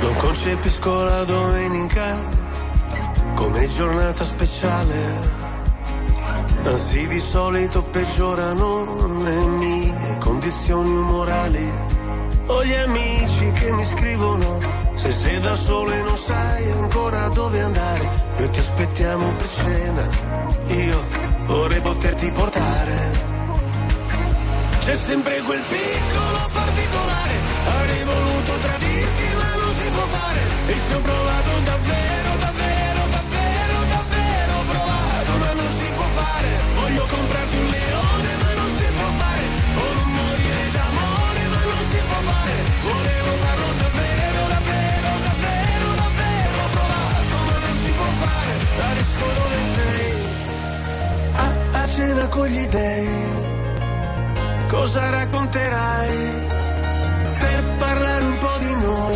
Non concepisco la domenica come giornata speciale. Anzi, di solito peggiorano le mie condizioni umorali. Ho gli amici che mi scrivono: se sei da solo e non sai ancora dove andare, noi ti aspettiamo per cena. Io vorrei poterti portare. C'è sempre quel piccolo particolare, avrei voluto tradirti ma non si può fare. E ci ho provato davvero, davvero, davvero, davvero provato, ma non si può fare. Voglio comprarti un leone ma non si può fare, o non morire d'amore ma non si può fare. Volevo farlo davvero, davvero, davvero, davvero provato, ma non si può fare. Adesso dove sei? A cena con gli dèi. Cosa racconterai per parlare un po' di noi?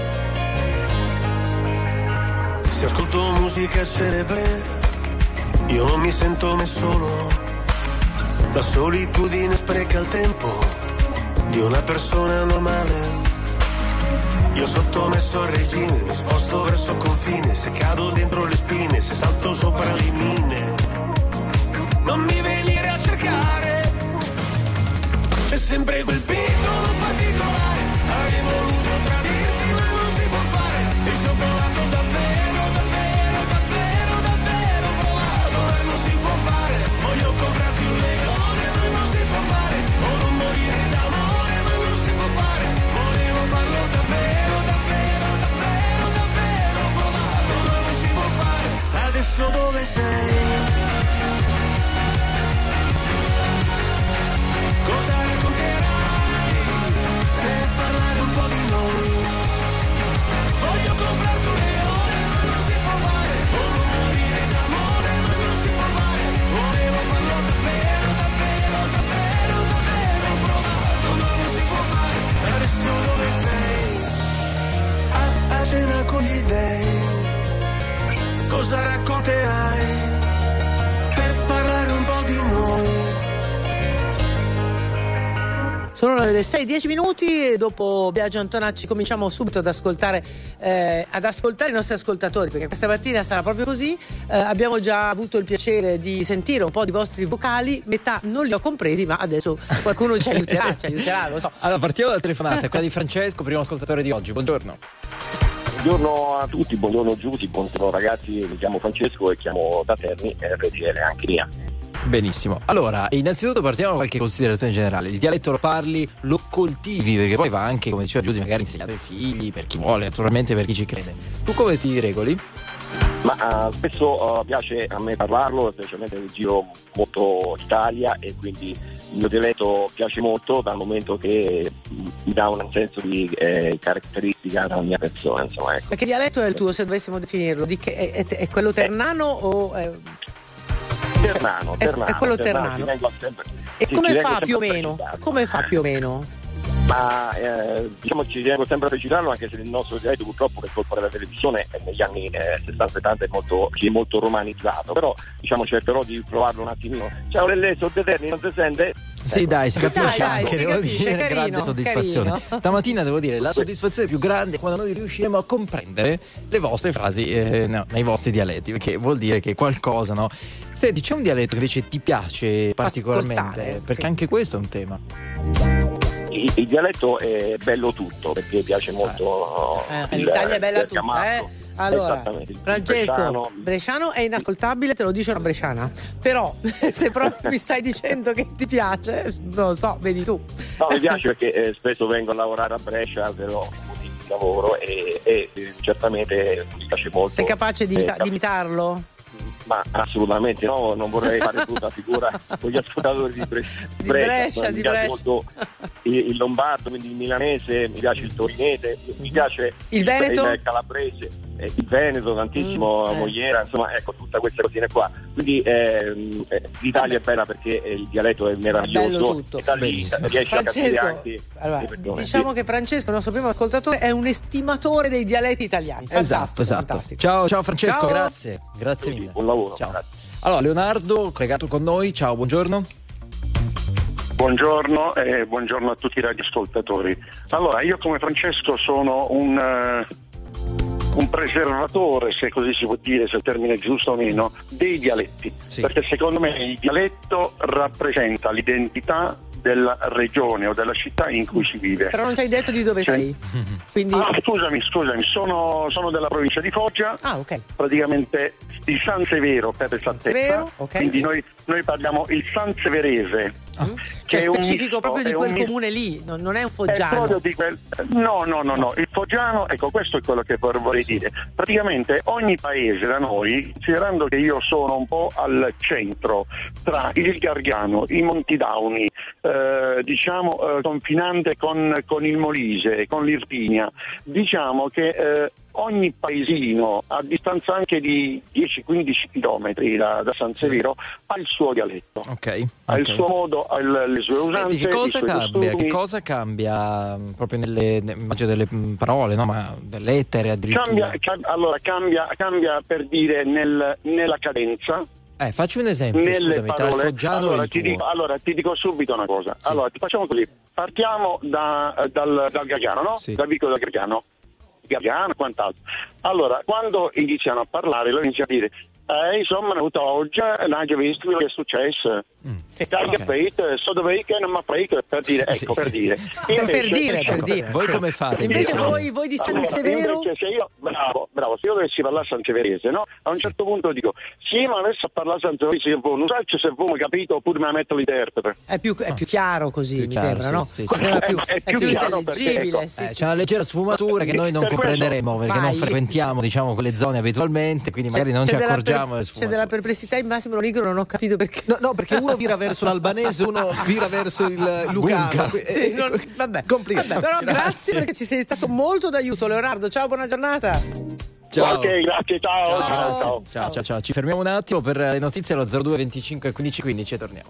Se ascolto musica celebre, io non mi sento mai solo. La solitudine spreca il tempo di una persona normale. Io sottomesso al regime, mi sposto verso il confine. Se cado dentro le spine, se salto sopra le mine, non mi venire a cercare. C'è sempre quel piccolo particolare, avrei voluto tradirti ma non si può fare. E ci ho provato davvero, davvero, davvero, davvero provato, ma non si può fare. Voglio comprarti un leone ma non si può fare, o non morire d'amore ma non si può fare. Volevo farlo davvero, davvero, davvero, davvero provato, ma non si può fare. Adesso dove sei? Cosa racconterai per parlare un po' di noi? Voglio comprarti un leone ma non si può fare, o non morire d'amore ma non si può fare. Volevo farlo davvero, davvero, davvero, davvero provato, ma non si può fare. Adesso dove sei? A cena con gli dèi. Cosa racconterai per parlare un po' di noi? Sono le 6:10 e dopo Biagio Antonacci cominciamo subito ad ascoltare i nostri ascoltatori, perché questa mattina sarà proprio così. Abbiamo già avuto il piacere di sentire un po' di vostri vocali, metà non li ho compresi, ma adesso qualcuno ci aiuterà, lo so. Allora partiamo dalla telefonata, quella di Francesco, primo ascoltatore di oggi. Buongiorno. Buongiorno a tutti, buongiorno Giusy, buongiorno ragazzi, mi chiamo Francesco e chiamo da Terni, RTL anche mia. Benissimo, allora innanzitutto partiamo da qualche considerazione generale. Il dialetto lo parli, lo coltivi, perché poi va anche, come diceva Giusy, magari insegnato ai figli, per chi vuole, naturalmente per chi ci crede. Tu come ti regoli? Ma spesso piace a me parlarlo, specialmente nel giro molto Italia, e quindi il mio dialetto piace molto dal momento che mi dà un senso di caratteristica della mia persona, insomma, ecco. Ma che dialetto è il tuo, se dovessimo definirlo? È quello ternano o... Ternano. È quello ternano. E come fa più o meno? Come fa più o meno? Ma diciamo ci tengo sempre a precisarlo, anche se il nostro dialetto purtroppo, per colpa della televisione, negli anni 60-70 è molto romanizzato, però diciamo cercherò di provarlo un attimino. Ciao Lelle, sono De Terni, non si sente? Sì, dai, si capisce anche, si devo capisce, dire, carino, grande soddisfazione. carino. Stamattina devo dire, la soddisfazione più grande è quando noi riusciremo a comprendere le vostre frasi nei vostri dialetti, perché vuol dire che qualcosa, no? Senti, c'è un dialetto che invece ti piace particolarmente? Perché anche questo è un tema. Il dialetto è bello tutto, perché piace molto. L'Italia è bella tutta, Allora, Francesco, Bresciano è inascoltabile, te lo dice una bresciana. Però se proprio mi stai dicendo che ti piace, non lo so, vedi tu. No, mi piace perché spesso vengo a lavorare a Brescia, però di lavoro e certamente mi piace molto. Sei capace di imitarlo? Ma assolutamente no, non vorrei fare brutta figura con gli ascoltatori di Brescia. Mi piace molto il lombardo, quindi il milanese, mi piace il torinese, mi piace il Veneto, il calabrese, il Veneto tantissimo, Mogliera, insomma, ecco, tutte queste cosine qua. Quindi l'Italia è bella perché il dialetto è meraviglioso, bello tutto. E da lì riesce a capire anche. Allora, diciamo che Francesco, il nostro primo ascoltatore, è un estimatore dei dialetti italiani. Fantastico, esatto. fantastico. Ciao Francesco, grazie mille. Buon lavoro. Ciao. Allora, Leonardo, collegato con noi, ciao, buongiorno. Buongiorno e buongiorno a tutti i radioascoltatori. Allora, io come Francesco sono un un preservatore, se così si può dire, se il termine è giusto o meno, dei dialetti, perché secondo me il dialetto rappresenta l'identità della regione o della città in cui si vive. Però non ci hai detto di dove sei. Quindi... scusami, sono della provincia di Foggia, praticamente di San Severo per esattezza, quindi noi parliamo il Sanseverese. Che è specifico proprio di quel comune lì, non è un foggiano. No, il foggiano, ecco, questo è quello che vorrei dire. Praticamente ogni paese da noi, considerando che io sono un po' al centro tra il Gargano, i Monti Dauni, confinante con il Molise, con l'Irpinia, diciamo che ogni paesino a distanza anche di 10-15 chilometri da San Severo ha il suo dialetto, ha il suo modo, ha le sue usanze. Che cosa cambia proprio immagino delle parole, no? Ma delle lettere addirittura? Cambia per dire nella cadenza. Facci un esempio, scusami, tra il foggiano e il tuo. Ti dico subito una cosa. Sì. Allora, facciamo così. Partiamo dal Gargano, no? Sì. Dal vicolo del Gargano e quant'altro. Allora, quando iniziano a parlare, loro iniziano a dire insomma, oggi non hai visto quello che è successo. Capito? So dove che non mi frega, per dire, ecco, per dire. Per dire. Voi come fate? Invece voi di San Severo? Se io, bravo, se io dovessi parlare sanseverese, no? A un certo punto dico, sì, ma adesso a parlare sanseverese, non so se voi mi capito oppure mi metto l'interprete. È più chiaro così, mi sembra, no? Sì. È più intelligibile. C'è una leggera sfumatura che noi non comprenderemo perché non frequentiamo, diciamo, quelle zone abitualmente, quindi magari non ci accorgiamo. C'è della perplessità in Massimo Lonigro, non ho capito perché. No, perché uno vira verso l'albanese, uno vira verso il lucano. Vabbè, però grazie perché ci sei stato molto d'aiuto, Leonardo. Ciao, buona giornata. Ciao. Ok, grazie, ciao. Ci fermiamo un attimo per le notizie allo 02 25 15 15 e torniamo.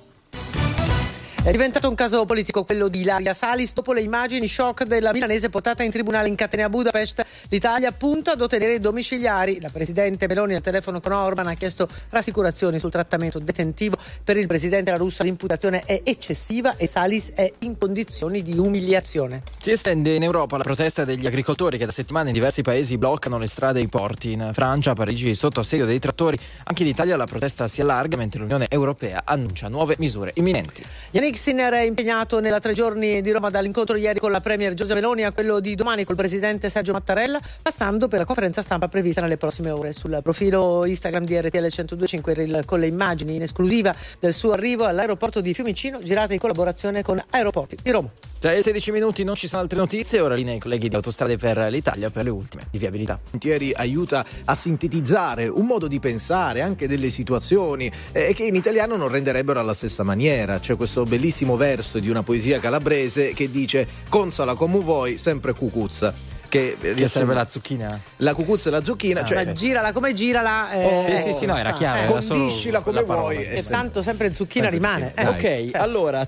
È diventato un caso politico quello di Ilaria Salis dopo le immagini shock della milanese portata in tribunale in catene a Budapest. L'Italia punta ad ottenere i domiciliari. La presidente Meloni al telefono con Orban ha chiesto rassicurazioni sul trattamento detentivo. Per il presidente russa l'imputazione è eccessiva e Salis è in condizioni di umiliazione. Si estende in Europa la protesta degli agricoltori che da settimane in diversi paesi bloccano le strade e i porti. In Francia, Parigi sotto assedio dei trattori. Anche in Italia la protesta si allarga mentre l'Unione Europea annuncia nuove misure imminenti. Yannick Sinner è impegnato nella 3 giorni di Roma dall'incontro ieri con la premier Giorgia Meloni a quello di domani col presidente Sergio Mattarella, passando per la conferenza stampa prevista nelle prossime ore. Sul profilo Instagram di RTL 102.5 con le immagini in esclusiva del suo arrivo all'aeroporto di Fiumicino, girate in collaborazione con Aeroporti di Roma. Tra i 16 minuti non ci sono altre notizie, ora linea ai colleghi di Autostrade per l'Italia per le ultime di viabilità. Ieri aiuta a sintetizzare un modo di pensare anche delle situazioni che in italiano non renderebbero alla stessa maniera. C'è questo bellissimo verso di una poesia calabrese che dice "Consala come vuoi, sempre cucuzza". Che sarebbe la zucchina? La cucuzza e la zucchina, cioè ma girala come girala. Sì, no, era chiaro. Condiscila come vuoi. E tanto sempre zucchina rimane. Allora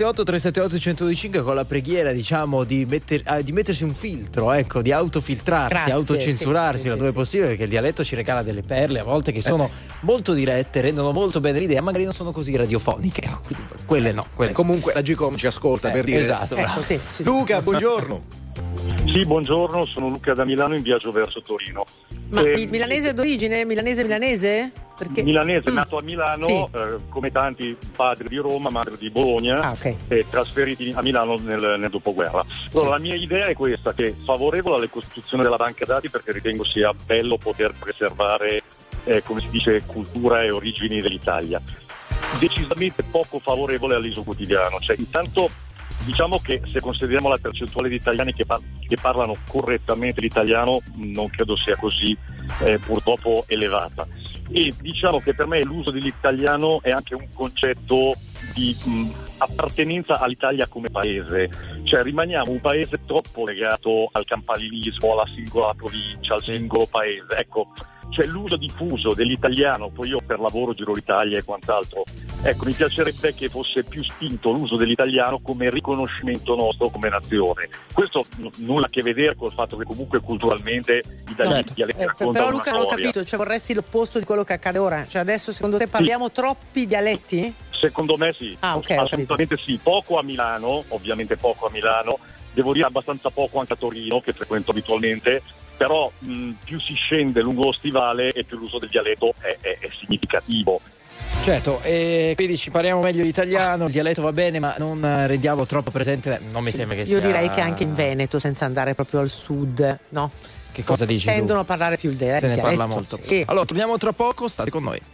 378 1025 con la preghiera, diciamo, di mettersi un filtro, ecco, di autofiltrarsi, autocensurarsi laddove possibile, perché il dialetto ci regala delle perle a volte che sono molto dirette, rendono molto bene l'idea, magari non sono così radiofoniche. Quelle no. Comunque la Gcom ci ascolta per dire. Esatto. Luca, buongiorno. Sì, buongiorno, sono Luca da Milano in viaggio verso Torino. Ma milanese d'origine? Milanese? Perché... Milanese, nato a Milano, come tanti, padre di Roma, madre di Bologna, e trasferiti a Milano nel dopoguerra. Allora, la mia idea è questa, che favorevole alla costituzione della banca dati, perché ritengo sia bello poter preservare, come si dice, cultura e origini dell'Italia. Decisamente poco favorevole all'ISO quotidiano, cioè intanto diciamo che se consideriamo la percentuale di italiani che parlano correttamente l'italiano, non credo sia così purtroppo elevata, e diciamo che per me l'uso dell'italiano è anche un concetto di appartenenza all'Italia come paese, cioè rimaniamo un paese troppo legato al campanilismo, alla singola provincia, al singolo paese, ecco. C'è l'uso diffuso dell'italiano, poi io per lavoro giro l'Italia e quant'altro, ecco, mi piacerebbe che fosse più spinto l'uso dell'italiano come riconoscimento nostro come nazione. Questo nulla a che vedere col fatto che comunque culturalmente i dialetti raccontano però una Luca non ho storia. capito, cioè vorresti l'opposto di quello che accade ora? Cioè adesso secondo te parliamo troppi dialetti? Secondo me sì, assolutamente sì, poco a Milano, ovviamente poco a Milano, devo dire abbastanza poco anche a Torino, che frequento abitualmente, però più si scende lungo lo stivale e più l'uso del dialetto è significativo. Certo, e quindi ci parliamo meglio l'italiano, il dialetto va bene, ma non rendiamo troppo presente, non mi sembra che sia... Io direi che anche in Veneto, senza andare proprio al sud, no? Che cosa dici? Tendono a parlare più il dialetto. Se ne parla molto. Sì. Allora, torniamo tra poco, state con noi.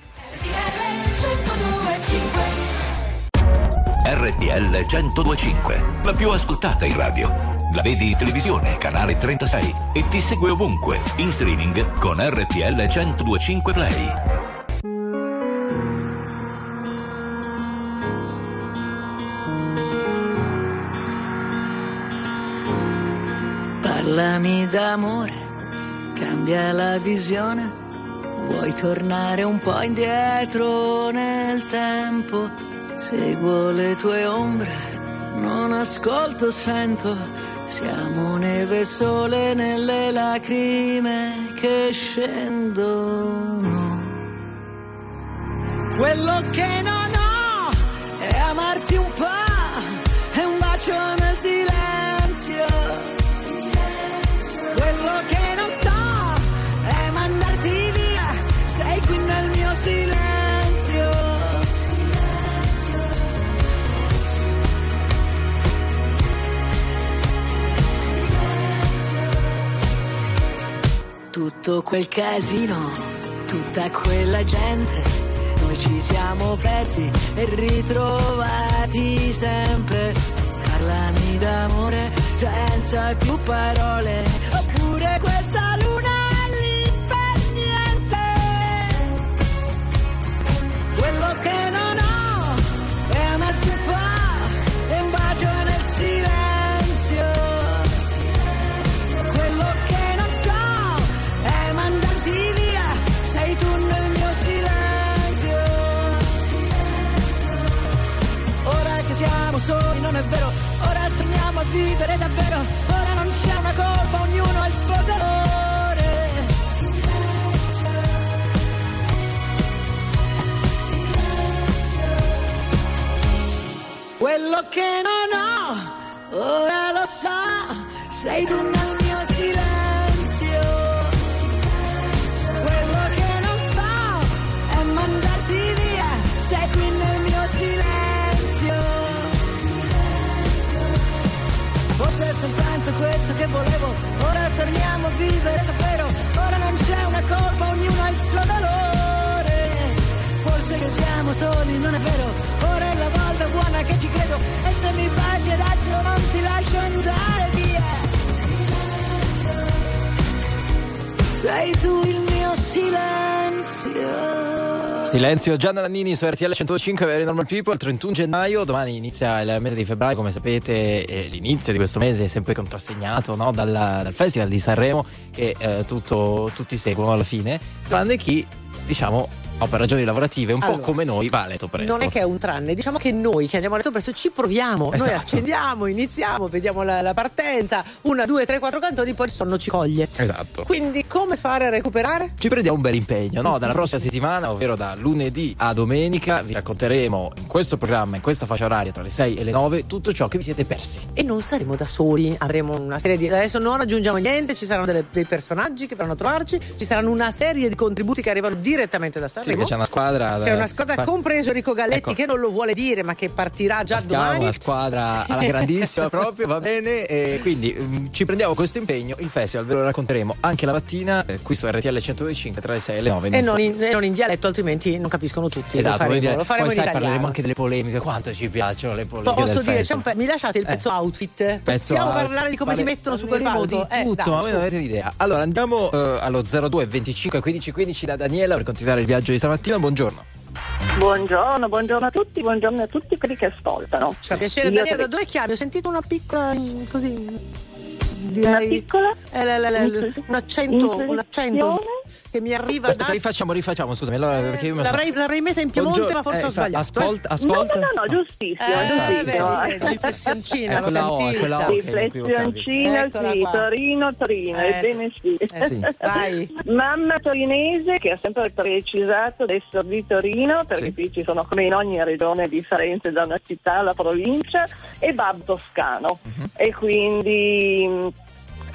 RTL 102.5, la più ascoltata in radio. La vedi in televisione, canale 36, e ti segue ovunque, in streaming con RTL 102.5 Play. Parlami d'amore, cambia la visione, vuoi tornare un po' indietro nel tempo, seguo le tue ombre, non ascolto, sento, siamo neve e sole nelle lacrime che scendono. Quello che non ho è amarti un po', è un bacio nel silenzio. Quello che non so è mandarti via, sei qui nel mio silenzio. Tutto quel casino, tutta quella gente, noi ci siamo persi e ritrovati sempre. Parlami d'amore senza più parole, oppure questa luna è lì per niente. Quello che non ho è amarti un po', è un bacio nel silenzio. Quello che non so è mandarti via, sei tu nel mio silenzio. Ora che siamo soli non è vero, ora torniamo a vivere davvero, ora non c'è una colpa, ognuno ha il suo dolore. Quello che non ho, ora lo so, sei tu nel mio silenzio. Quello che non so è mandarti via, sei qui nel mio silenzio. Forse è soltanto questo che volevo, ora torniamo a vivere davvero, ora non c'è una colpa, ognuno ha il suo dolore. Forse che siamo soli, non è vero, ora è la volta buona che ci credo, e se mi baci adesso non ti lascio andare via. Sei tu il mio silenzio. Silenzio, Gianna Nannini su RTL 105, Very Normal People, il 31 gennaio, domani inizia il mese di febbraio, come sapete, e l'inizio di questo mese è sempre contrassegnato, no? dal Festival di Sanremo, che tutti seguono alla fine, tranne chi, diciamo, per ragioni lavorative, un po' come noi, va a letto presto. Non è che è un tranne, diciamo che noi che andiamo a letto presto ci proviamo, esatto. Noi accendiamo, iniziamo, vediamo la partenza, 1, 2, 3, 4 cantoni, poi il sonno ci coglie. Esatto. Quindi come fare a recuperare? Ci prendiamo un bel impegno, no? Dalla prossima settimana, ovvero da lunedì a domenica, vi racconteremo in questo programma, in questa fascia oraria tra le 6 e le 9, tutto ciò che vi siete persi. E non saremo da soli, avremo una serie di... Adesso non aggiungiamo niente, ci saranno dei personaggi che verranno a trovarci, ci saranno una serie di contributi che arrivano direttamente da Sanremo. Sì, che c'è una squadra. C'è una squadra, compreso Enrico Galletti, ecco, che non lo vuole dire, ma che partirà già domani. Una squadra alla grandissima proprio, va bene. E quindi ci prendiamo questo impegno. Il festival ve lo racconteremo anche la mattina qui su RTL 105 tra le 6 e le 9. E non in dialetto, altrimenti non capiscono tutti. Esatto, lo faremo poi in italiano. Parleremo anche delle polemiche. Quanto ci piacciono le polemiche? Posso del dire, mi lasciate il pezzo outfit? Possiamo parlare di come si mettono su quel palco? Di tutto, ma voi non avete idea. Allora andiamo allo 02 25 15 15 da Daniela per continuare il viaggio di stamattina. Buongiorno. Buongiorno a tutti, buongiorno a tutti quelli che ascoltano. Ci fa piacere. Daniela, da dove chiami? Ho sentito una piccola così. Una piccola? Un accento che mi arriva. Aspetta, rifacciamo, scusami. Allora, perché io l'avrei messa in Piemonte, ma forse ho sbagliato. Ascolta. No, giustissimo. Riflessioncina, l'ho Riflessioncina, sì, Torino, ebbene sì. Vai. Mamma torinese che ha sempre precisato di essere di Torino, perché qui ci sono, come in ogni regione, differenze da una città alla provincia, e babbo toscano. E quindi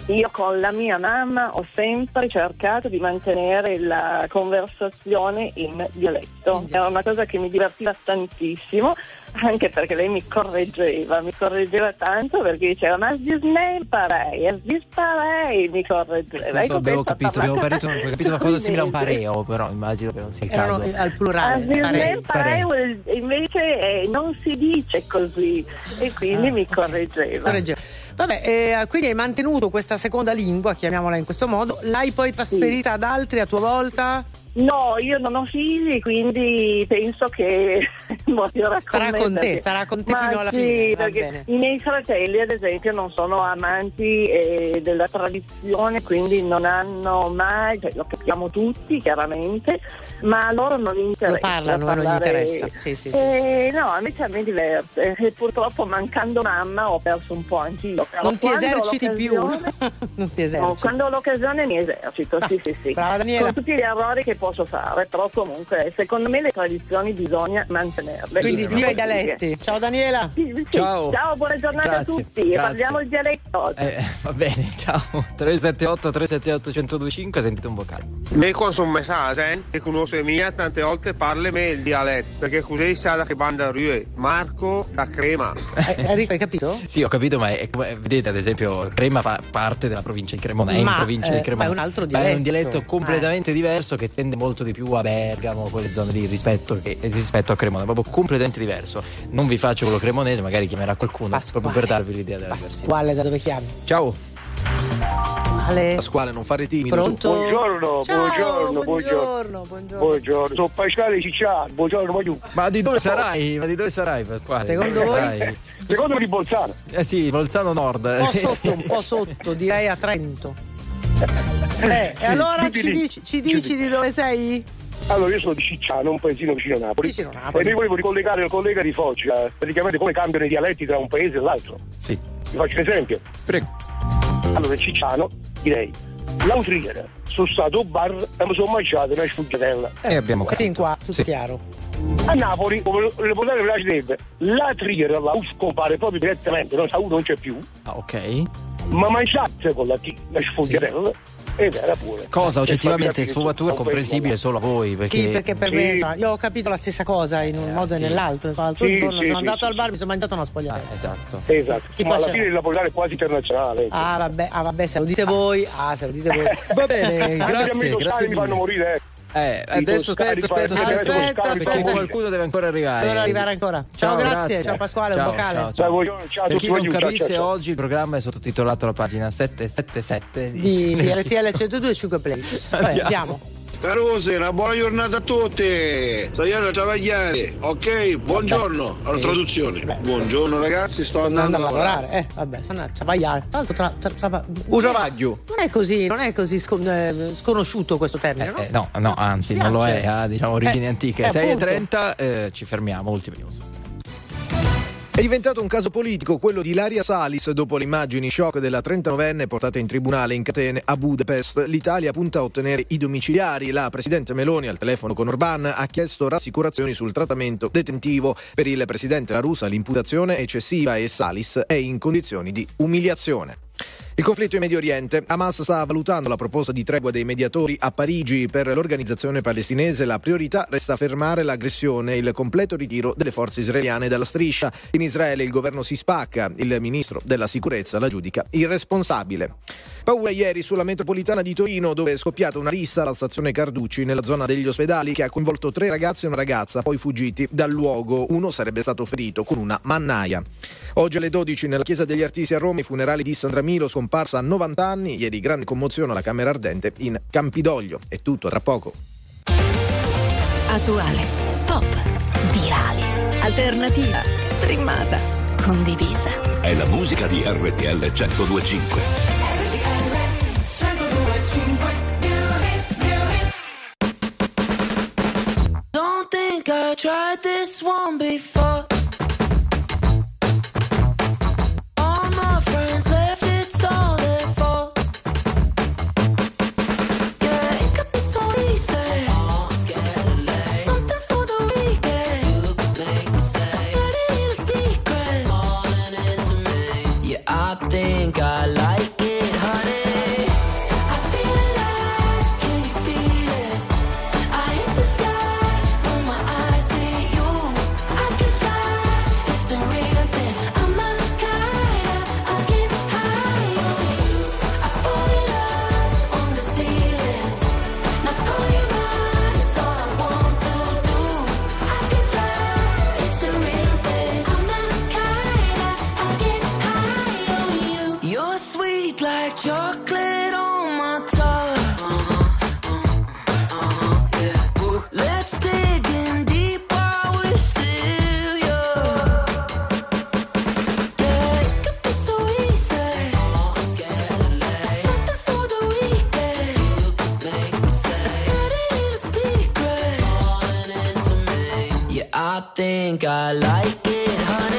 io con la mia mamma ho sempre cercato di mantenere la conversazione in dialetto. Era una cosa che mi divertiva tantissimo, anche perché lei mi correggeva tanto, perché diceva ma sparei, mi correggeva. So, abbiamo capito una cosa simile a un pareo, però immagino che non sia il caso. Al plurale. Parei invece non si dice così, e quindi mi correggeva. Vabbè, quindi hai mantenuto questa seconda lingua, chiamiamola in questo modo, l'hai poi trasferita ad altri a tua volta? No, io non ho figli, quindi penso che morirà starà con te fino alla fine. Perché i miei fratelli, ad esempio, non sono amanti della tradizione, quindi non hanno mai, cioè, lo capiamo tutti chiaramente, ma a loro non interessa. Lo parlano, non gli interessa. Sì. No, invece a me diverte, e purtroppo mancando mamma ho perso un po' anch'io. Non ti eserciti più? Non ti eserciti? No, quando ho l'occasione mi esercito, sì. Brava Daniela. Con tutti gli errori che posso fare, però comunque secondo me le tradizioni bisogna mantenerle. Quindi viva i dialetti. Ciao Daniela. Sì. Ciao, buona giornata. Grazie. A tutti. Grazie. Parliamo il dialetto. Va bene, ciao. 378 1025, sentite un vocale. Me consumo messaggio e conosco mia tante volte parla me il dialetto, perché così sa che banda rue. Marco da Crema. Enrico, hai capito? Sì, ho capito, ma vedete, ad esempio, Crema fa parte della provincia di Cremona, è in provincia di Cremona. Ma è un altro dialetto. Ma è un dialetto completamente diverso, che tende molto di più a Bergamo, quelle zone lì, rispetto a Cremona, proprio completamente diverso. Non vi faccio quello cremonese, magari chiamerà qualcuno proprio per darvi l'idea della diversità. Pasquale, da dove chiami? Ciao. Pasquale, non fare timido. Pronto? Buongiorno. Sono Pasquale Cicciano. Buongiorno. Ma di dove sarai? Pasquale? Secondo voi? Secondo me di Bolzano. Sì, Bolzano Nord. Un po' sotto, direi a Trento. E allora ci dici di dove sei? Allora, io sono di Cicciano, un paesino vicino a Napoli. E mi volevo ricollegare al collega di Foggia, praticamente come cambiano i dialetti tra un paese e l'altro. Sì. Vi faccio un esempio. Prego. Allora, Cicciano, direi, l'altro ieri sono stato al bar e mi sono mangiato una sfuggitella. Abbiamo capito. Fin qua, tutto chiaro. A Napoli, come le potete piacerebbe, la triera la compare proprio direttamente, non sa uno non c'è più. Ah, ok. Ma mangiate con la sfuggitella. Ed era pure. Cosa oggettivamente sfumatura comprensibile solo a voi, perché... Sì, perché per me io ho capito la stessa cosa in un modo e nell'altro. L'altro giorno sono andato al bar, mi sono mangiato una sfogliatella. Esatto. Ma alla fine il napoletano è quasi internazionale. Vabbè, se lo dite voi. Va bene, grazie. Mi fanno morire. Adesso aspetta, perché qualcuno deve ancora arrivare. Deve arrivare ancora. Ciao, grazie. Ciao Pasquale, un vocale. Ciao. Per chi non capisse, oggi il programma è sottotitolato alla pagina 777 di RTL 102.5 Play. Andiamo. Carose, una buona giornata a tutti. Stai a travagliare. Ok, buongiorno. Alla traduzione. Buongiorno ragazzi, sto andando a lavorare. Vabbè, sono a travagliare. Tra l'altro Ugiavaglio. Non è così sconosciuto questo termine, no? No, anzi, non lo è, ha origini antiche. 6:30, ci fermiamo, ultime news. È diventato un caso politico quello di Ilaria Salis dopo le immagini shock della 39enne portata in tribunale in catene a Budapest. L'Italia punta a ottenere i domiciliari. La presidente Meloni al telefono con Orban ha chiesto rassicurazioni sul trattamento detentivo. Per il presidente La Russa l'imputazione è eccessiva e Salis è in condizioni di umiliazione. Il conflitto in Medio Oriente. Hamas sta valutando la proposta di tregua dei mediatori a Parigi. Per l'organizzazione palestinese la priorità resta fermare l'aggressione e il completo ritiro delle forze israeliane dalla striscia. In Israele il governo si spacca. Il ministro della sicurezza la giudica irresponsabile. Paura ieri sulla metropolitana di Torino, dove è scoppiata una rissa alla stazione Carducci nella zona degli ospedali che ha coinvolto 3 ragazzi e una ragazza, poi fuggiti dal luogo. Uno sarebbe stato ferito con una mannaia. Oggi alle 12 nella chiesa degli Artisti a Roma i funerali di Sandra Milo, scomparsa a 90 anni. Ieri grande commozione alla Camera Ardente in Campidoglio. È tutto, tra poco. Attuale, pop, virale, alternativa, streamata, condivisa. È la musica di RTL 102.5. Don't think I tried this one before. All my friends left, it's all their fault. Yeah, it could be so easy. Something for the weekend. You could make me stay. But it ain't a secret. Falling into me. Yeah, I think I like it, honey. sweet like chocolate on my tongue. Let's dig in deep while we're still young. Yeah, it could be so easy. Something for the weekend. You could make mistakes. But it ain't a secret. Falling into me. Yeah, I think I like it, honey.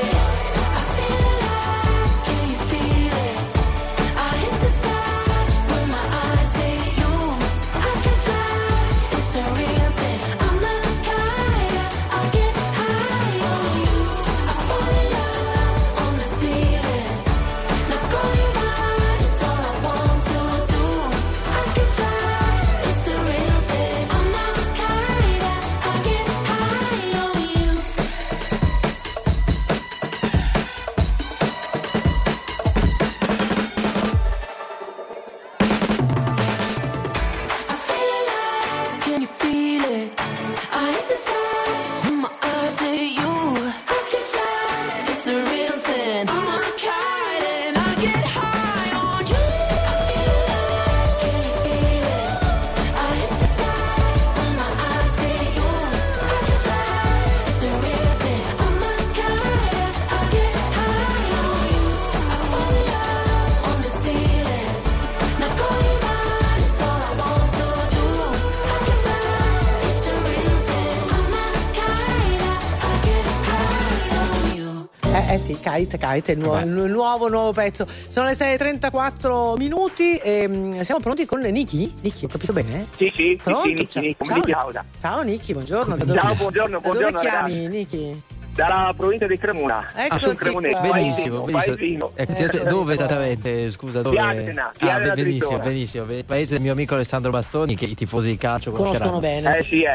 Sì, Kite, il nuovo pezzo. Sono le 6:34 minuti e siamo pronti con Niki. Niki, ho capito bene? Sì, pronto? Niki, come Niki Lauda. Ciao Niki, buongiorno. Ciao, buongiorno. Da dove chiami, Niki? Dalla provincia di Cremona. Ecco, benissimo. Dove esattamente? Scusa, dove? Piana benissimo. Paese del mio amico Alessandro Bastoni, che i tifosi di calcio conoscono bene. Sì.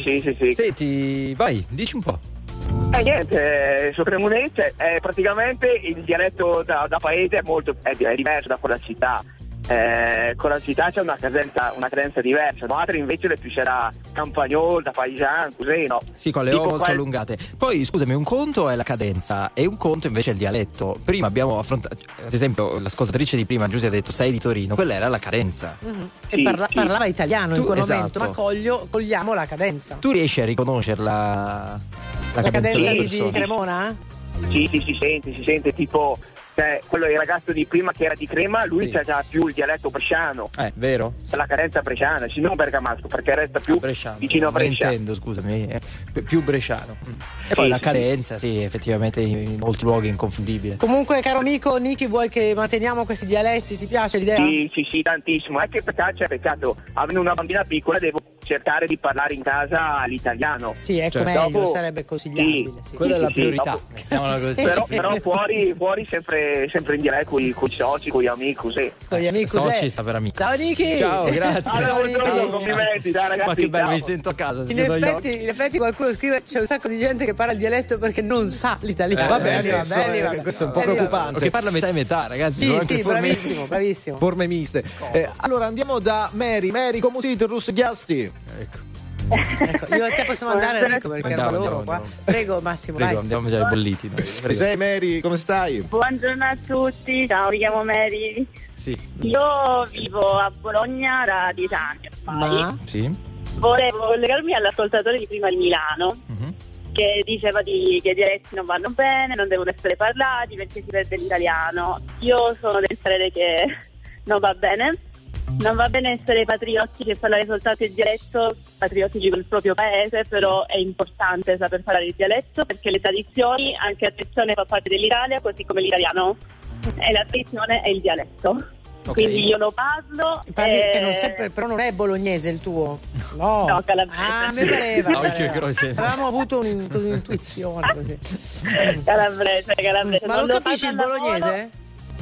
Senti, vai, dici un po'. Niente, su Cremonese praticamente il dialetto da paese è diverso da quella città. Con la città c'è una cadenza diversa, no? Altre invece le più sarà campagnolo, da paesano, così, no? Sì, con le O molto allungate. Poi scusami, un conto è la cadenza e un conto invece è il dialetto. Prima abbiamo affrontato, ad esempio, l'ascoltatrice di prima, Giusia, ha detto sei di Torino, quella era la cadenza. Mm-hmm. E parlava italiano in quel momento, ma cogliamo la cadenza. Tu riesci a riconoscerla? La cadenza di Cremona? Sì, si sente tipo. Quello il ragazzo di prima che era di Crema, lui c'ha già più il dialetto bresciano. Vero? La cadenza bresciana, non bergamasco, perché resta più vicino a Brescia. Intendo, scusami, più bresciano. E poi la cadenza, sì, effettivamente in molti luoghi è inconfondibile. Comunque, caro amico Niki, vuoi che manteniamo questi dialetti? Ti piace l'idea? Sì, tantissimo. È che peccato, avendo una bambina piccola devo cercare di parlare in casa l'italiano. Sì, ecco, meglio, sarebbe consigliabile. Sì. Quella è la priorità. Così. Però fuori sempre in diretta con i soci, con gli amici, così. Con gli amici, soci sta per amici. Ciao Niki. Ciao, grazie. Allora, complimenti, dai ragazzi. Ma che bello, mi sento a casa. In effetti qualcuno scrive c'è un sacco di gente che parla il dialetto perché non sa l'italiano. Questo è un po' preoccupante. Che parla metà e metà, ragazzi. Sì, bravissimo. Forme miste. Allora andiamo da Mary, come siete, Russo Ghiasti? Ecco, io e te possiamo andare, Enrico, perché era loro qua. Prego Massimo, vai. Andiamo già ai bolliti. Sei Mary, come stai? Buongiorno a tutti, ciao, mi chiamo Mary. Sì. Io vivo a Bologna da 10 anni ormai. Sì. Volevo collegarmi all'ascoltatore di prima di Milano, che diceva che i dialetti non vanno bene, non devono essere parlati perché si perde l'italiano. Io sono del parere che non va bene. Non va bene essere patriottici e parlare soltanto il dialetto, patriottici col proprio paese, però è importante saper parlare il dialetto perché le tradizioni, anche la tradizione fa parte dell'Italia, così come l'italiano, e la tradizione è il dialetto. Okay. Quindi io lo parlo. Che non sempre, però non è bolognese il tuo? No, calabrese. Mi pareva. Avevamo avuto un'intuizione così. Calabrese. Ma lo capisci il bolognese?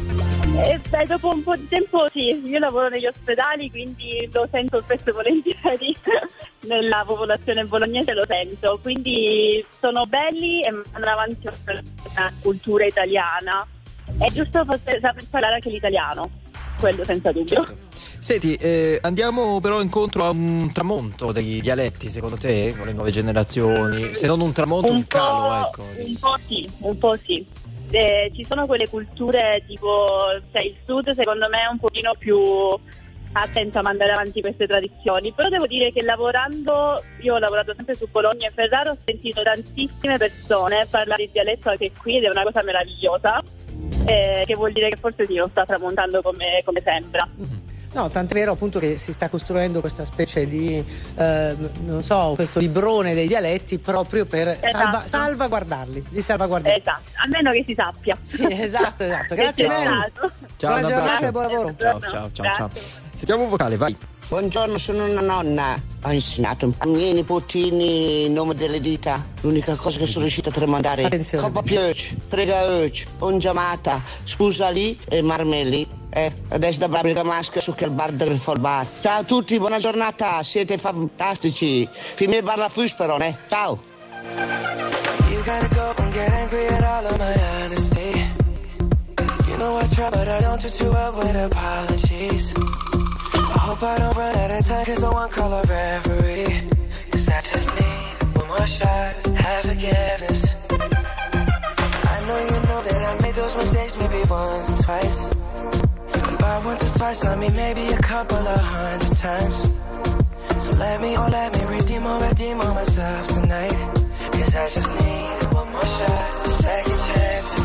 Dopo un po' di tempo sì, io lavoro negli ospedali, quindi lo sento spesso e volentieri nella popolazione bolognese, lo sento, quindi sono belli e vanno avanti la cultura italiana. È giusto saper parlare anche l'italiano, quello senza dubbio. Certo. Senti, andiamo però incontro a un tramonto dei dialetti, secondo te, con le nuove generazioni? Se non un tramonto, un calo, ecco. Un po' sì. ci sono quelle culture tipo, cioè il sud secondo me è un pochino più attento a mandare avanti queste tradizioni, però devo dire che lavorando, io ho lavorato sempre su Bologna e Ferrara, ho sentito tantissime persone parlare il dialetto anche qui ed è una cosa meravigliosa, che vuol dire che forse sì, non sta tramontando come sembra. No, tant'è vero appunto che si sta costruendo questa specie di non so, questo librone dei dialetti proprio per salvaguardarli, Esatto, almeno che si sappia. Sì, esatto. Grazie Mary. Ciao, buona giornata e buon lavoro. Ciao. Sentiamo un vocale, vai. Buongiorno, sono una nonna. Ho insegnato ai miei nipotini il nome delle dita. L'unica cosa che sono riuscita a tramandare è Coppa Piöc, Prega Öc, Ongiamata, Scusa lì e Marmelli. Adesso da Brabrica Maschera su che il bar del Folbar. Ciao a tutti, buona giornata, siete fantastici. Fimir Barla Fuspero, ciao. You gotta go and get angry at all of my honesty. You know I try but I don't do too well with apologies. I hope I don't run out of time cause I won't call a referee. Cause I just need one more shot, have forgiveness. I know you know that I made those mistakes maybe once or twice. And by once or twice I mean maybe a couple of 100 times. So let me redeem myself tonight. Cause I just need one more shot, second chances.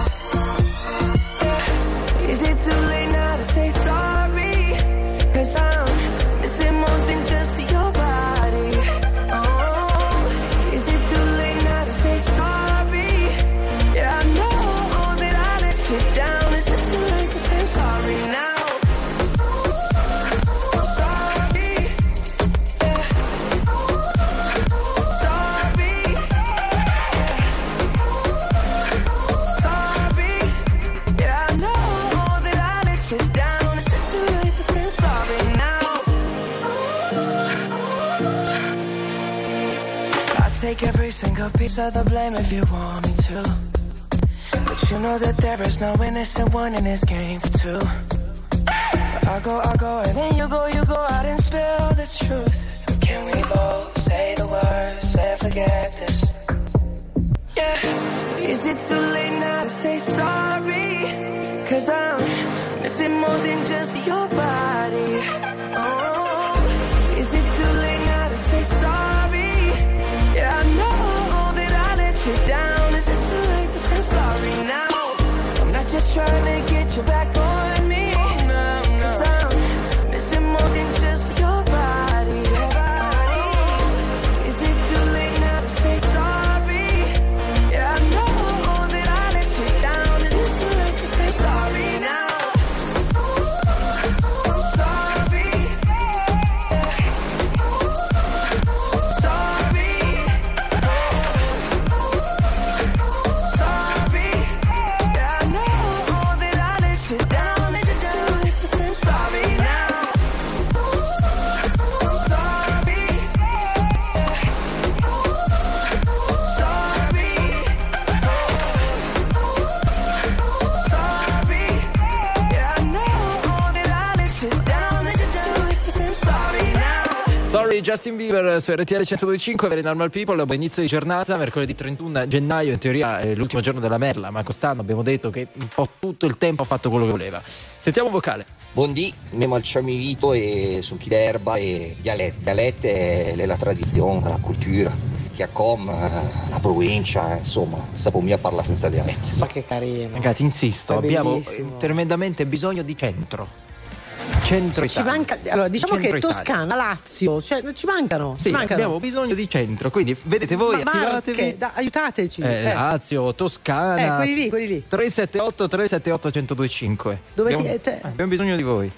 Is it too late now to say sorry? Cause I'm missing more than just your body. Oh, is it too late now to say sorry? Yeah, I know that I let you down. Is it too late to say sorry now? Take every single piece of the blame if you want me to. But you know that there is no innocent one in this game for two. I go, and then you go out and spill the truth. Can we both say the words and forget this? Yeah. Is it too late now to say sorry? Cause I'm missing more than just your body. Oh, is it too late now to say sorry? Yeah, I know that I let you down. Is it too late to say sorry now? I'm not just trying to get you back on me. Cause I'm missing more than just your body. Is it too late now to say sorry? Yeah, I know that I let you down. Is it too late to say sorry now? Sorry, Justin Bieber su RTL 102.5, Very Normal People. Buon inizio di giornata, mercoledì 31 gennaio, in teoria è l'ultimo giorno della merla, ma quest'anno abbiamo detto che un po' tutto il tempo ha fatto quello che voleva. Sentiamo un vocale. Buondì, mi mangiami vito e succhi d'erba e dialette è la tradizione, la cultura. Che a la provincia, insomma, sapomia parla senza dialetti. Ma che carino. Ragazzi, insisto, abbiamo tremendamente bisogno di centro Italia. Ci manca, allora diciamo che Toscana, Lazio, cioè ci mancano. Sì, abbiamo bisogno di centro, quindi vedete voi, attivatevi. Aiutateci. Lazio, Toscana. Quelli lì. 378 1025. Dove siete? Abbiamo bisogno di voi.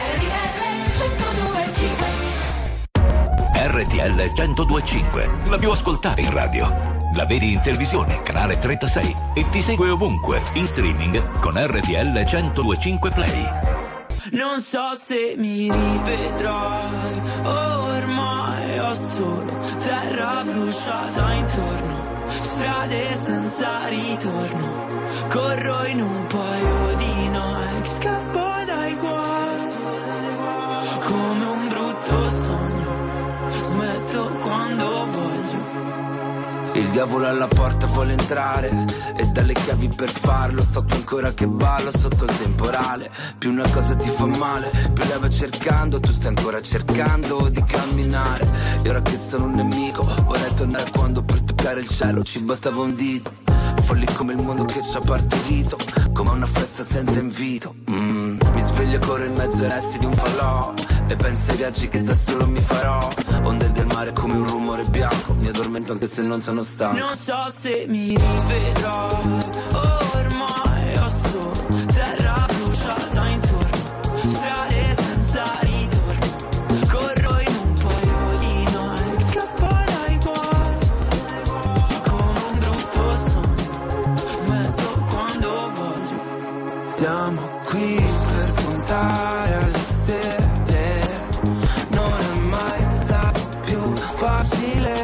RTL 102.5, la più ascoltata in radio. La vedi in televisione, canale 36 e ti segue ovunque, in streaming con RTL 102.5 Play. Non so se mi rivedrai, ormai ho solo terra bruciata intorno, strade senza ritorno, corro in un paio di Nike, scappo dai guai, come un brutto sogno, smetto quando voglio, il diavolo alla porta vuole entrare e dalle chiavi per farlo. Sto qui ancora che ballo sotto il temporale. Più una cosa ti fa male, più la vai cercando. Tu stai ancora cercando di camminare. E ora che sono un nemico vorrei tornare quando per toccare il cielo ci bastava un dito. Folli come il mondo che ci ha partorito, come una festa senza invito. Mi sveglio e corro in mezzo ai resti di un falò e penso ai viaggi che da solo mi farò. Onde del mare come un rumore bianco, mi addormento anche se non sono stanco. Non so se mi rivedrò, ormai ho solo terra bruciata intorno, strade senza ritorno, corro in un paio di noi, scappo dai guai, come un brutto sogno, smetto quando voglio. Siamo qui per puntare alle stelle, non è mai stato più facile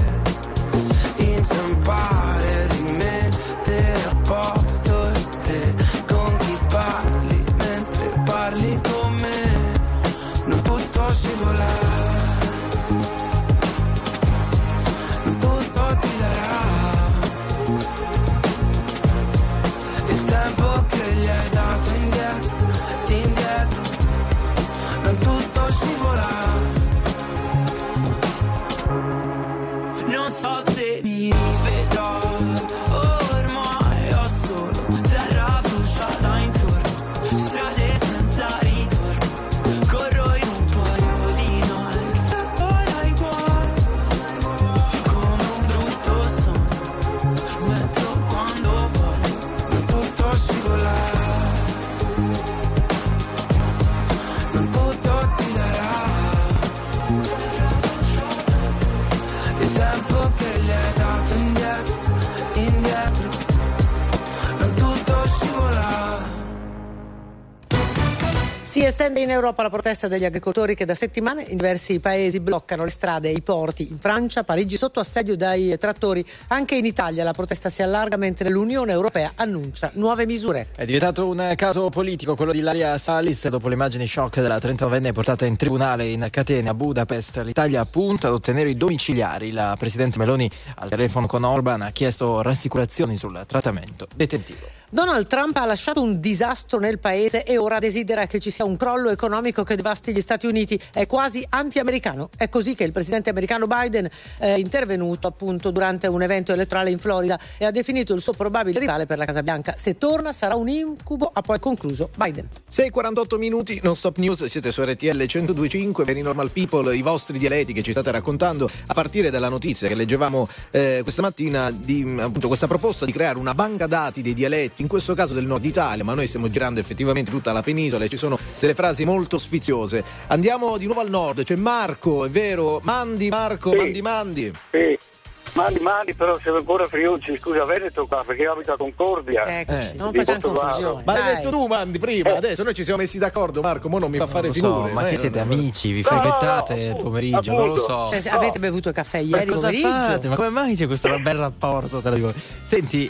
inciampare, rimettere a posto te con chi parli mentre parli con me. Non tutto scivola, non tutto ti darà il tempo che gli hai dato indietro, indietro. Non tutto scivola. Non so se mi rivedrò, ormai ho solo terra bruciata intorno, strade senza ritorno, corro in un paio di noi, scappo dai guai, come un brutto sogno, smetto quando voglio. Non tutto scivola, non tutto ti darà il tempo che gli hai dato indietro, indietro. Non tutto scivola. Si estende in Europa la protesta degli agricoltori che da settimane in diversi paesi bloccano le strade e i porti. In Francia, Parigi sotto assedio dai trattori. Anche in Italia la protesta si allarga mentre l'Unione Europea annuncia nuove misure. È diventato un caso politico quello di Ilaria Salis dopo le immagini shock della 39enne portata in tribunale in catene a Budapest. L'Italia punta ad ottenere i domiciliari. La presidente Meloni al telefono con Orban ha chiesto rassicurazioni sul trattamento detentivo. Donald Trump ha lasciato un disastro nel paese e ora desidera che ci sia un crollo economico che devasti gli Stati Uniti. È quasi anti-americano. È così che il presidente americano Biden è intervenuto appunto durante un evento elettorale in Florida e ha definito il suo probabile rivale per la Casa Bianca. Se torna sarà un incubo, ha poi concluso Biden. 6:48 minuti, non stop news, siete su RTL 102.5, Very Normal People, i vostri dialetti che ci state raccontando a partire dalla notizia che leggevamo questa mattina di appunto questa proposta di creare una banca dati dei dialetti, in questo caso del nord Italia, ma noi stiamo girando effettivamente tutta la penisola e ci sono delle frasi molto sfiziose. Andiamo di nuovo al nord, c'è Marco, è vero? Marco, sì. mandi. Sì. Mandi, però siamo ancora friulci, scusa, Veneto qua, perché io abito a Concordia. Non facciamo confusione. Ma l'hai detto tu, Mandi, prima, adesso noi ci siamo messi d'accordo, Marco, mo non mi fa fare figure. Ma che siete amici, vi frequentate il pomeriggio, appunto. Non lo so. Cioè, avete bevuto caffè ieri pomeriggio? Fate? Ma come mai c'è questo bel rapporto tra di voi? Senti,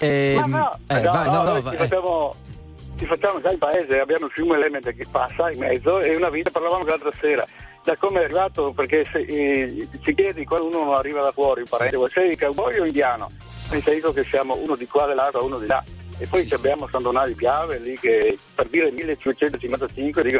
ti facciamo già in paese, abbiamo il fiume Lemete che passa in mezzo e una vita, parlavamo l'altra sera da come è arrivato, perché ci chiedi quando uno non arriva da fuori, sei cowboy o indiano? Mi sei detto che siamo uno di qua dell'altro, uno di là, e poi abbiamo San Donato di Piave lì che per dire 1555 dico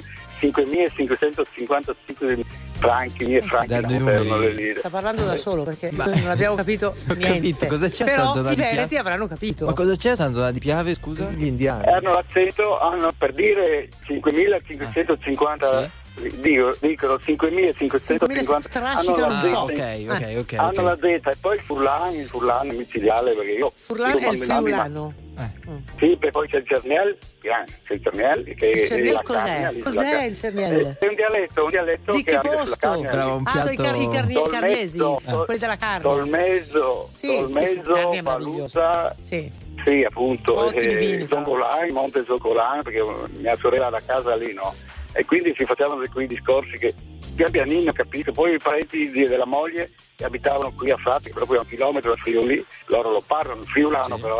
5555 franchi, miei franchi non le lire. Sta parlando da solo perché noi non abbiamo capito niente. Capito, cosa c'è però San Donato i veneti avranno capito. Ma cosa c'è San Donato di Piave, scusa? Gli indiani hanno l'accento, per dire 5550 dicono 5550 strascicano un po'. Ok. Hanno la detta e poi il furlano micidiale, perché io Furlan è il friulano. Sì, poi c'è il Cerniel, che il Cerniel cos'è il Cerniel? È un dialetto di che posto? I carniesi, quelli della carne. Tolmezzo, Palusa, sì, appunto, Zongolani, Monte Zongolani, perché mia sorella ha la casa lì, no? E quindi ci facevano quei discorsi che pian pianino, capito? Poi i parenti della moglie che abitavano qui a Frati, proprio a un chilometro da Friuli, loro lo parlano, il friulano però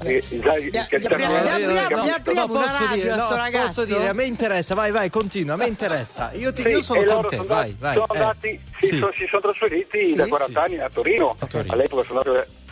posso dire, a me interessa, vai, continua, a me interessa. Io sono con te, vai. Si sono trasferiti da 40 anni a Torino. All'epoca sono andato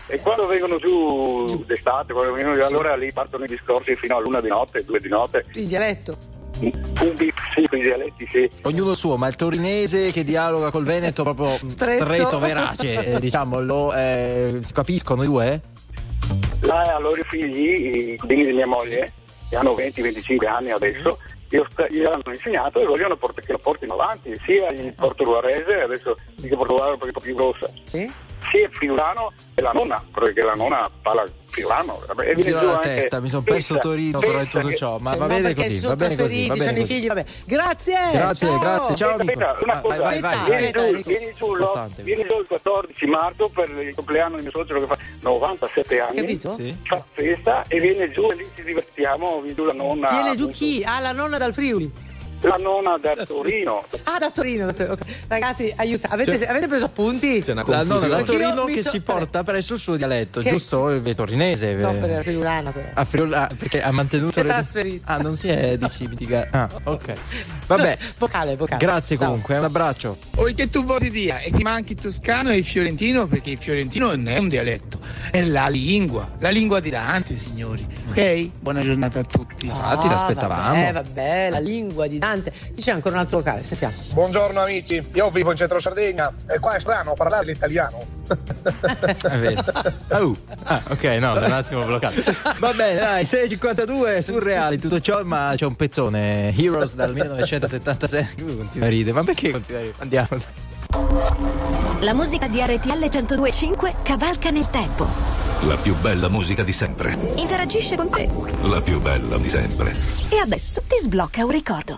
E quando vengono giù d'estate, allora lì partono i discorsi fino a 1 di notte, 2 di notte. Il dialetto. Sì, con i dialetti, sì. Ognuno suo, ma il torinese che dialoga col Veneto proprio stretto verace, diciamo, si capiscono i due? Là, allora i figli, i cugini di mia moglie, che hanno 20-25 anni adesso, gli hanno insegnato e vogliono che lo portino avanti, sia in portoghese, adesso dico portoghese perché è un po' più grossa, sia friulano e la nonna, perché la nonna parla friulano. Mi gira la testa, mi sono perso Torino però in tutto ciò, ma va bene così, va bene così, va bene così. Grazie, ciao amico. Una cosa, vieni giù il 14 marzo per il compleanno di mio suocero che fa 97 anni. Capito? Fa festa e viene giù e lì ci divertiamo, viene giù la nonna. Viene giù chi? La nonna dal Friuli. La nonna da Torino. Da Torino. Okay. Ragazzi, aiuta. Avete preso appunti? La nonna da Torino che si porta presso il suo dialetto, giusto? Il torinese. No, per la friulana però. Perché ha mantenuto. Si è trasferito. Non si è mitigato. Ok. Vabbè. Vocale. Grazie comunque, un abbraccio. O che tu vuoi dire? E ti manchi il toscano e il fiorentino, perché il fiorentino non è un dialetto, è la lingua di Dante, signori. Ok? Buona giornata a tutti. Ti aspettavamo. Vabbè, la lingua di Dante. C'è ancora un altro locale, sentiamo. Buongiorno amici, io vivo in centro Sardegna e qua è strano parlare l'italiano. È vero. Ok, no, sono un attimo bloccato. Va bene, dai, 6:52 Surreali, tutto ciò, ma c'è un pezzone Heroes dal 1976. Continua a ridere, ma perché continua a ridere? Andiamo. La musica di RTL 102.5 cavalca nel tempo. La più bella musica di sempre. Interagisce con te. La più bella di sempre. E adesso ti sblocca un ricordo.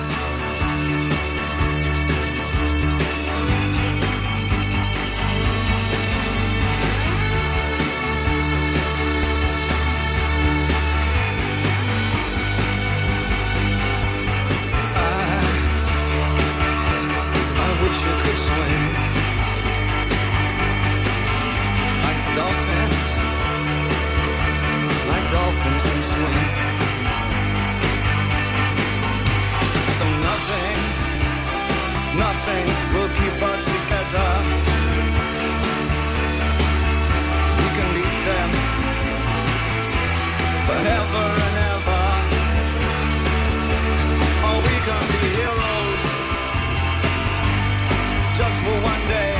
Nothing will keep us together. We can leave them forever and ever. Or we can be heroes just for one day.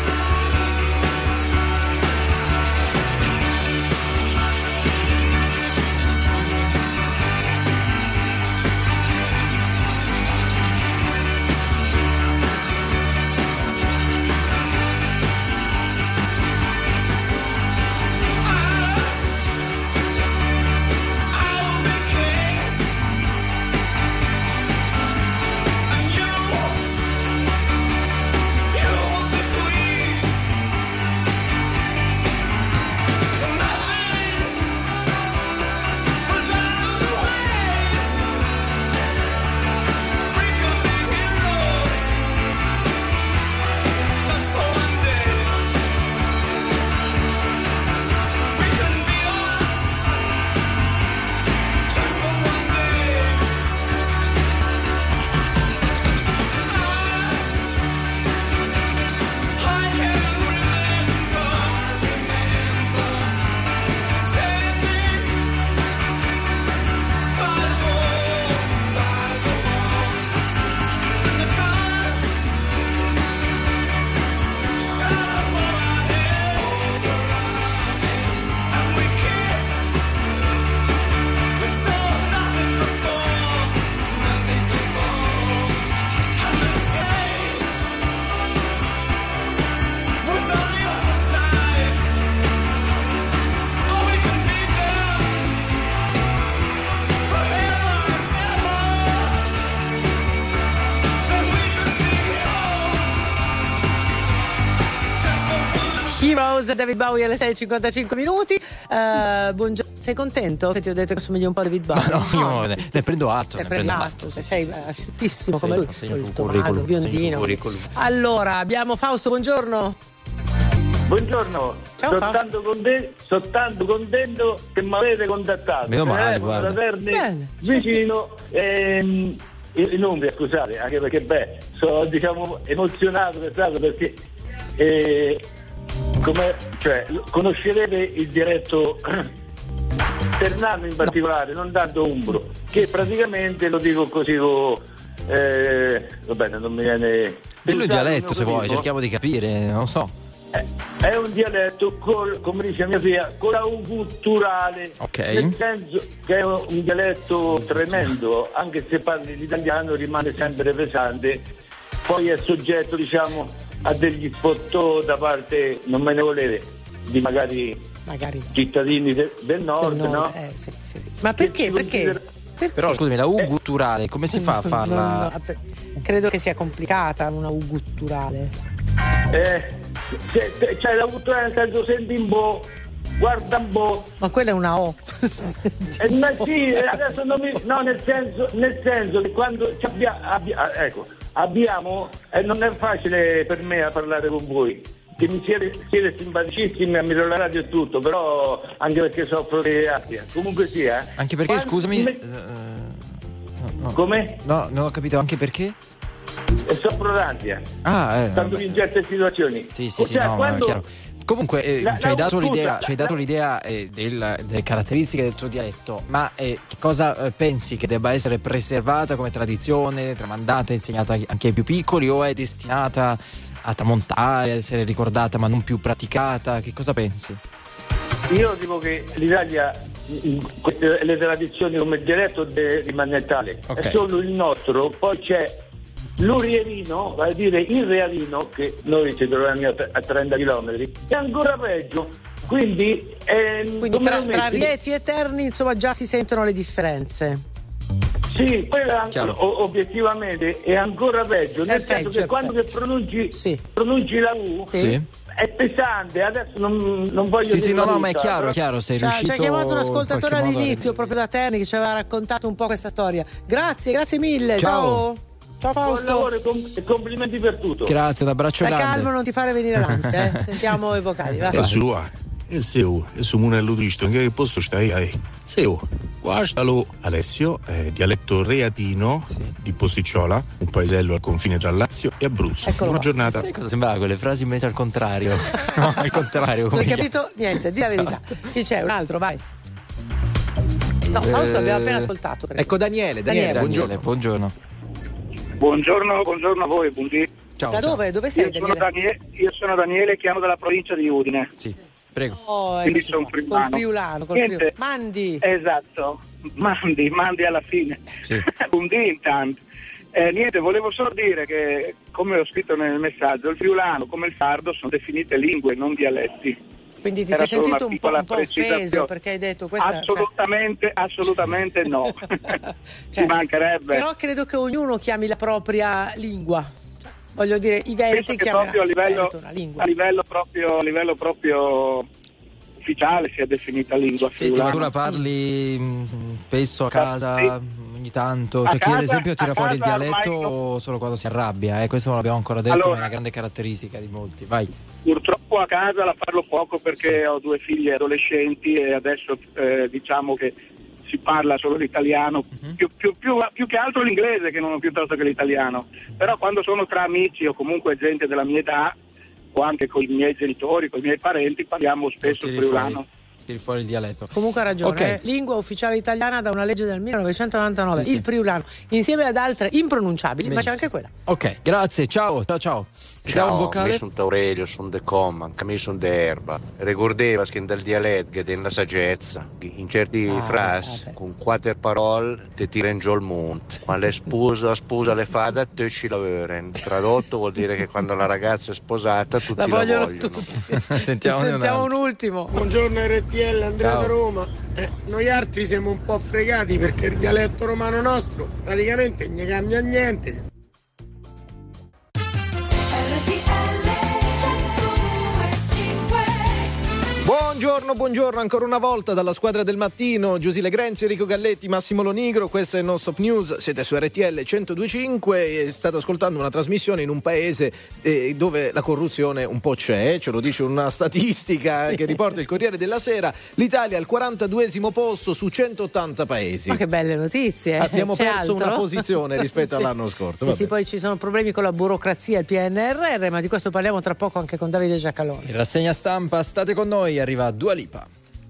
Heroes, David Bowie alle 6:55 minuti. Buongiorno. Sei contento che ti ho detto che somiglia un po' a David Bowie? Ma no, io ne prendo atto. Sei asciuttissimo come lui. Curriculum, biondino. Allora, abbiamo Fausto, buongiorno. Buongiorno, ciao, soltanto contento che mi avete contattato. Meno male, guarda. Vicino in Umbria, scusate, anche perché sono emozionato perché conoscerete il dialetto ternano in particolare, non tanto umbro, che praticamente lo dico così va bene, non mi viene. Dillo il dialetto se vuoi, cerchiamo di capire, non so. È un dialetto come dice mia figlia, con la U culturale, nel senso che è un dialetto tremendo, anche se parli l'italiano rimane sempre pesante, poi è soggetto, diciamo, a degli spottò da parte, non me ne volete, di magari cittadini del nord, no? Sì. Ma perché? Però scusami, la U gutturale come si fa a farla? Credo che sia complicata una U gutturale. C'è la gutturale nel senso senti un po', guarda un po'. Ma quella è una O. Ma sì, adesso nel senso che quando abbiamo non è facile per me a parlare con voi, che mi siete simpaticissimi, a mirare la radio e tutto, però anche perché soffro di ansia. Comunque sia. Anche perché, scusami. No. Come? No, non ho capito, anche perché? E soffro d'ansia. Tanto in certe situazioni. Sì, no, quando... è chiaro. Comunque ci hai dato l'idea delle caratteristiche del tuo dialetto, ma cosa pensi che debba essere preservata come tradizione, tramandata, insegnata anche ai più piccoli, o è destinata a tramontare, a essere ricordata ma non più praticata? Che cosa pensi? Io dico che l'Italia, le tradizioni come il dialetto rimane tale, è solo il nostro, poi c'è l'Urierino, vale a dire il Realino, che noi ci troviamo a 30 km, è ancora peggio. Quindi tra Rieti e Terni, insomma, già si sentono le differenze. Sì, quella obiettivamente è ancora peggio, nel senso che quando pronunci la U è pesante. Adesso non voglio dire. No, ma è chiaro, sei riuscito. Ci ha chiamato un ascoltatore all'inizio, proprio da Terni, che ci aveva raccontato un po' questa storia. Grazie mille. Ciao Fausto. Buon lavoro e complimenti per tutto. Grazie, un abbraccio grande. Calmo, non ti fare venire l'ansia. Sentiamo i vocali. E seu, su Munello Tristo, in che posto stai? Seu, qua sta Alessio, dialetto reatino di Posticciola, un paesello al confine tra Lazio e Abruzzo. Buona giornata. Sai cosa sembrava? Quelle frasi messe al contrario. No, al contrario. Non hai capito niente, di la verità. Chi c'è? Un altro, vai. No, Fausto abbiamo appena ascoltato. Credo. Ecco Daniele, buongiorno. Buongiorno a voi, buondì. Ciao. Da dove? Dove sei? Io sono Daniele, chiamo dalla provincia di Udine. Sì, prego. Quindi sono friulano. Mandi. Esatto, mandi alla fine. Sì. Buondì intanto. Niente, volevo solo dire che, come ho scritto nel messaggio, il friulano come il sardo sono definite lingue, non dialetti. Quindi ti sei sentito un po' offeso perché hai detto questa... Assolutamente no. Ci mancherebbe. Però credo che ognuno chiami la propria lingua. Voglio dire, i veneti chiamano una lingua. A livello proprio ufficiale si è definita lingua friulana. Senti, ma tu la parli spesso a casa, ogni tanto? Cioè, chi ad esempio tira fuori il dialetto o solo quando si arrabbia? Questo non l'abbiamo ancora detto, ma è una grande caratteristica di molti. Vai. Purtroppo a casa la parlo poco perché ho 2 figli adolescenti e adesso diciamo che si parla solo l'italiano, più che altro l'inglese che non piuttosto che l'italiano. Però quando sono tra amici o comunque gente della mia età o anche con i miei genitori, con i miei parenti, parliamo spesso il friulano. Fuori il dialetto. Comunque ha ragione, lingua ufficiale italiana da una legge del 1999, il friulano, insieme ad altre impronunciabili, ma c'è anche quella. Ok, grazie, ciao. Ciao, io sono Aurelio, sono de Com, anche me sono de Erba. Ricordeva che nel dialetto che della saggezza, in certi frasi, con 4 parole ti tira in giù il mondo. Quando le sposa le fate, te ci lavori. Tradotto vuol dire che quando la ragazza è sposata tutti la vogliono. Tutti. Sentiamo un ultimo. Buongiorno RTL, Andrea da Roma. Noi altri siamo un po' fregati perché il dialetto romano nostro praticamente non cambia niente. Buongiorno ancora una volta dalla squadra del mattino, Giusile Grenzi, Enrico Galletti, Massimo Lonigro. Questa è Non Stop News, siete su RTL 102.5 e state ascoltando una trasmissione in un paese dove la corruzione un po' c'è, ce lo dice una statistica che riporta il Corriere della Sera. L'Italia è al 42esimo posto su 180 paesi. Ma che belle notizie. Abbiamo C'è perso altro? una posizione rispetto all'anno scorso. Sì, poi ci sono problemi con la burocrazia, il PNRR, ma di questo parliamo tra poco anche con Davide Giacalone. In rassegna stampa state con noi, arriva Dua Lipa.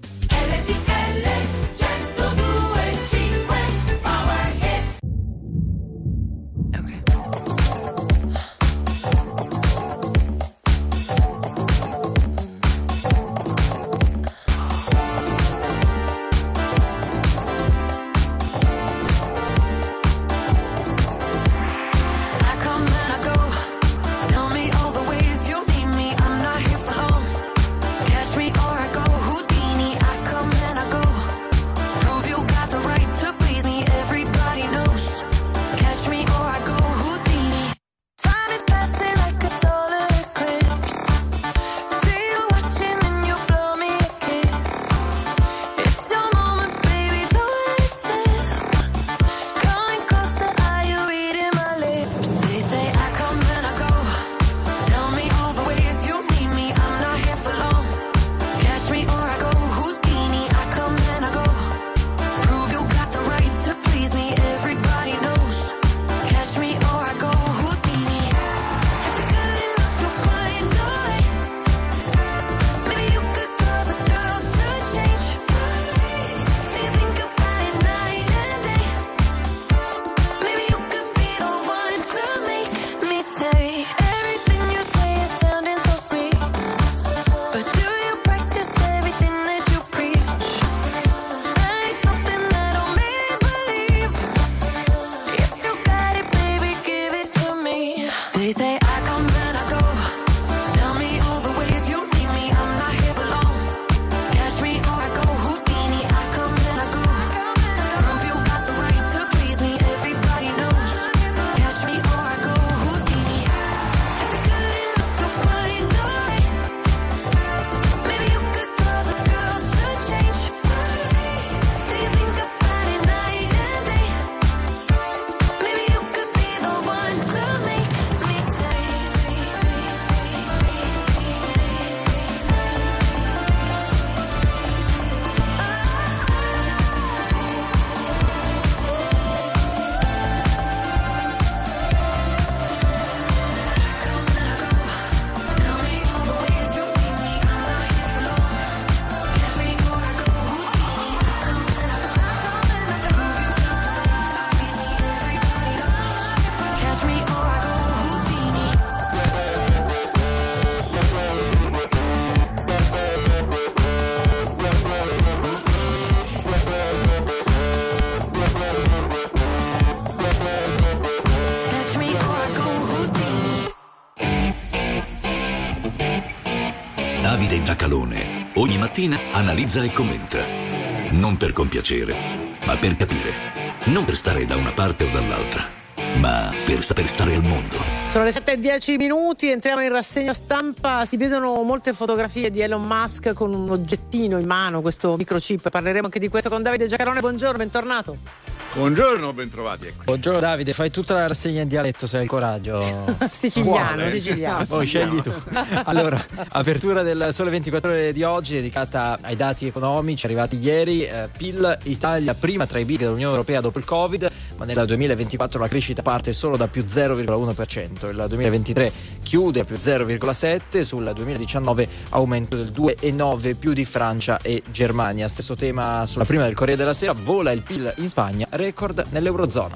Davide Giacalone ogni mattina analizza e commenta. Non per compiacere, ma per capire. Non per stare da una parte o dall'altra, ma per saper stare al mondo. Sono le 7:10, entriamo in rassegna stampa. Si vedono molte fotografie di Elon Musk con un oggettino in mano, questo microchip. Parleremo anche di questo con Davide Giacalone. Buongiorno, bentornato. Buongiorno, bentrovati. Ecco. Buongiorno Davide, fai tutta la rassegna in dialetto se hai il coraggio. Siciliano. Poi scegli tu. Allora, apertura del Sole 24 Ore di oggi dedicata ai dati economici arrivati ieri. PIL Italia prima tra i big dell'Unione Europea dopo il Covid, ma nel 2024 la crescita parte solo da più 0,1%. Il 2023 chiude a più 0,7%, sul 2019 aumento del 2,9%, più di Francia e Germania. Stesso tema sulla prima del Corriere della Sera, vola il PIL in Spagna, record nell'Eurozona.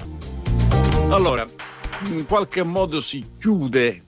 Allora, in qualche modo si chiude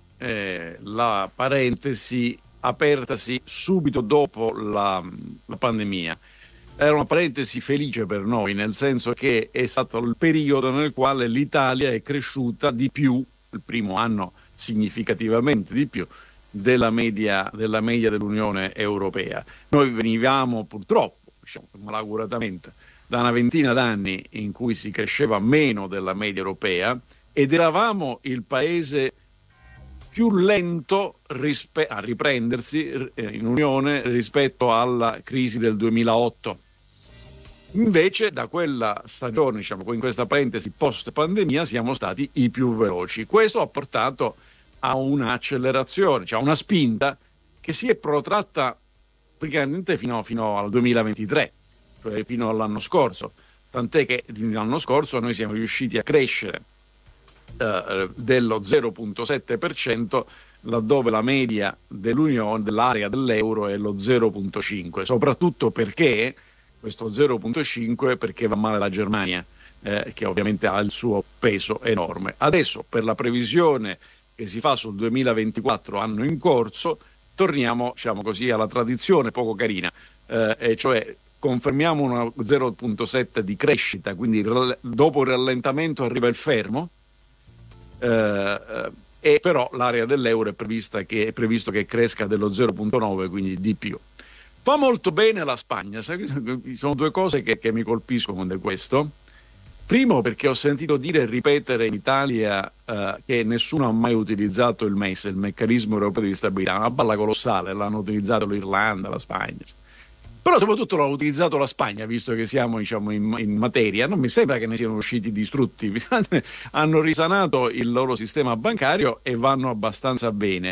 la parentesi apertasi subito dopo la pandemia. Era una parentesi felice per noi, nel senso che è stato il periodo nel quale l'Italia è cresciuta di più, il primo anno significativamente di più, della media dell'Unione Europea. Noi venivamo purtroppo, diciamo malauguratamente, da una ventina d'anni in cui si cresceva meno della media europea ed eravamo il paese più lento a riprendersi in Unione rispetto alla crisi del 2008. Invece da quella stagione, diciamo in questa parentesi post pandemia, siamo stati i più veloci. Questo ha portato a un'accelerazione, cioè a una spinta che si è protratta praticamente fino al 2023, cioè fino all'anno scorso, tant'è che l'anno scorso noi siamo riusciti a crescere dello 0,7%, laddove la media dell'Unione, dell'area dell'euro, è lo 0,5%, soprattutto perché questo 0,5 perché va male la Germania, che ovviamente ha il suo peso enorme. Adesso, per la previsione che si fa sul 2024, anno in corso, torniamo, diciamo così, alla tradizione poco carina, e cioè confermiamo una 0,7 di crescita, quindi dopo il rallentamento arriva il fermo, e però l'area dell'euro è previsto che cresca dello 0,9, quindi di più. Va molto bene la Spagna. Sono due cose che mi colpiscono di questo. Primo, perché ho sentito dire e ripetere in Italia che nessuno ha mai utilizzato il MES, il meccanismo europeo di stabilità, una balla colossale, l'hanno utilizzato l'Irlanda, la Spagna, però soprattutto l'ha utilizzato la Spagna, visto che siamo, diciamo, in materia. Non mi sembra che ne siano usciti distrutti, hanno risanato il loro sistema bancario e vanno abbastanza bene.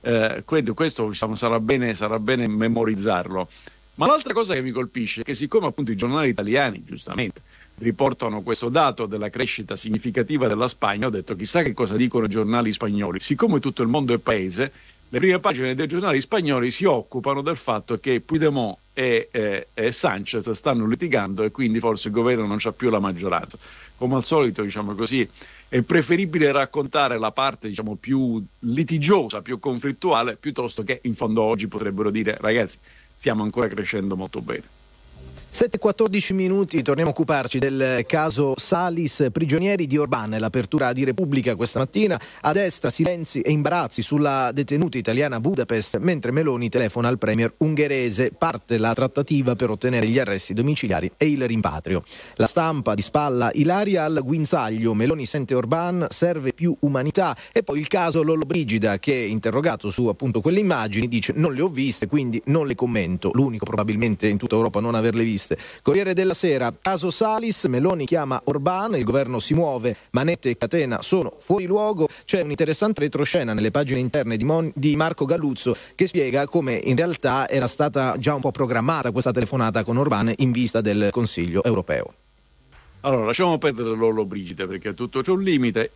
Questo, diciamo, sarà bene memorizzarlo. Ma l'altra cosa che mi colpisce è che, siccome appunto i giornali italiani giustamente riportano questo dato della crescita significativa della Spagna, ho detto chissà che cosa dicono i giornali spagnoli. Siccome tutto il mondo è paese, le prime pagine dei giornali spagnoli si occupano del fatto che Puigdemont e Sanchez stanno litigando e quindi forse il governo non c'ha più la maggioranza. Come al solito, diciamo così, è preferibile raccontare la parte, diciamo, più litigiosa, più conflittuale, piuttosto che in fondo oggi potrebbero dire ragazzi, stiamo ancora crescendo molto bene. 7:14 minuti, torniamo a occuparci del caso Salis, prigionieri di Orbán. L'apertura di Repubblica questa mattina, a destra silenzi e imbarazzi sulla detenuta italiana a Budapest, mentre Meloni telefona al premier ungherese. Parte la trattativa per ottenere gli arresti domiciliari e il rimpatrio. La Stampa, di spalla Ilaria al guinzaglio, Meloni sente Orbán, serve più umanità. E poi il caso Lollobrigida, che interrogato su appunto quelle immagini dice non le ho viste, quindi non le commento. L'unico probabilmente in tutta Europa a non averle viste. Corriere della Sera, caso Salis, Meloni chiama Orbán, il governo si muove, manette e catena sono fuori luogo. C'è un'interessante retroscena nelle pagine interne di Marco Galluzzo, che spiega come in realtà era stata già un po' programmata questa telefonata con Orbán in vista del Consiglio europeo. Allora, lasciamo perdere Lollobrigida, perché tutto c'è un limite.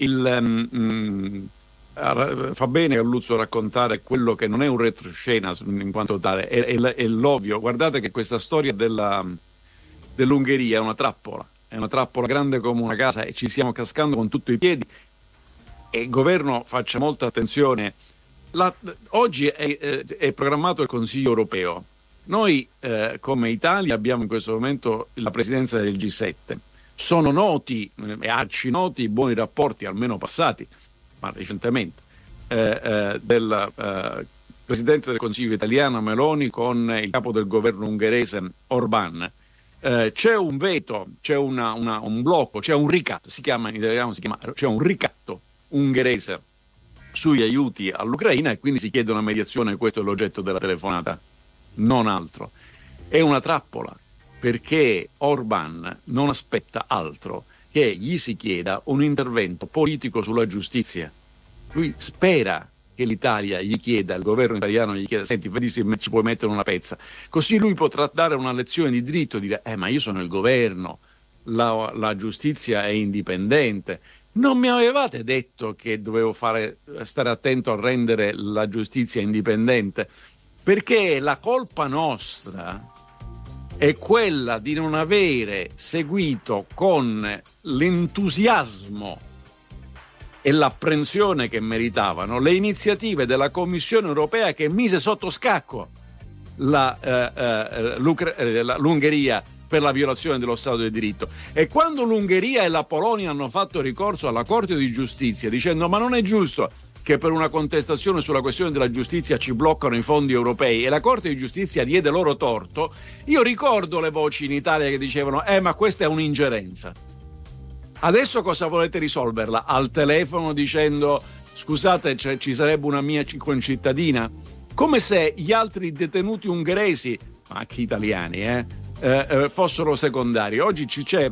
Fa bene Galluzzo raccontare quello che non è un retroscena in quanto tale, è l'ovvio. Guardate che questa storia dell'Ungheria è una trappola grande come una casa, e ci stiamo cascando con tutti i piedi, e il governo faccia molta attenzione. Oggi è programmato il Consiglio europeo. Noi come Italia abbiamo in questo momento la presidenza del G7. Sono noti e arcinoti i buoni rapporti, almeno passati ma recentemente, del Presidente del Consiglio italiano Meloni con il capo del governo ungherese Orbán. C'è un veto, c'è un blocco, c'è un ricatto, in italiano c'è un ricatto ungherese sugli aiuti all'Ucraina, e quindi si chiede una mediazione. Questo è l'oggetto della telefonata, non altro. È una trappola, perché Orbán non aspetta altro che gli si chieda un intervento politico sulla giustizia. Lui spera che l'Italia gli chieda, il governo italiano gli chieda: senti, vedi se ci puoi mettere una pezza. Così lui potrà dare una lezione di diritto, dire ma io sono il governo, la giustizia è indipendente. Non mi avevate detto che dovevo stare attento a rendere la giustizia indipendente? Perché la colpa nostra è quella di non avere seguito con l'entusiasmo e l'apprensione che meritavano le iniziative della Commissione europea, che mise sotto scacco l'Ungheria per la violazione dello Stato di diritto. E quando l'Ungheria e la Polonia hanno fatto ricorso alla Corte di Giustizia dicendo ma non è giusto che per una contestazione sulla questione della giustizia ci bloccano i fondi europei, e la Corte di Giustizia diede loro torto, io ricordo le voci in Italia che dicevano ma questa è un'ingerenza. Adesso cosa volete risolverla? Al telefono dicendo scusate, ci sarebbe una mia concittadina, come se gli altri detenuti ungheresi, anche italiani, fossero secondari. Oggi c'è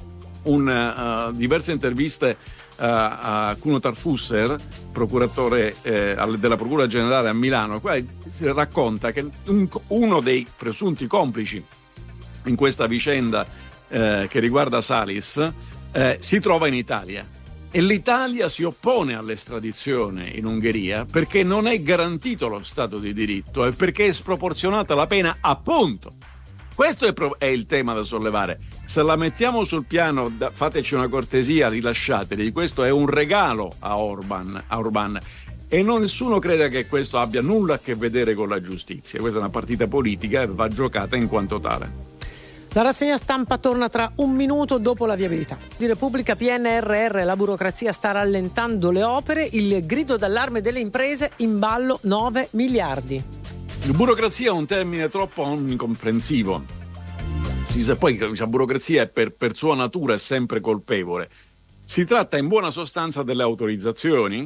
diverse interviste a Kuno Tarfusser, procuratore della Procura Generale a Milano, qua si racconta che uno dei presunti complici in questa vicenda che riguarda Salis si trova in Italia e l'Italia si oppone all'estradizione in Ungheria perché non è garantito lo Stato di diritto e perché è sproporzionata la pena, appunto. Questo è il tema da sollevare. Se la mettiamo sul piano, fateci una cortesia, rilasciateli, questo è un regalo a Orban e nessuno crede che questo abbia nulla a che vedere con la giustizia. Questa è una partita politica e va giocata in quanto tale. La rassegna stampa torna tra un minuto dopo la viabilità. Di Repubblica, PNRR, la burocrazia sta rallentando le opere, il grido d'allarme delle imprese, in ballo 9 miliardi. Burocrazia è un termine troppo onnicomprensivo. Poi la burocrazia per sua natura è sempre colpevole. Si tratta in buona sostanza delle autorizzazioni,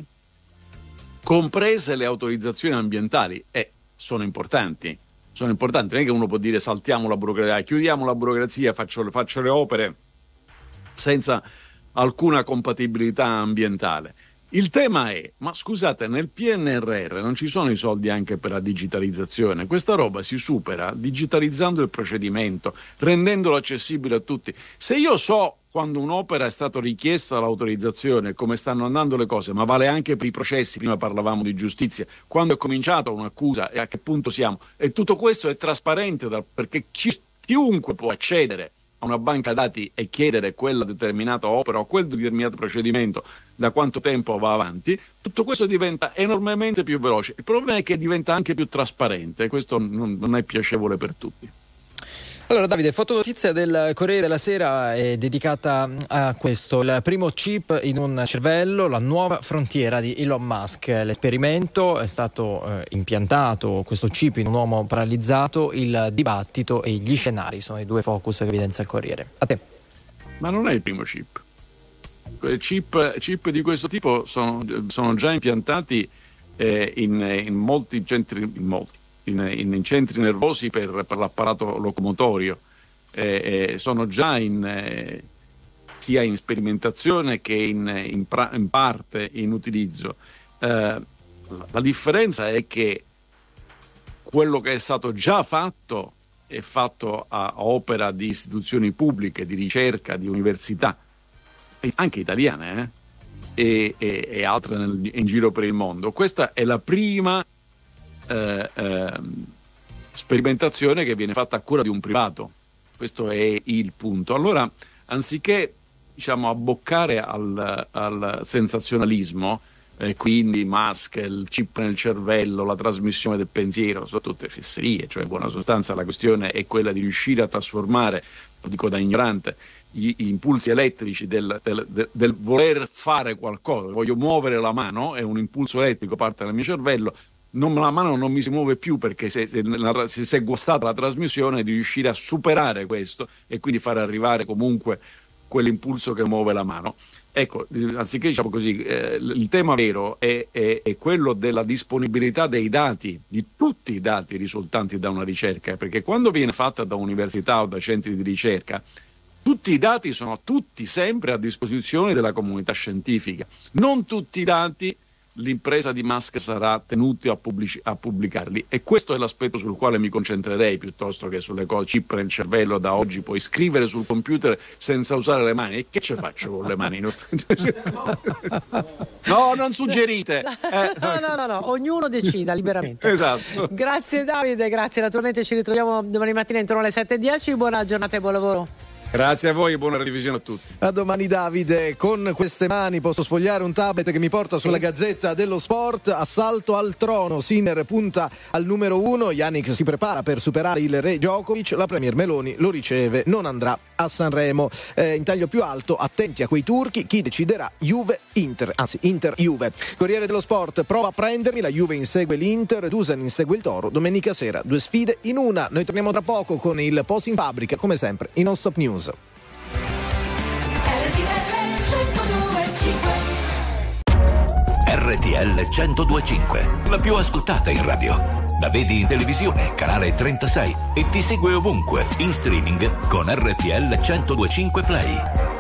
comprese le autorizzazioni ambientali, sono importanti. Sono importanti, non è che uno può dire saltiamo la burocrazia, chiudiamo la burocrazia, faccio le opere senza alcuna compatibilità ambientale. Il tema è, ma scusate, nel PNRR non ci sono i soldi anche per la digitalizzazione? Questa roba si supera digitalizzando il procedimento, rendendolo accessibile a tutti. Se io so quando un'opera è stata richiesta l'autorizzazione, come stanno andando le cose, ma vale anche per i processi, prima parlavamo di giustizia, quando è cominciata un'accusa e a che punto siamo, e tutto questo è trasparente perché chiunque può accedere a una banca dati e chiedere quella determinata opera o quel determinato procedimento da quanto tempo va avanti, tutto questo diventa enormemente più veloce. Il problema è che diventa anche più trasparente, questo non è piacevole per tutti. Allora Davide, fotonotizia del Corriere della Sera è dedicata a questo, il primo chip in un cervello, la nuova frontiera di Elon Musk. L'esperimento è stato impiantato, questo chip in un uomo paralizzato, il dibattito e gli scenari sono i due focus che evidenzia il Corriere. A te. Ma non è il primo chip. Chip di questo tipo sono già impiantati in molti centri, in centri nervosi per l'apparato locomotorio, sono già sia in sperimentazione che in parte in utilizzo. La differenza è che quello che è stato già fatto è fatto a opera di istituzioni pubbliche, di ricerca, di università, anche italiane e altre in giro per il mondo. Questa è la prima sperimentazione che viene fatta a cura di un privato. Questo è il punto. Allora, anziché abboccare al sensazionalismo, quindi Musk, il chip nel cervello, la trasmissione del pensiero, sono tutte fesserie, cioè in buona sostanza la questione è quella di riuscire a trasformare, lo dico da ignorante, gli impulsi elettrici del voler fare qualcosa. Voglio muovere la mano, è un impulso elettrico, parte dal mio cervello, la mano non mi si muove più perché se è guastata la trasmissione, di riuscire a superare questo e quindi fare arrivare comunque quell'impulso che muove la mano. Ecco, anziché il tema vero è quello della disponibilità dei dati, di tutti i dati risultanti da una ricerca, perché quando viene fatta da università o da centri di ricerca, tutti i dati sono sempre a disposizione della comunità scientifica. Non tutti i dati l'impresa di Musk sarà tenuta a pubblicarli, e questo è l'aspetto sul quale mi concentrerei piuttosto che sulle cose. Chip nel cervello, da oggi puoi scrivere sul computer senza usare le mani, e che ce faccio con le mani? No, non suggerite. No, ognuno decida liberamente. Esatto. Grazie Davide, grazie, naturalmente ci ritroviamo domani mattina intorno alle 7:10. Buona giornata e buon lavoro. Grazie a voi e buona revisione a tutti. A domani Davide. Con queste mani posso sfogliare un tablet che mi porta sulla Gazzetta dello Sport. Assalto al trono, Sinner punta al numero 1, Yannick si prepara per superare il re Djokovic, la premier Meloni lo riceve, non andrà a Sanremo. In taglio più alto, attenti a quei turchi, chi deciderà? Inter-Juve. Corriere dello Sport, prova a prendermi, la Juve insegue l'Inter, Dusan insegue il Toro, domenica sera 2 sfide in una. Noi torniamo tra poco con il Post in Fabbrica, come sempre in Non Stop News. RTL 102.5, la più ascoltata in radio. La vedi in televisione, canale 36, e ti segue ovunque, in streaming con RTL 102.5 Play.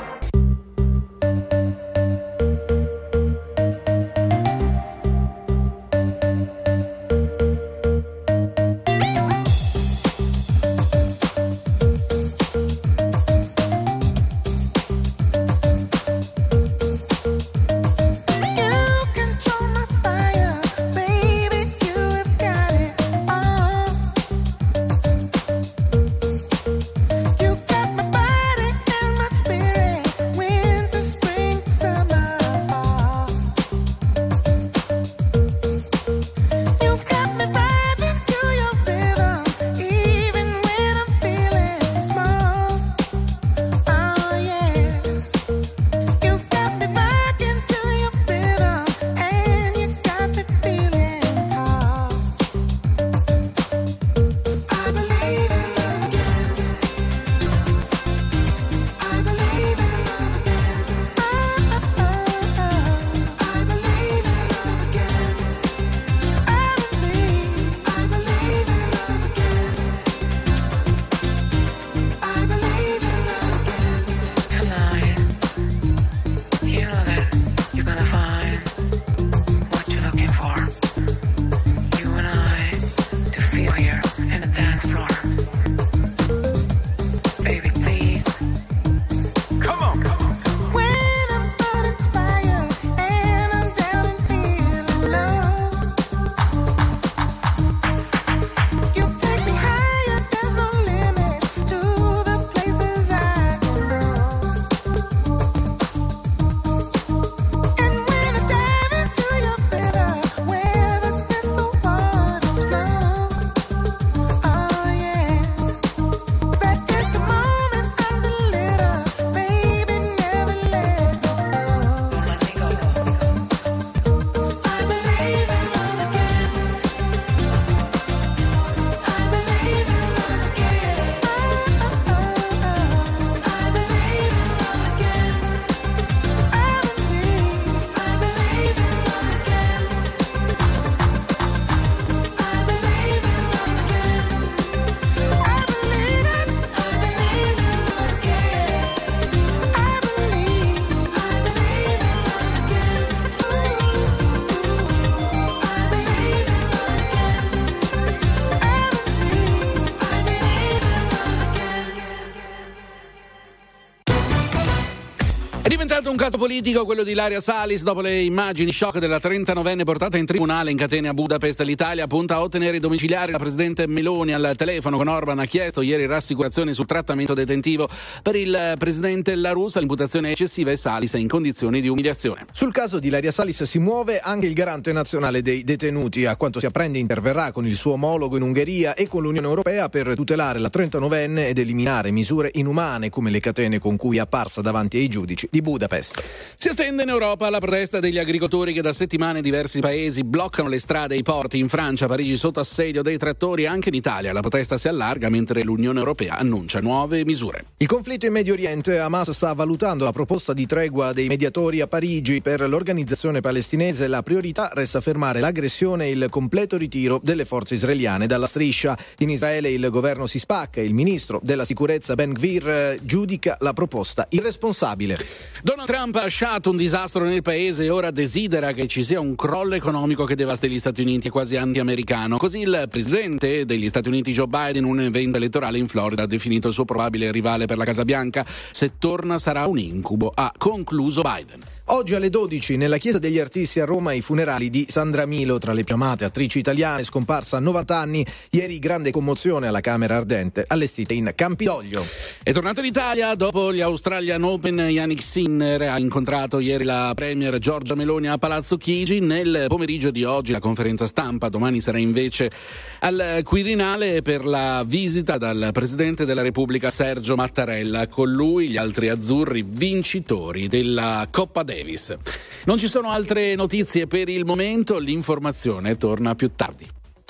Un caso politico, quello di Ilaria Salis, dopo le immagini shock della 39enne portata in tribunale in catene a Budapest. L'Italia punta a ottenere i domiciliari. La presidente Meloni al telefono con Orban ha chiesto ieri rassicurazioni sul trattamento detentivo per il presidente La Russa. L'imputazione è eccessiva e Salis è in condizioni di umiliazione. Sul caso di Ilaria Salis si muove anche il garante nazionale dei detenuti. A quanto si apprende interverrà con il suo omologo in Ungheria e con l'Unione Europea per tutelare la 39enne ed eliminare misure inumane come le catene con cui è apparsa davanti ai giudici di Budapest. Si estende in Europa la protesta degli agricoltori che da settimane diversi paesi bloccano le strade e i porti. In Francia, Parigi sotto assedio dei trattori. Anche in Italia la protesta si allarga mentre l'Unione Europea annuncia nuove misure. Il conflitto in Medio Oriente. Hamas sta valutando la proposta di tregua dei mediatori a Parigi. Per l'organizzazione palestinese la priorità resta fermare l'aggressione e il completo ritiro delle forze israeliane dalla striscia. In Israele il governo si spacca e il ministro della sicurezza Ben Gvir giudica la proposta irresponsabile. Donald Trump ha lasciato un disastro nel paese e ora desidera che ci sia un crollo economico che devasti gli Stati Uniti, quasi anti-americano. Così il presidente degli Stati Uniti Joe Biden, in un evento elettorale in Florida, ha definito il suo probabile rivale per la Casa Bianca. Se torna sarà un incubo, ha concluso Biden. Oggi alle 12 nella Chiesa degli Artisti a Roma i funerali di Sandra Milo, tra le più amate attrici italiane, scomparsa a 90 anni. Ieri grande commozione alla Camera Ardente, allestita in Campidoglio. È tornato in Italia dopo gli Australian Open. Yannick Sinner ha incontrato ieri la premier Giorgia Meloni a Palazzo Chigi. Nel pomeriggio di oggi la conferenza stampa, domani sarà invece al Quirinale per la visita dal Presidente della Repubblica Sergio Mattarella. Con lui gli altri azzurri vincitori della Coppa Davis. Non ci sono altre notizie per il momento, l'informazione torna più tardi.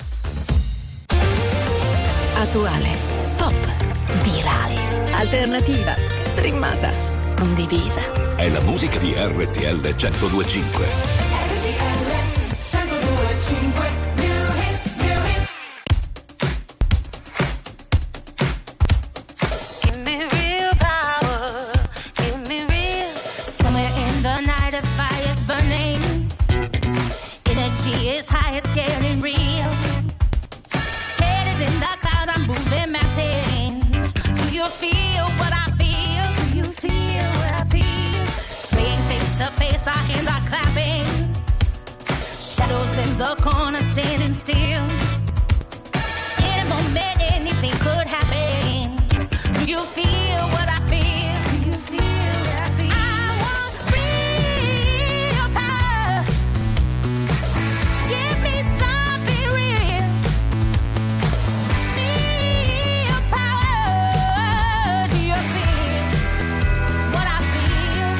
Attuale, pop, virale, alternativa, streamata, condivisa. È la musica di RTL 102.5. RTL in the corner standing still. Any moment, anything could happen. Do you feel what I feel? Do you feel what I feel? I want real power. Give me something real. Real power. Do you feel what I feel?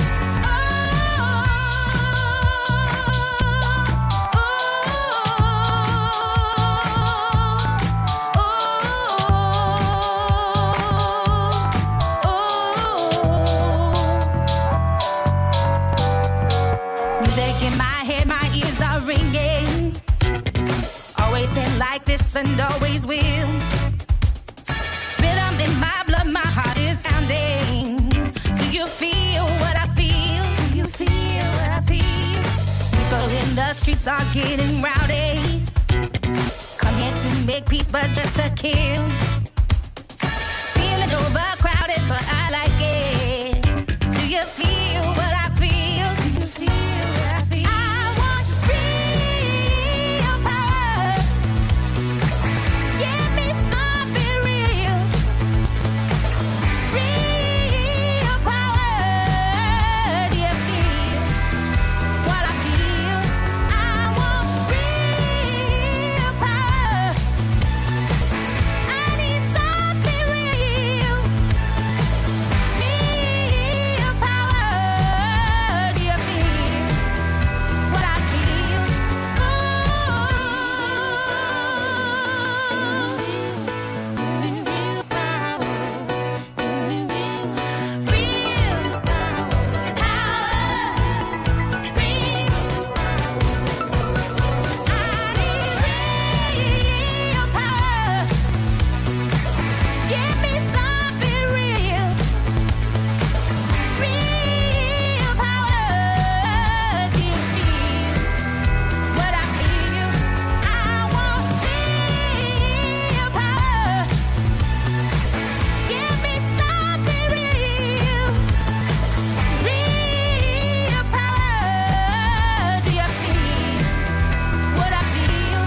Music in my head, my ears are ringing. Always been like this and always will. Rhythm in my blood, my heart is pounding. Do you feel what I feel? Do you feel what I feel? People in the streets are getting rowdy. Come here to make peace, but just to kill. Feeling overcrowded, but I like it. Do you feel what I feel? Do you feel what I feel? I want real power. Give me something real. Real power. Do you feel what I feel? I want real power. I need something real. Real power. Do you feel what I feel? Give me something real. Real power. Do you feel what I feel? I want real power. Give me something real. Real power. Do you feel what I feel?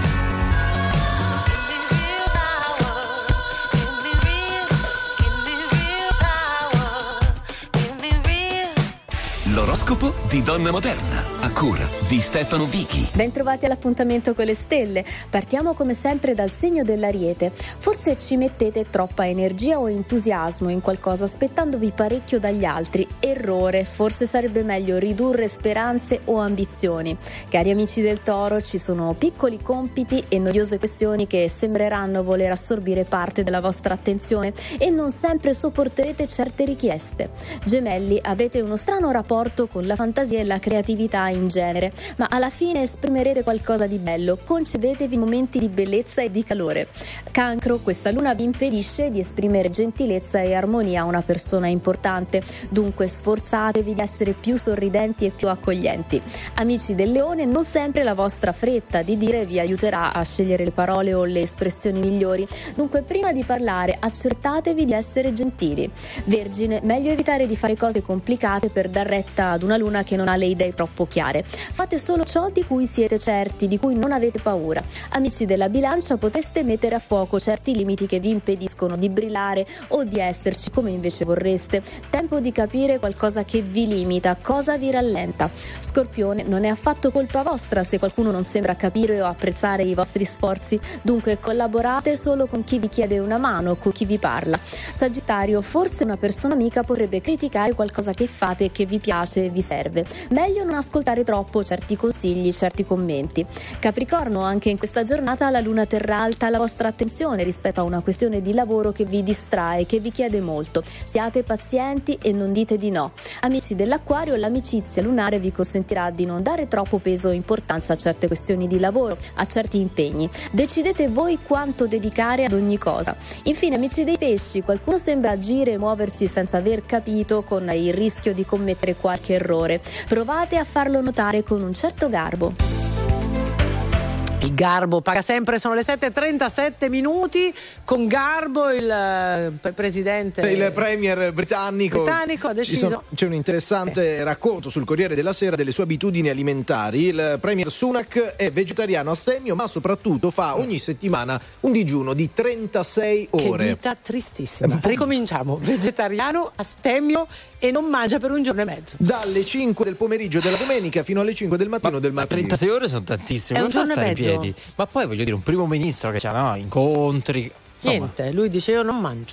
L'oroscopo di Donna Moderna, a cura di Stefano Vichi. Bentrovati all'appuntamento con le stelle. Partiamo come sempre dal segno dell'Ariete. Forse ci mettete troppa energia o entusiasmo in qualcosa aspettandovi parecchio dagli altri. Errore, forse sarebbe meglio ridurre speranze o ambizioni. Cari amici del Toro, ci sono piccoli compiti e noiose questioni che sembreranno voler assorbire parte della vostra attenzione e non sempre sopporterete certe richieste. Gemelli, avrete uno strano rapporto con la fantasia e la creatività in genere, ma alla fine esprimerete qualcosa di bello. Concedetevi momenti di bellezza e di calore. Cancro, questa luna vi impedisce di esprimere gentilezza e armonia a una persona importante, dunque sforzatevi di essere più sorridenti e più accoglienti. Amici del Leone, non sempre la vostra fretta di dire vi aiuterà a scegliere le parole o le espressioni migliori, dunque prima di parlare accertatevi di essere gentili. Vergine, meglio evitare di fare cose complicate per dar retta ad una luna che non ha le idee troppo chiare. Fate solo ciò di cui siete certi, di cui non avete paura. Amici della Bilancia, potreste mettere a fuoco certi limiti che vi impediscono di brillare o di esserci come invece vorreste. Tempo di capire qualcosa che vi limita, cosa vi rallenta. Scorpione, non è affatto colpa vostra se qualcuno non sembra capire o apprezzare i vostri sforzi, dunque collaborate solo con chi vi chiede una mano, con chi vi parla. Sagittario, forse una persona amica potrebbe criticare qualcosa che fate e che vi piace e vi serve. Meglio non ascoltare troppo certi consigli, certi commenti. Capricorno, anche in questa giornata la luna terrà alta la vostra attenzione rispetto a una questione di lavoro che vi distrae, che vi chiede molto. Siate pazienti e non dite di no. Amici dell'Acquario, l'amicizia lunare vi consentirà di non dare troppo peso o importanza a certe questioni di lavoro, a certi impegni. Decidete voi quanto dedicare ad ogni cosa. Infine, amici dei Pesci, qualcuno sembra agire e muoversi senza aver capito, con il rischio di commettere qualche errore. Provate a farlo notare con un certo garbo. Il Garbo paga sempre, sono le 7:37 minuti. Con Garbo il presidente, il premier britannico ha deciso. C'è un interessante racconto sul Corriere della Sera delle sue abitudini alimentari. Il premier Sunak è vegetariano astemio, ma soprattutto fa ogni settimana un digiuno di 36 ore. Che vita tristissima. Ricominciamo: vegetariano astemio e non mangia per un giorno e mezzo. Dalle 5 del pomeriggio della domenica fino alle 5 del mattino del martedì. 36 ore sono tantissime. È un giorno e mezzo. Piedi. Ma poi voglio dire, un primo ministro che ha incontri. Insomma. Niente, lui dice io non mangio.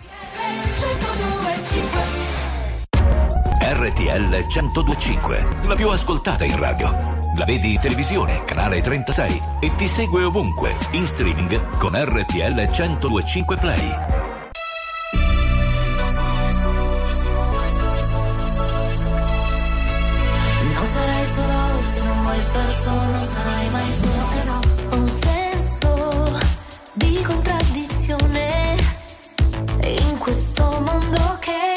RTL 102.5, la più ascoltata in radio. La vedi in televisione, canale 36 e ti segue ovunque, in streaming con RTL 102.5 Play. Non sarai solo se non vuoi star solo, non sarai mai solo, no. Un senso di contraddizione in questo mondo che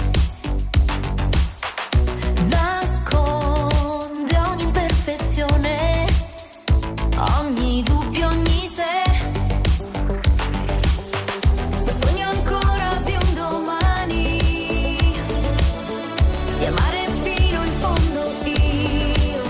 nasconde ogni imperfezione, ogni dubbio, ogni se. Sogno ancora di un domani, di amare fino in fondo io,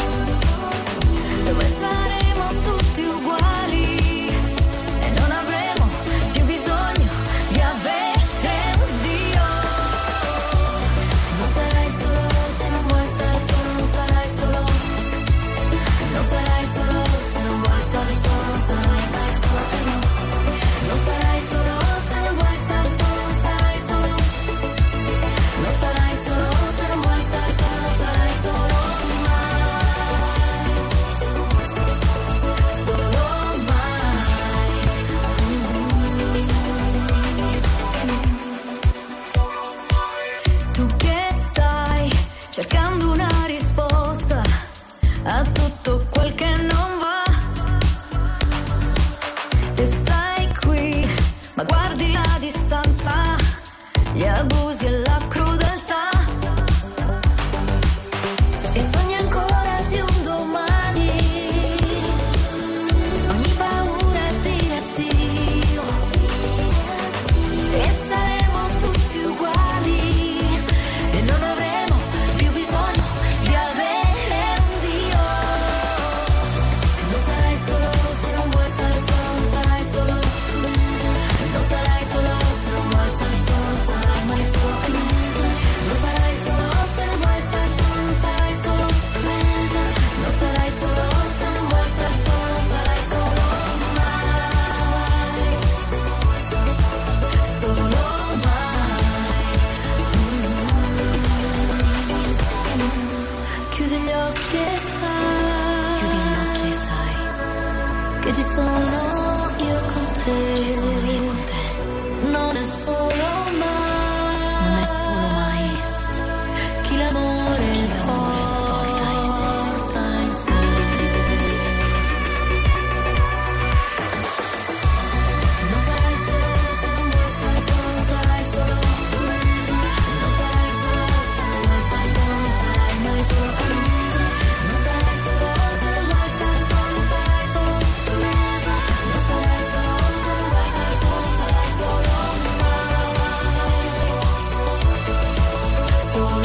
dove saremo tutti uguali e non avremo più bisogno di avere un Dio. Non sarai solo se non vuoi stare solo, non sarai solo. Non sarai solo se non vuoi stare solo, non sarai mai solo. Non sarai solo se non vuoi stare solo, non sarai solo. Non sarai solo se non vuoi stare solo, non sarai solo mai. Solo mai. Tu che stai cercando una risposta a tutto quel che non va, e sei qui ma guardi la distanza, gli abusi e la crudeltà, e sogni ancora di un domani, ogni paura è dire addio, e saremo tutti uguali e non avremo più bisogno di avere un Dio. Non sarai solo se non vuoi stare solo, non sarai solo. Non sarai solo se non vuoi stare solo, non sarai mai solo. Non sarai solo se non vuoi stare solo, non sarai solo. Non sarai solo se non vuoi stare solo, non sarai solo mai. Solo mai. Chiudi gli occhi e sai. Chiudi gli occhi e sai che ci sono io con te. Ci sono io con te. Non è solo mai. Non è solo mai. Chi l'amore porta in sé. Non sarai solo se non vuoi stare solo, non sarai solo. Non sarai solo se non vuoi stare solo, non sarai mai solo. Non sarai solo se non vuoi stare solo, non sarai solo. Non sarai solo se non vuoi stare solo, non sarai solo mai. Solo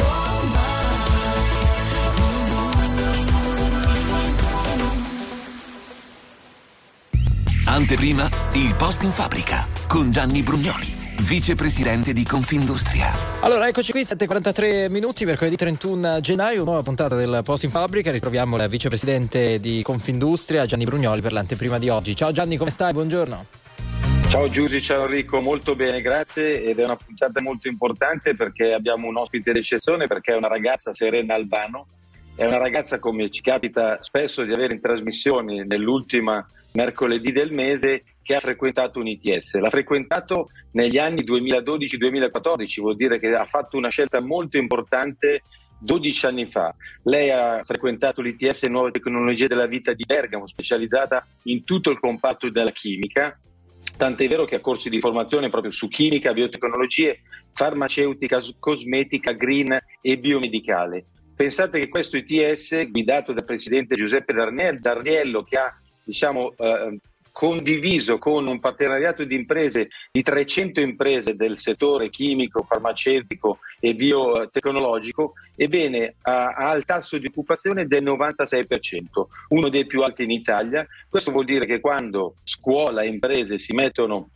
Anteprima, il post in fabbrica con Gianni Brugnoli, vicepresidente di Confindustria. Allora, eccoci qui, 7:43 minuti, mercoledì 31 gennaio, nuova puntata del Post in Fabbrica. Ritroviamo la vicepresidente di Confindustria, Gianni Brugnoli, per l'anteprima di oggi. Ciao Gianni, come stai? Buongiorno. Ciao Giusy, ciao Enrico, molto bene, grazie, ed è una puntata molto importante perché abbiamo un ospite d'eccezione, perché è una ragazza, Serena Albano, è una ragazza, come ci capita spesso di avere in trasmissioni nell'ultima mercoledì del mese, che ha frequentato un ITS. L'ha frequentato negli anni 2012-2014, vuol dire che ha fatto una scelta molto importante 12 anni fa. Lei ha frequentato l'ITS Nuove Tecnologie della Vita di Bergamo, specializzata in tutto il comparto della chimica, tant'è vero che ha corsi di formazione proprio su chimica, biotecnologie, farmaceutica, cosmetica, green e biomedicale. Pensate che questo ITS, guidato dal presidente Giuseppe Darniello, che ha condiviso con un partenariato di imprese, di 300 imprese del settore chimico, farmaceutico e biotecnologico, ebbene ha il tasso di occupazione del 96%, uno dei più alti in Italia. Questo vuol dire che quando scuola e imprese si mettono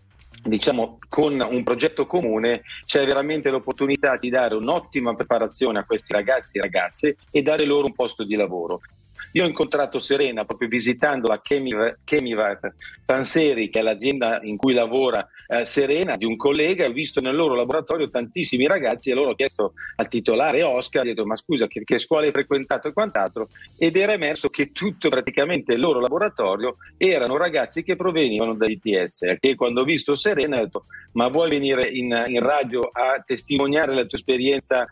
con un progetto comune, c'è veramente l'opportunità di dare un'ottima preparazione a questi ragazzi e ragazze e dare loro un posto di lavoro. Io ho incontrato Serena proprio visitando la Chemivar Panseri, che è l'azienda in cui lavora Serena, di un collega, e ho visto nel loro laboratorio tantissimi ragazzi, e loro ho chiesto al titolare Oscar, ho detto: ma scusa, che scuola hai frequentato e quant'altro? Ed era emerso che tutto praticamente il loro laboratorio erano ragazzi che provenivano dall'ITS, che quando ho visto Serena ho detto: ma vuoi venire in radio a testimoniare la tua esperienza,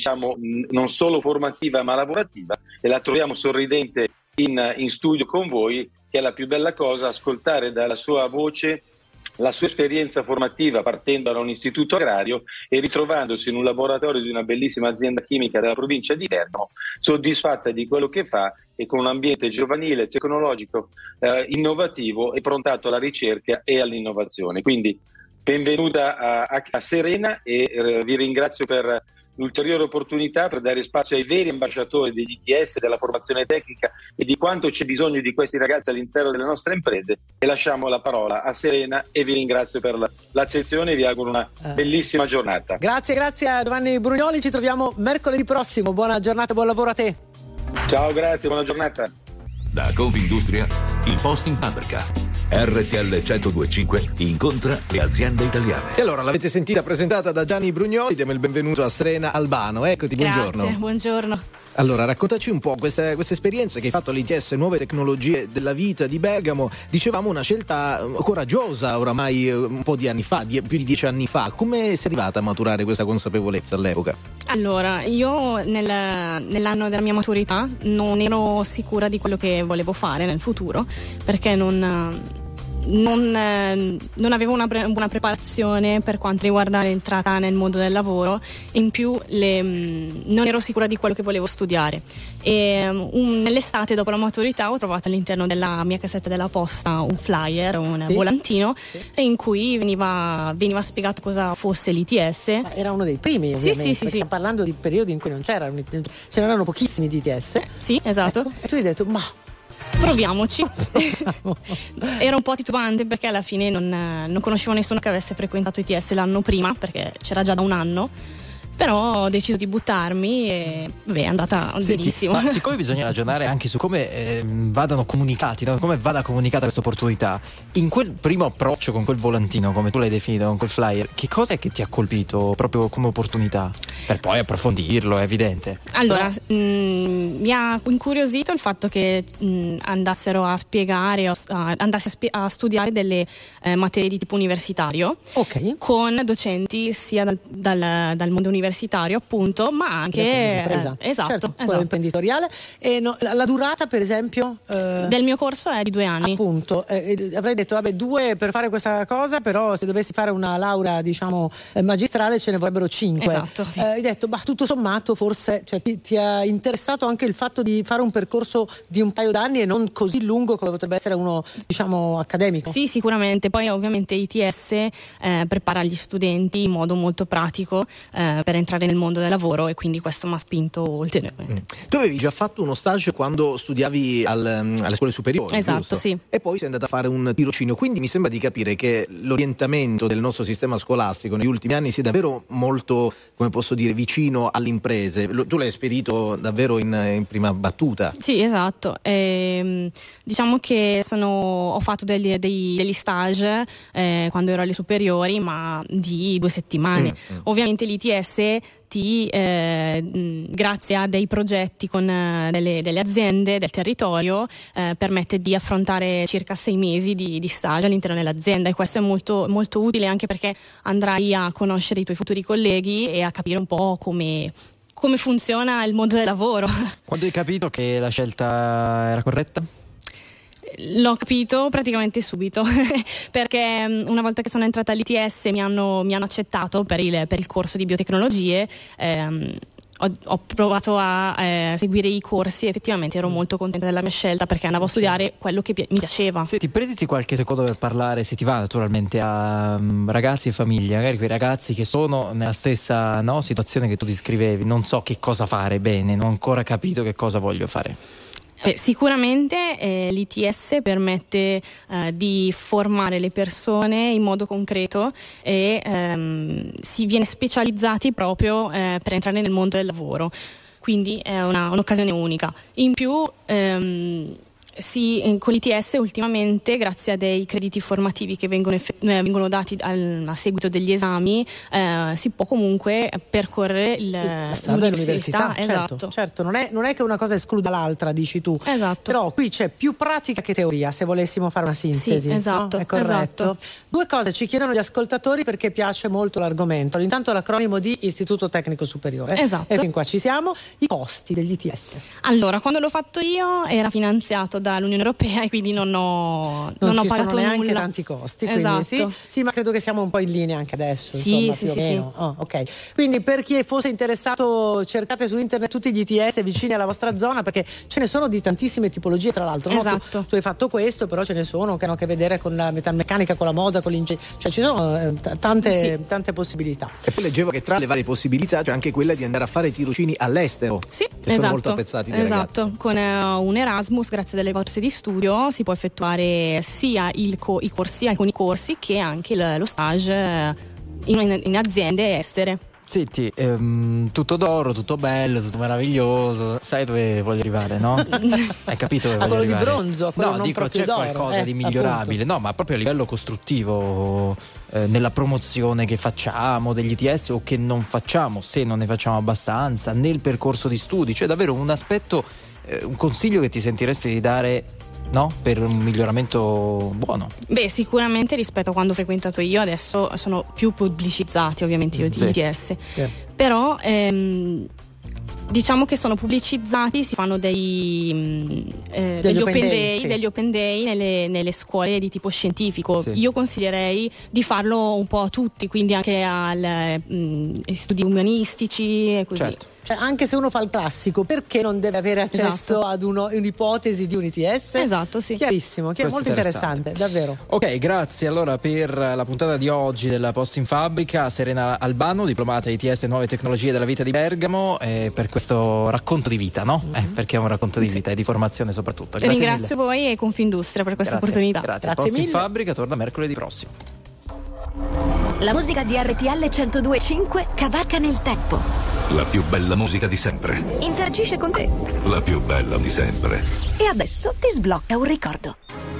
non solo formativa ma lavorativa? E la troviamo sorridente in studio con voi, che è la più bella cosa, ascoltare dalla sua voce la sua esperienza formativa partendo da un istituto agrario e ritrovandosi in un laboratorio di una bellissima azienda chimica della provincia di Bergamo, soddisfatta di quello che fa e con un ambiente giovanile, tecnologico, innovativo e prontato alla ricerca e all'innovazione. Quindi benvenuta a Serena, e vi ringrazio per l'ulteriore opportunità per dare spazio ai veri ambasciatori degli ITS, della formazione tecnica e di quanto c'è bisogno di questi ragazzi all'interno delle nostre imprese. E lasciamo la parola a Serena, e vi ringrazio per l'accezione e vi auguro una bellissima giornata. Grazie a Giovanni Brugnoli, ci troviamo mercoledì prossimo. Buona giornata, buon lavoro a te. Ciao, grazie, buona giornata. Da Confindustria, il post in fabbrica. RTL 102.5 incontra le aziende italiane. E allora l'avete sentita presentata da Gianni Brugnoli, diamo il benvenuto a Serena Albano. Eccoti, buongiorno. Grazie, buongiorno. Allora, raccontaci un po' questa esperienza che hai fatto all'ITS Nuove Tecnologie della Vita di Bergamo. Dicevamo una scelta coraggiosa oramai un po' di anni fa, più di 10 anni fa. Come sei arrivata a maturare questa consapevolezza all'epoca? Allora, io nell'anno della mia maturità non ero sicura di quello che volevo fare nel futuro, perché non avevo una buona preparazione per quanto riguarda l'entrata nel mondo del lavoro, e in più non ero sicura di quello che volevo studiare. E nell'estate, dopo la maturità, ho trovato all'interno della mia cassetta della posta un flyer, un volantino, in cui veniva spiegato cosa fosse l'ITS. Ma era uno dei primi, ovviamente, sì. Stiamo parlando di periodi in cui non c'erano, ce n'erano pochissimi di ITS. Sì, esatto. Ecco, e tu hai detto: ma proviamoci. Ero un po' titubante, perché alla fine non conoscevo nessuno che avesse frequentato ITS l'anno prima, perché c'era già da un anno. Però ho deciso di buttarmi e è andata benissimo. Ma siccome bisogna ragionare anche su come vadano comunicati, no? Come vada comunicata questa opportunità, in quel primo approccio con quel volantino, come tu l'hai definito, con quel flyer, che cosa è che ti ha colpito proprio come opportunità? Per poi approfondirlo, è evidente. Allora, mi ha incuriosito il fatto che andassero a spiegare, a studiare delle materie di tipo universitario, con docenti sia dal mondo universitario, appunto, ma anche esatto, quello imprenditoriale. E la durata, per esempio, del mio corso è di 2 anni. Appunto, avrei detto 2 per fare questa cosa, però se dovessi fare una laurea, magistrale, ce ne vorrebbero 5. Esatto, sì. Hai detto, tutto sommato, forse ti ha interessato anche il fatto di fare un percorso di un paio d'anni e non così lungo come potrebbe essere uno, accademico. Sì, sicuramente. Poi ovviamente ITS prepara gli studenti in modo molto pratico per entrare nel mondo del lavoro, e quindi questo mi ha spinto ulteriormente. Tu avevi già fatto uno stage quando studiavi alle scuole superiori, esatto, giusto? Sì. E poi sei andata a fare un tirocinio, quindi mi sembra di capire che l'orientamento del nostro sistema scolastico negli ultimi anni sia davvero molto, come posso dire, vicino alle imprese. Tu l'hai esperito davvero in prima battuta. Sì, esatto. Diciamo che ho fatto degli stage quando ero alle superiori, ma di 2 settimane. Ovviamente l'ITS grazie a dei progetti con delle aziende del territorio, permette di affrontare circa 6 mesi di stage all'interno dell'azienda, e questo è molto, molto utile, anche perché andrai a conoscere i tuoi futuri colleghi e a capire un po' come funziona il mondo del lavoro. Quando hai capito che la scelta era corretta? L'ho capito praticamente subito, perché una volta che sono entrata all'ITS mi hanno accettato per il corso di biotecnologie. ho provato a seguire i corsi, effettivamente ero molto contenta della mia scelta perché andavo a studiare quello che mi piaceva. Senti, prenditi qualche secondo per parlare, se ti va naturalmente, a ragazzi e famiglie, magari quei ragazzi che sono nella stessa situazione che tu descrivevi, non so che cosa fare bene, non ho ancora capito che cosa voglio fare. Sicuramente l'ITS permette di formare le persone in modo concreto e si viene specializzati proprio per entrare nel mondo del lavoro, quindi è un'occasione unica. In più con l'ITS ultimamente, grazie a dei crediti formativi che vengono dati a seguito degli esami, si può comunque percorrere la strada dell'università. Certo, non è che una cosa escluda l'altra, dici tu. Esatto. Però qui c'è più pratica che teoria, se volessimo fare una sintesi. Sì, esatto. No? È corretto. Esatto. Due cose ci chiedono gli ascoltatori perché piace molto l'argomento. Intanto l'acronimo di Istituto Tecnico Superiore. Esatto. E fin qua ci siamo. I costi degli ITS. Allora, quando l'ho fatto io era finanziato dall'Unione Europea e quindi non ho pagato neanche nulla. Tanti costi, esatto. Quindi sì, ma credo che siamo un po' in linea anche adesso, sì, insomma, più o meno. Oh, ok. Quindi per chi fosse interessato, cercate su internet tutti gli ITS vicini alla vostra zona, perché ce ne sono di tantissime tipologie, tra l'altro. Esatto. No? Tu hai fatto questo, però ce ne sono che hanno a che vedere con la metalmeccanica, con la moda, con l'ingegneria, cioè ci sono tante possibilità. E poi leggevo che tra le varie possibilità c'è anche quella di andare a fare tirocini all'estero. Sì, che sono molto apprezzati dai ragazzi. Con un Erasmus, grazie alle borse di studio, si può effettuare sia alcuni corsi che anche lo stage in aziende estere. Senti, tutto d'oro, tutto bello, tutto meraviglioso, sai dove voglio arrivare, no? Hai capito dove voglio arrivare? A quello di bronzo, a quello no, non dico, proprio c'è d'oro, qualcosa di migliorabile, appunto. no, ma proprio a livello costruttivo, nella promozione che facciamo degli ITS o che non facciamo, se non ne facciamo abbastanza, nel percorso di studi, cioè davvero un aspetto, un consiglio che ti sentiresti di dare, no? Per un miglioramento buono. Beh, sicuramente rispetto a quando ho frequentato io, adesso sono più pubblicizzati ovviamente gli ITS. Però diciamo che sono pubblicizzati, si fanno degli open day nelle scuole di tipo scientifico. Io consiglierei di farlo un po' a tutti, quindi anche agli studi umanistici e così. Certo. Cioè, anche se uno fa il classico, perché non deve avere accesso ad un'ipotesi di un ITS? Esatto, sì. Chiarissimo, che è molto interessante, davvero. Ok, grazie allora per la puntata di oggi della Post in Fabbrica. Serena Albano, diplomata ITS Nuove Tecnologie della Vita di Bergamo, per questo racconto di vita, no? Perché è un racconto di vita e di formazione soprattutto. Grazie Ringrazio mille. Voi e Confindustria per questa opportunità. Grazie. Post in Fabbrica torna mercoledì prossimo. La musica di RTL 102.5 cavalca nel tempo. La più bella musica di sempre. Interagisce con te. La più bella di sempre. E adesso ti sblocca un ricordo.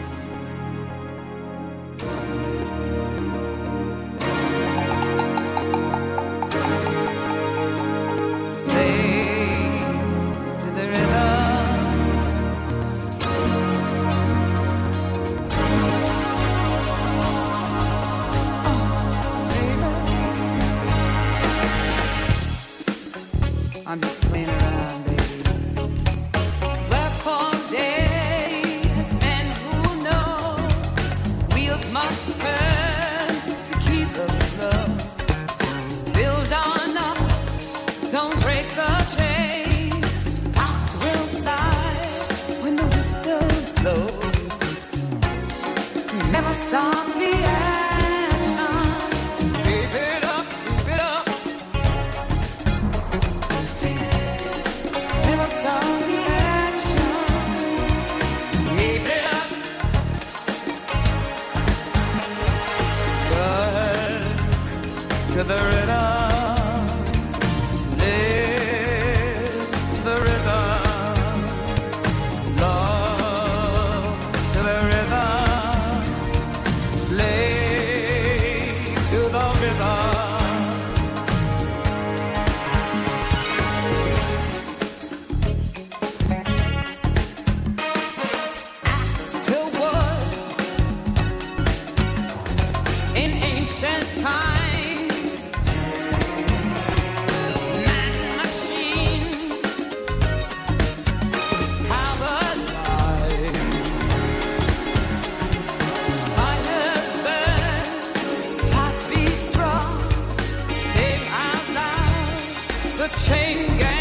I'm just playing around, baby. Work for days, and who knows, wheels must turn to keep us flow. Build on up, don't break the chain. Sparks will fly when the whistle blows. Never stop the action. Keep it up, keep it up. Never stop the action. Keep it up. Work to the rhythm. Live to the rhythm. Love to the rhythm. Slave to the rhythm. To wood in ancient times, man machine powered life. Fire burn, hearts beat strong, sing out loud, the chain gang.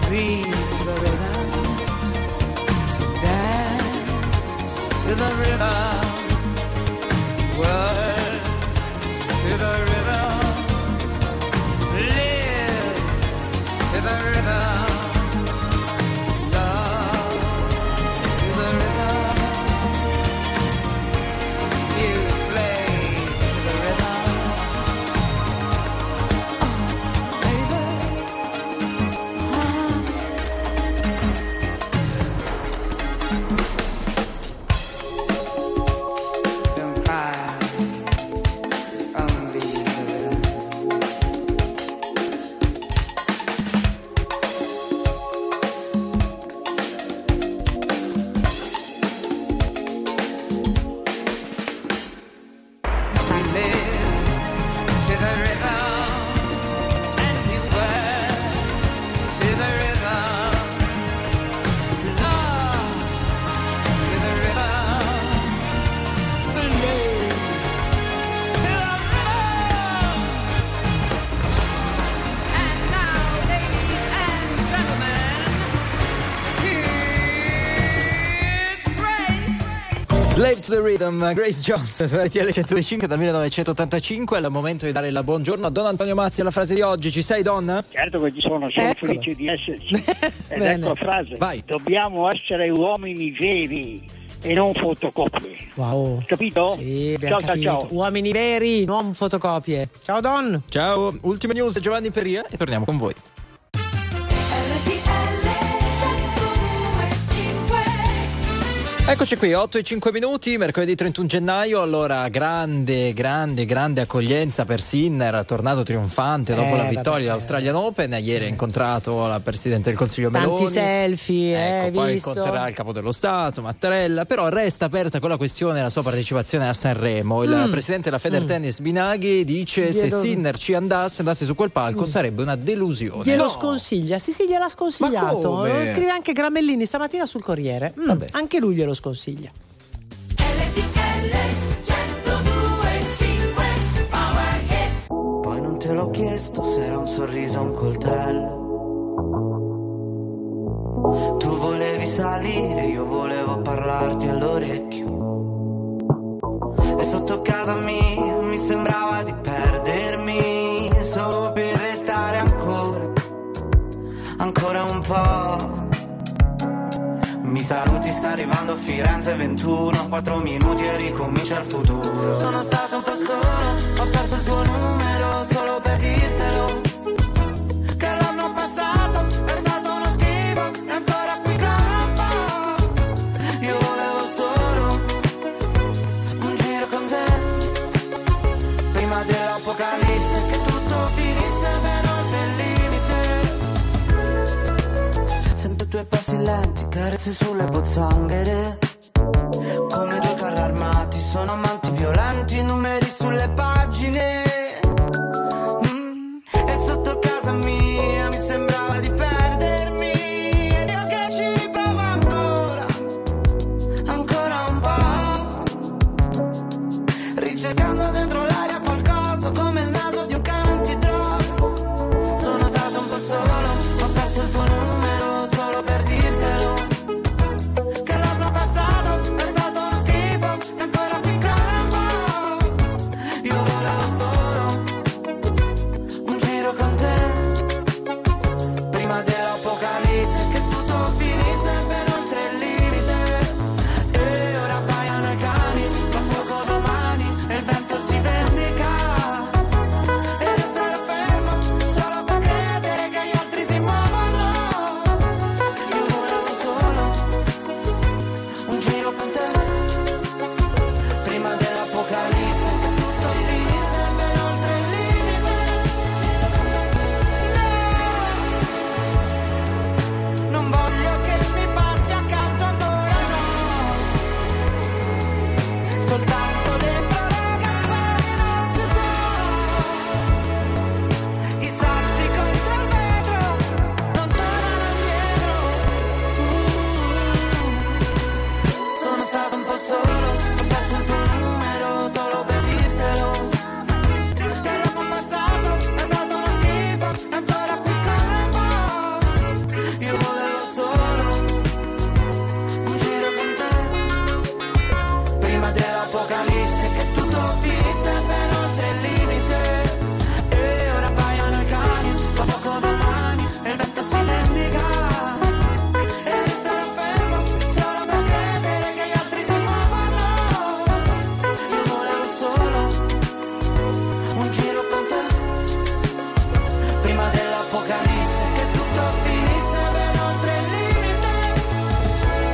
feet to the rhythm. Dance to the rhythm. Work to the rhythm. Live to the rhythm. Slave to the Rhythm, Grace Jones su RTL 105 dal 1985. È il momento di dare il buongiorno a Don Antonio Mazzi. La frase di oggi, ci sei, Don? Certo che ci sono felice di esserci. Ed ecco la frase: vai. Dobbiamo essere uomini veri e non fotocopie. Wow. Capito? Sì, abbiamo capito. Ciao. Uomini veri, non fotocopie. Ciao Don. Ciao, ultime news, Giovanni Perria, e torniamo con voi. Eccoci qui, 8:05, mercoledì 31 gennaio. Allora, grande accoglienza per Sinner, tornato trionfante dopo la vittoria dell'Australian Open. Ieri ha incontrato la Presidente del Consiglio Meloni. Tanti selfie, ecco, poi visto. incontrerà il Capo dello Stato, Mattarella. Però resta aperta quella questione della sua partecipazione a Sanremo. Il Presidente della Federtennis Binaghi dice se Sinner ci andasse su quel palco sarebbe una delusione. Glielo sconsiglia, sì, gliel'ha sconsigliato. Lo scrive anche Gramellini stamattina sul Corriere. Anche lui glielo sconsiglia. Poi non te l'ho chiesto se era un sorriso o un coltello. Tu volevi salire, io volevo parlarti all'orecchio. E sotto casa mia mi sembrava di perdermi, solo per restare ancora un po'. Mi saluti, sta arrivando Firenze 21, 4 minuti e ricomincia il futuro. Sono stato un po' solo, ho perso il tuo numero solo per dirtelo, che l'anno passato è stato uno schifo e ancora qui campo. Io volevo solo un giro con te, prima dell'apocalisse, che tutto finisse ben oltre il limite. Sento i tuoi passi lenti, carezze sulle pozzanghere, come due carri armati, sono amanti violenti, numeri sulle pagine. E sotto casa mia mi sembrava di perdermi, ed io che ci riprovo ancora un po', ricercando dentro l'aria qualcosa come il naso di un cane antidroga. Sono stato un po' solo, ho perso il tuo numero solo per dirtelo, che l'anno passato è stato uno schifo e ancora qui campo.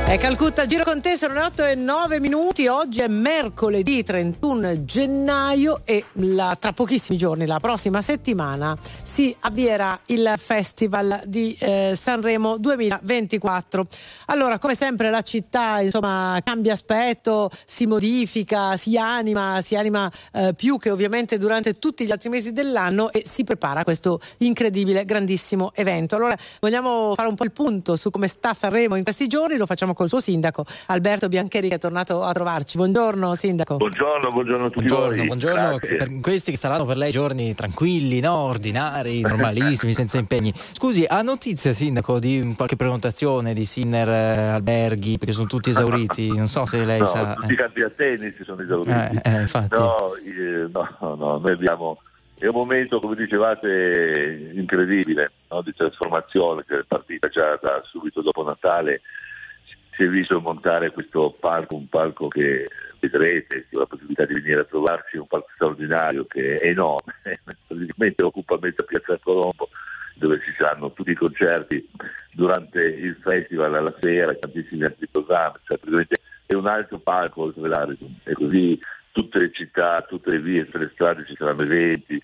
È Calcutta, giro con te, sono le 8:09. Oggi è mercoledì 31 gennaio e tra pochissimi giorni, la prossima settimana, si avvierà il Festival di Sanremo 2024. Allora, come sempre la città, insomma, cambia aspetto, si modifica, si anima più che ovviamente durante tutti gli altri mesi dell'anno, e si prepara questo incredibile, grandissimo evento. Allora, vogliamo fare un po' il punto su come sta Sanremo in questi giorni. Lo facciamo col suo sindaco Alberto Biancheri, che è tornato a trovarci. Buongiorno sindaco. Buongiorno a tutti voi. Buongiorno. Per questi che saranno per lei giorni tranquilli, no? Ordinari, normalissimi, senza impegni. Scusi, ha notizia sindaco di qualche prenotazione di Sinner alberghi, perché sono tutti esauriti? Non so se lei sa. Tutti i campi a tennis sono esauriti. Infatti. No, noi abbiamo. È un momento, come dicevate, incredibile, no? Di trasformazione, che è partita già da subito dopo Natale. Si è visto montare questo palco, un palco che vedrete, che ha la possibilità di venire a trovarsi, un palco straordinario che è enorme, praticamente occupa mezza Piazza Colombo, dove ci saranno tutti i concerti durante il festival alla sera, tantissimi altri programmi, cioè praticamente è un altro palco svelario, e così tutte le città, tutte le vie, tutte le strade ci saranno eventi,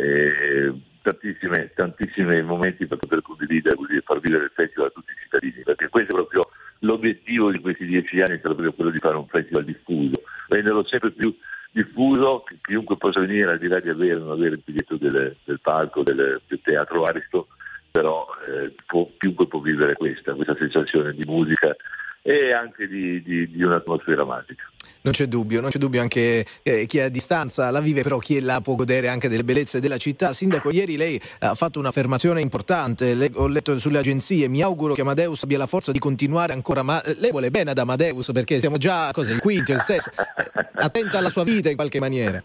tantissimi momenti per poter condividere, così, e far vivere il festival a tutti i cittadini, perché questo è proprio l'obiettivo di questi 10 anni, è proprio quello di fare un festival diffuso, renderlo sempre più diffuso, che chiunque possa venire, al di là di avere o non avere il biglietto del palco, del teatro Aristo, però chiunque può vivere questa sensazione di musica e anche di un'atmosfera magica. Non c'è dubbio, anche chi è a distanza la vive, però chi è là può godere anche delle bellezze della città. Sindaco, ieri lei ha fatto un'affermazione importante, ho letto sulle agenzie, mi auguro che Amadeus abbia la forza di continuare ancora, ma lei vuole bene ad Amadeus, perché siamo già il quinto, il sesto, attenta alla sua vita in qualche maniera.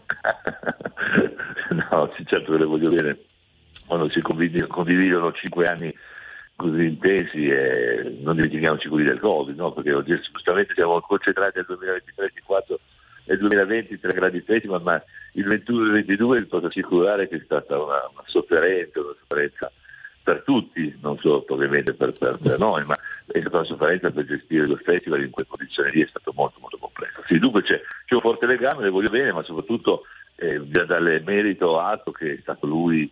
No, sì, certo che le voglio bene, quando si condividono 5 anni così intensi, e non dimentichiamoci quelli del Covid, no? Perché oggi giustamente siamo concentrati nel 2023, 2024 e 2020 tre grandi festival, ma il 21 e il 22 vi posso assicurare che è stata una sofferenza per tutti, non solo ovviamente per noi, ma è stata una sofferenza per gestire lo festival in quelle condizioni lì, è stato molto molto complesso. Sì, dunque c'è un forte legame, le voglio bene, ma soprattutto bisogna darle merito, atto che è stato lui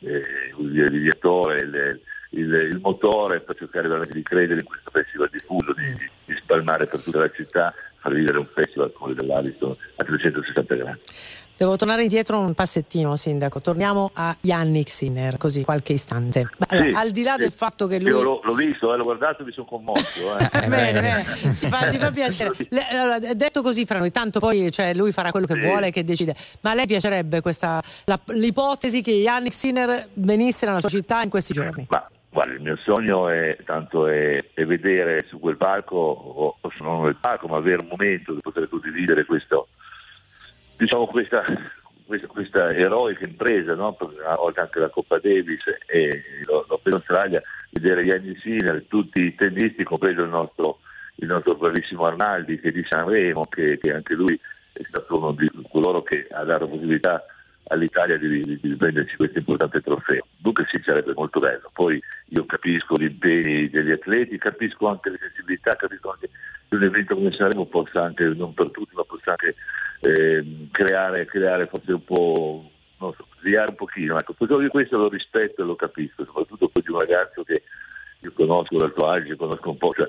l'ideatore, il motore per cercare veramente di credere in questo festival diffuso, di spalmare per tutta la città, far vivere un festival come dell'Ariston a 360 gradi. Devo tornare indietro un passettino, sindaco. Torniamo a Yannick Sinner, così qualche istante. Allora, al di là del fatto che lui... Io l'ho visto, l'ho guardato e mi sono commosso. Bene. Ci fa piacere. Allora, detto così fra noi, tanto poi lui farà quello che vuole, che decide. Ma a lei piacerebbe l'ipotesi che Yannick Sinner venisse nella sua città in questi giorni? Ma guarda, il mio sogno è vedere su quel palco, o non nel palco, ma avere un momento di poter condividere questo, diciamo, questa eroica impresa, no? Oltre anche la Coppa Davis e l'Open Australia, vedere Yannick Sinner, tutti i tennisti, compreso il nostro bravissimo Arnaldi, che è di Sanremo, che anche lui è stato uno di coloro che ha dato possibilità all'Italia di prenderci questo importante trofeo. Dunque sì, sarebbe molto bello. Poi io capisco gli impegni degli atleti, capisco anche le sensibilità, capisco anche che un evento come Sanremo possa anche, non per tutti, ma possa anche creare forse un po', non so, sviare un pochino. Ecco, questo lo rispetto e lo capisco, soprattutto poi di un ragazzo che io conosco dall'Alto Adige, conosco un po', cioè,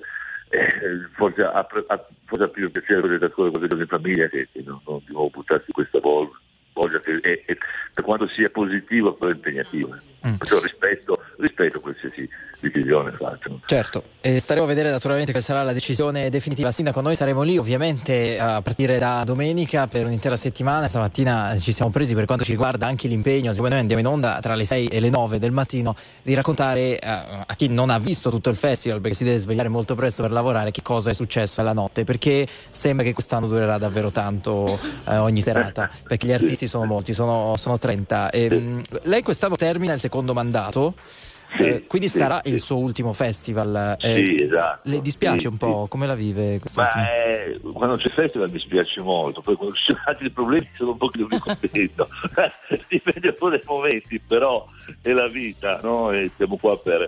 forse ha più piacere di trascorrere con le famiglie che non di nuovo buttarsi questa voglia che per quanto sia positivo però impegnativo. Perciò rispetto qualsiasi decisione facciano. Certo, staremo a vedere naturalmente quale sarà la decisione definitiva. Sindaco, noi saremo lì ovviamente a partire da domenica per un'intera settimana. Stamattina ci siamo presi, per quanto ci riguarda, anche l'impegno, secondo noi andiamo in onda tra le 6 e le 9 del mattino, di raccontare a chi non ha visto tutto il festival, perché si deve svegliare molto presto per lavorare, che cosa è successo alla notte, perché sembra che quest'anno durerà davvero tanto ogni serata, perché gli artisti sono molti, sono 30. Lei quest'anno termina il secondo mandato, quindi sarà il suo ultimo festival. Sì, esatto. Le dispiace un po'? Come la vive quest'ultimo? Quando c'è festival mi dispiace molto, poi quando ci sono altri problemi sono un po' più contento. Dipende un po' dai momenti, però è la vita, no? E siamo qua per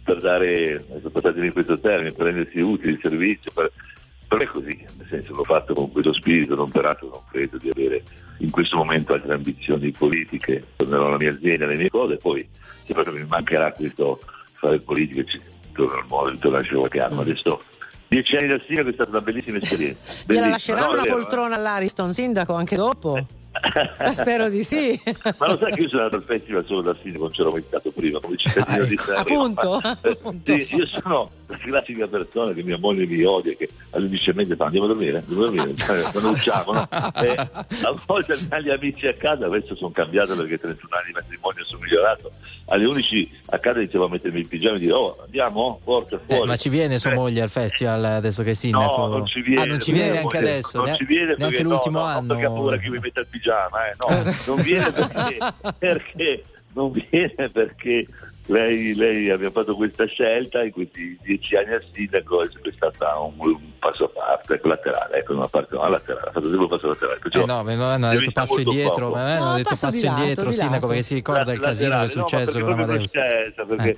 per dare, passatemi questo termine, per rendersi utili il servizio, per me è così, nel senso l'ho fatto con questo spirito, non peraltro non credo di avere in questo momento altre ambizioni politiche, tornerò alla mia azienda, alle mie cose, poi se proprio mi mancherà questo fare politica, torno al modo, torno a qualche anno, adesso 10 anni da sindaco è stata una bellissima esperienza. Gliela lasceranno una poltrona all'Ariston, sindaco, anche dopo? Spero di sì. Ma lo sai che io sono andato al festival solo da sindaco, non c'ero mai stato prima come cittadino di Sanremo. Appunto. Sì, io sono la classica persona che mia moglie mi odia, che all'unicemente fa andiamo a dormire, quando usciamo, no? A volte gli amici a casa, adesso sono cambiato perché 31 anni di matrimonio sono migliorato, alle 11 a casa iniziavo a mettermi il pigiama e dire andiamo, forza, fuori. Ma ci viene sua moglie al festival adesso che è sindaco? No, non ci viene. Non ci viene anche adesso? Non ci viene neanche l'ultimo anno? Non perché ha paura che mi metta il pigiama, no, non viene perché non viene perché lei abbiamo fatto questa scelta in questi 10 anni al sindaco, è sempre stata un passo a parte, laterale, una parte laterale, ha fatto sempre un passo laterale. No, non hanno detto passo indietro, ma hanno detto passo indietro, sindaco, perché si ricorda il casino che è successo con Amadeus. Perché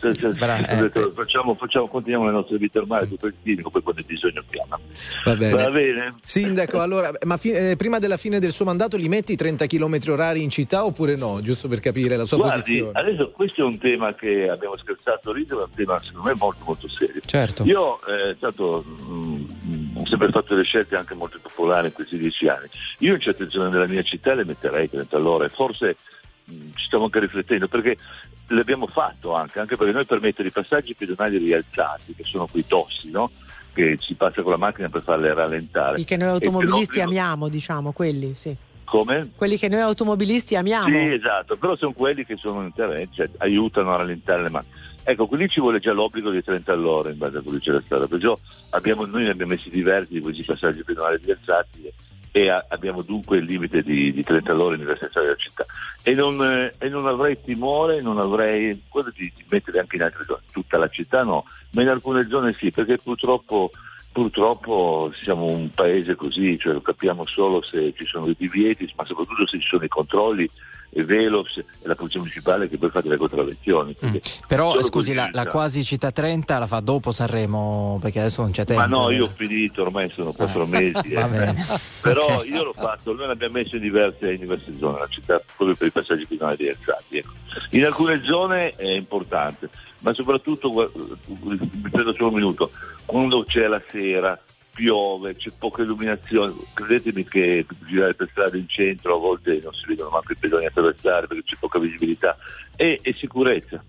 continuiamo le nostre vite ormai, tutto il sindaco, poi quando è bisogno chiama. Va bene. Sindaco, allora, ma prima della fine del suo mandato li metti 30 km orari in città oppure no? Giusto per capire la sua posizione. Adesso questo è un tema che abbiamo scherzato lì, è un tema secondo me molto molto serio. Certo. Io ho sempre fatto delle scelte anche molto popolari in questi 10 anni. Io in certe zone della mia città le metterei 30 all'ora, forse ci stiamo anche riflettendo, perché l'abbiamo fatto anche perché noi permettere i passaggi pedonali rialzati, che sono quei tossi, no? Che si passa con la macchina per farle rallentare. I che noi automobilisti amiamo, diciamo, quelli, sì. Come? Quelli che noi automobilisti amiamo. Sì, esatto, però sono quelli che sono interventi, cioè aiutano a rallentare le macchine. Ecco, qui ci vuole già l'obbligo di 30 all'ora in base a quello che c'è la strada, perciò noi ne abbiamo messi diversi di questi passaggi pedonali rialzati e abbiamo dunque il limite di 30 all'ora in diverse strade della città. E non avrei timore, non avrei quello di mettere anche in altre zone, tutta la città no, ma in alcune zone sì, perché purtroppo siamo un paese così, cioè lo capiamo solo se ci sono dei divieti, ma soprattutto se ci sono i controlli e Velox e la polizia municipale che poi fa delle contravvenzioni. Però scusi, la quasi città 30 la fa dopo Sanremo, perché adesso non c'è tempo. Ma no, io ho finito, ormai sono 4 mesi. Però okay. Io l'ho fatto, noi l'abbiamo messo in diverse zone della città, proprio per i passaggi finali rialzati. Ecco. In alcune zone è importante, ma soprattutto, mi prendo solo un minuto, quando c'è la sera, piove, c'è poca illuminazione, credetemi che girare per strada in centro a volte non si vedono manco i pedoni attraversare perché c'è poca visibilità, e sicurezza,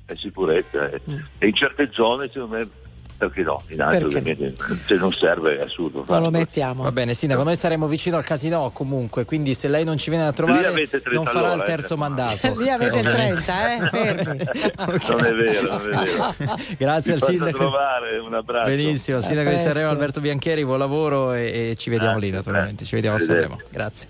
e in certe zone secondo me perché no, in altre ovviamente se non serve è assurdo. Non lo mettiamo. Va bene, sindaco, noi saremo vicino al casino comunque, quindi se lei non ci viene a trovare non farà il terzo mandato. Lì avete il 30, fermi. Non è vero. Grazie al sindaco. Trovare, un abbraccio. Benissimo, il sindaco di Sanremo Alberto Biancheri, buon lavoro e ci vediamo lì naturalmente, ci vediamo a Sanremo. Grazie.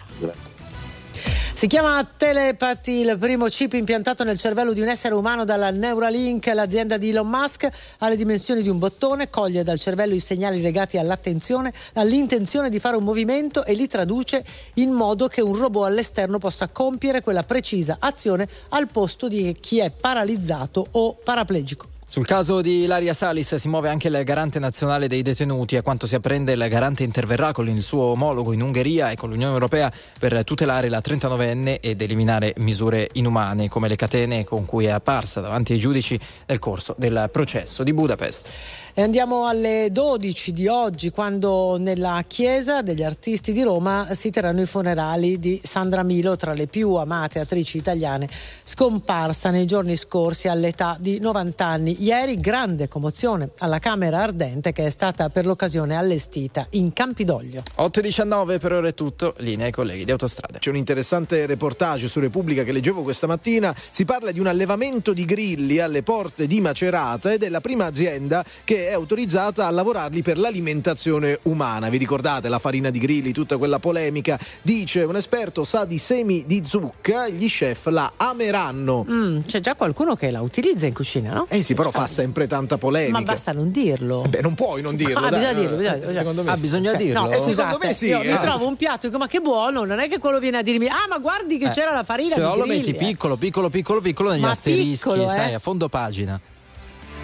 Si chiama Telepathy, il primo chip impiantato nel cervello di un essere umano dalla Neuralink. L'azienda di Elon Musk ha le dimensioni di un bottone, coglie dal cervello i segnali legati all'intenzione di fare un movimento e li traduce in modo che un robot all'esterno possa compiere quella precisa azione al posto di chi è paralizzato o paraplegico. Sul caso di Ilaria Salis si muove anche il garante nazionale dei detenuti. A quanto si apprende, il garante interverrà con il suo omologo in Ungheria e con l'Unione Europea per tutelare la 39enne ed eliminare misure inumane come le catene con cui è apparsa davanti ai giudici nel corso del processo di Budapest. E andiamo alle 12 di oggi, quando nella chiesa degli artisti di Roma si terranno i funerali di Sandra Milo, tra le più amate attrici italiane, scomparsa nei giorni scorsi all'età di 90 anni. Ieri grande commozione alla Camera Ardente, che è stata per l'occasione allestita in Campidoglio. 8:19 per ora è tutto, linea ai colleghi di Autostrade. C'è un interessante reportage su Repubblica che leggevo questa mattina. Si parla di un allevamento di grilli alle porte di Macerata ed è la prima azienda che è autorizzata a lavorarli per l'alimentazione umana. Vi ricordate la farina di grilli, tutta quella polemica? Dice un esperto, sa di semi di zucca, gli chef la ameranno. C'è già qualcuno che la utilizza in cucina, no? Sì, però fa sempre tanta polemica. Ma basta non dirlo. Non puoi non dirlo. Bisogna dirlo. Secondo me bisogna dirlo. No, secondo me sì. Io mi trovo un piatto e dico, ma che buono, non è che quello viene a dirmi ma guardi che c'era la farina di grilli. Se no lo metti piccolo negli asterischi, sai, a fondo pagina.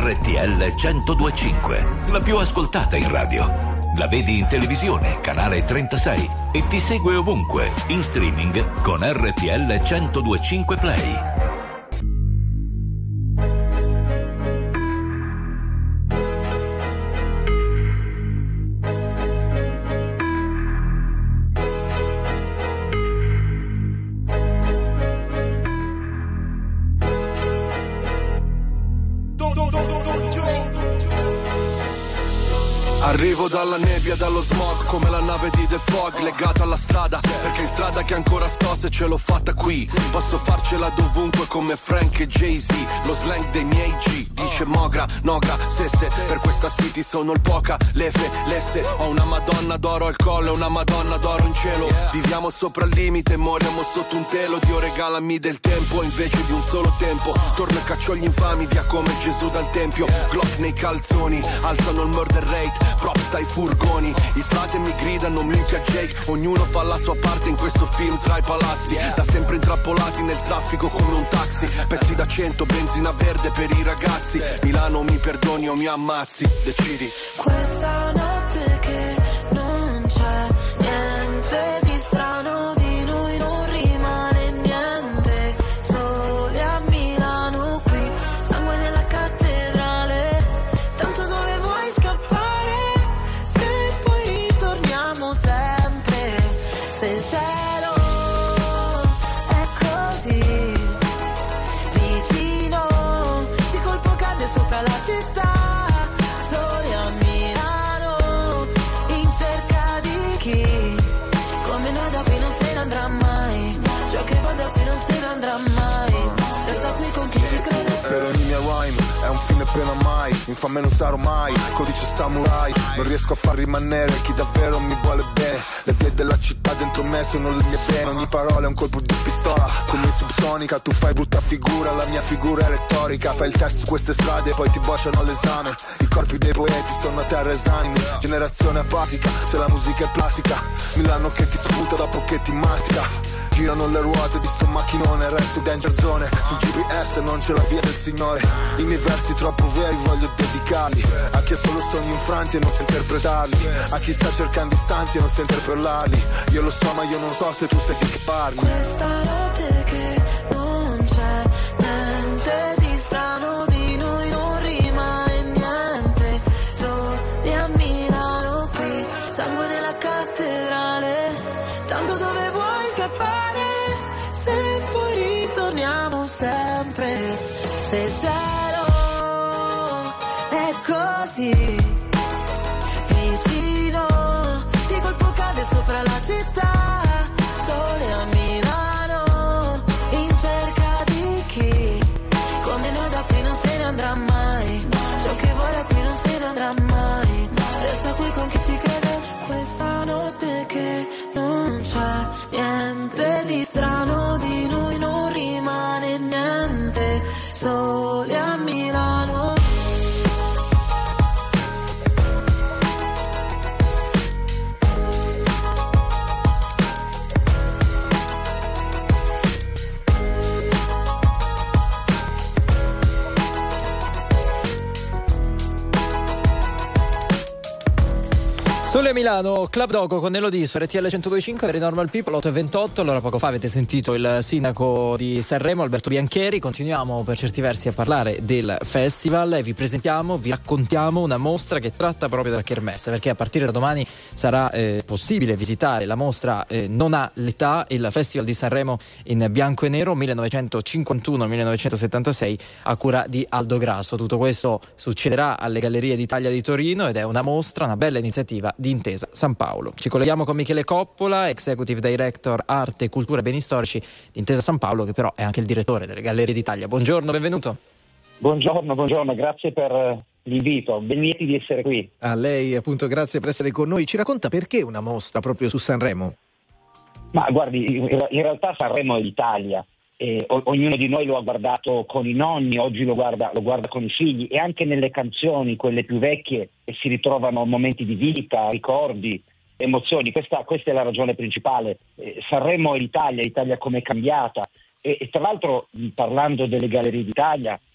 RTL 102.5, la più ascoltata in radio. La vedi in televisione, canale 36, e ti segue ovunque, in streaming con RTL 102.5 Play. Arrivo dalla nebbia, dallo smog, come la nave di The Fog, legata alla strada, perché in strada che ancora sto, se ce l'ho fatta qui, posso farcela dovunque come Frank e Jay-Z, lo slang dei miei G, dice Mogra, Nogra, Sesse, per questa city sono il poca, lefe, lesse, ho una madonna d'oro al collo e una madonna d'oro in cielo, viviamo sopra il limite, moriamo sotto un telo, Dio regalami del tempo invece di un solo tempo, torno e caccio gli infami via come Gesù dal tempio, Glock nei calzoni, alzano il murder rate, props dai furgoni, i frate mi gridano minchia Jake, ognuno fa la sua parte in questo film tra i palazzi, da sempre intrappolati nel traffico come un taxi, pezzi da 100, benzina verde per i ragazzi, Milano mi perdoni o mi ammazzi, decidi. Questa notte che non c'è niente di strano, di noi non rimane niente, soli a Milano qui, sangue nella cattedrale, tanto dove vuoi scappare, se poi ritorniamo sempre, se il cielo è così vicino, di colpo cade sopra la città, soli a Milano, in cerca di chi, come noi da qui non se ne andrà mai, ciò che va da qui non se ne andrà mai, resta qui con chi ci crede. Per ogni mia rhyme è un fine pena mai, infame non sarò mai, codice samurai, non riesco a far rimanere chi davvero mi vuole bene, le vie della città dentro me sono le mie pene, ogni parola è un colpo di pistola, come subsonica, tu fai brutta figura, la mia figura è retorica, fai il test su queste strade e poi ti bocciano all'esame, i corpi dei poeti sono a terra esanimi, generazione apatica, se la musica è plastica, Milano che ti sputa dopo che ti mastica. Girano le ruote di sto macchinone, resto danger zone, sul GPS non c'è la via del Signore, i miei versi troppo veri voglio dedicarli, a chi ha solo sogni infranti e non sa interpretarli, a chi sta cercando istanti e non sa interpellarli, io lo so ma io non so se tu sai di che parli. Questa notte che non c'è niente di strano, di noi non rimane niente, soli a Milano qui, sangue nella cattedrale, tanto dove vuoi scappare, se poi ritorniamo sempre, se il cielo è così vicino, di colpo cade sopra la città, sole a Milano, in cerca di chi, come noi da qui non se ne andrà mai, ciò che vuoi da qui non se ne andrà mai, resta qui con chi ci crede. Questa notte che non c'è niente di strano, di noi non rimane niente, soli a Milano. Sole a Milano, Club Dogo con Elodie su RTL 102.5, Very Normal People, 8:28. Allora, poco fa avete sentito il sindaco di Sanremo, Alberto Biancheri. Continuiamo per certi versi a parlare del festival e vi presentiamo, vi raccontiamo una mostra che tratta proprio della kermesse, perché a partire da domani sarà possibile visitare la mostra Non ha l'età, il Festival di Sanremo in bianco e nero 1951-1976 a cura di Aldo Grasso. Tutto questo succederà alle Gallerie d'Italia di Torino ed è una mostra, una bella iniziativa di Intesa San Paolo. Ci colleghiamo con Michele Coppola, Executive Director Arte, Cultura e Beni Storici di Intesa San Paolo, che però è anche il direttore delle Gallerie d'Italia. Buongiorno, benvenuto. Buongiorno, grazie per l'invito, ben lieti di essere qui. A lei appunto, grazie per essere con noi. Ci racconta perché una mostra proprio su Sanremo? Ma guardi, in realtà Sanremo è l'Italia. Ognuno di noi lo ha guardato con i nonni, oggi lo guarda con i figli, e anche nelle canzoni, quelle più vecchie, si ritrovano momenti di vita, ricordi, emozioni. Questa è la ragione principale. Sanremo è l'Italia come è cambiata. E tra l'altro, parlando delle Gallerie d'Italia,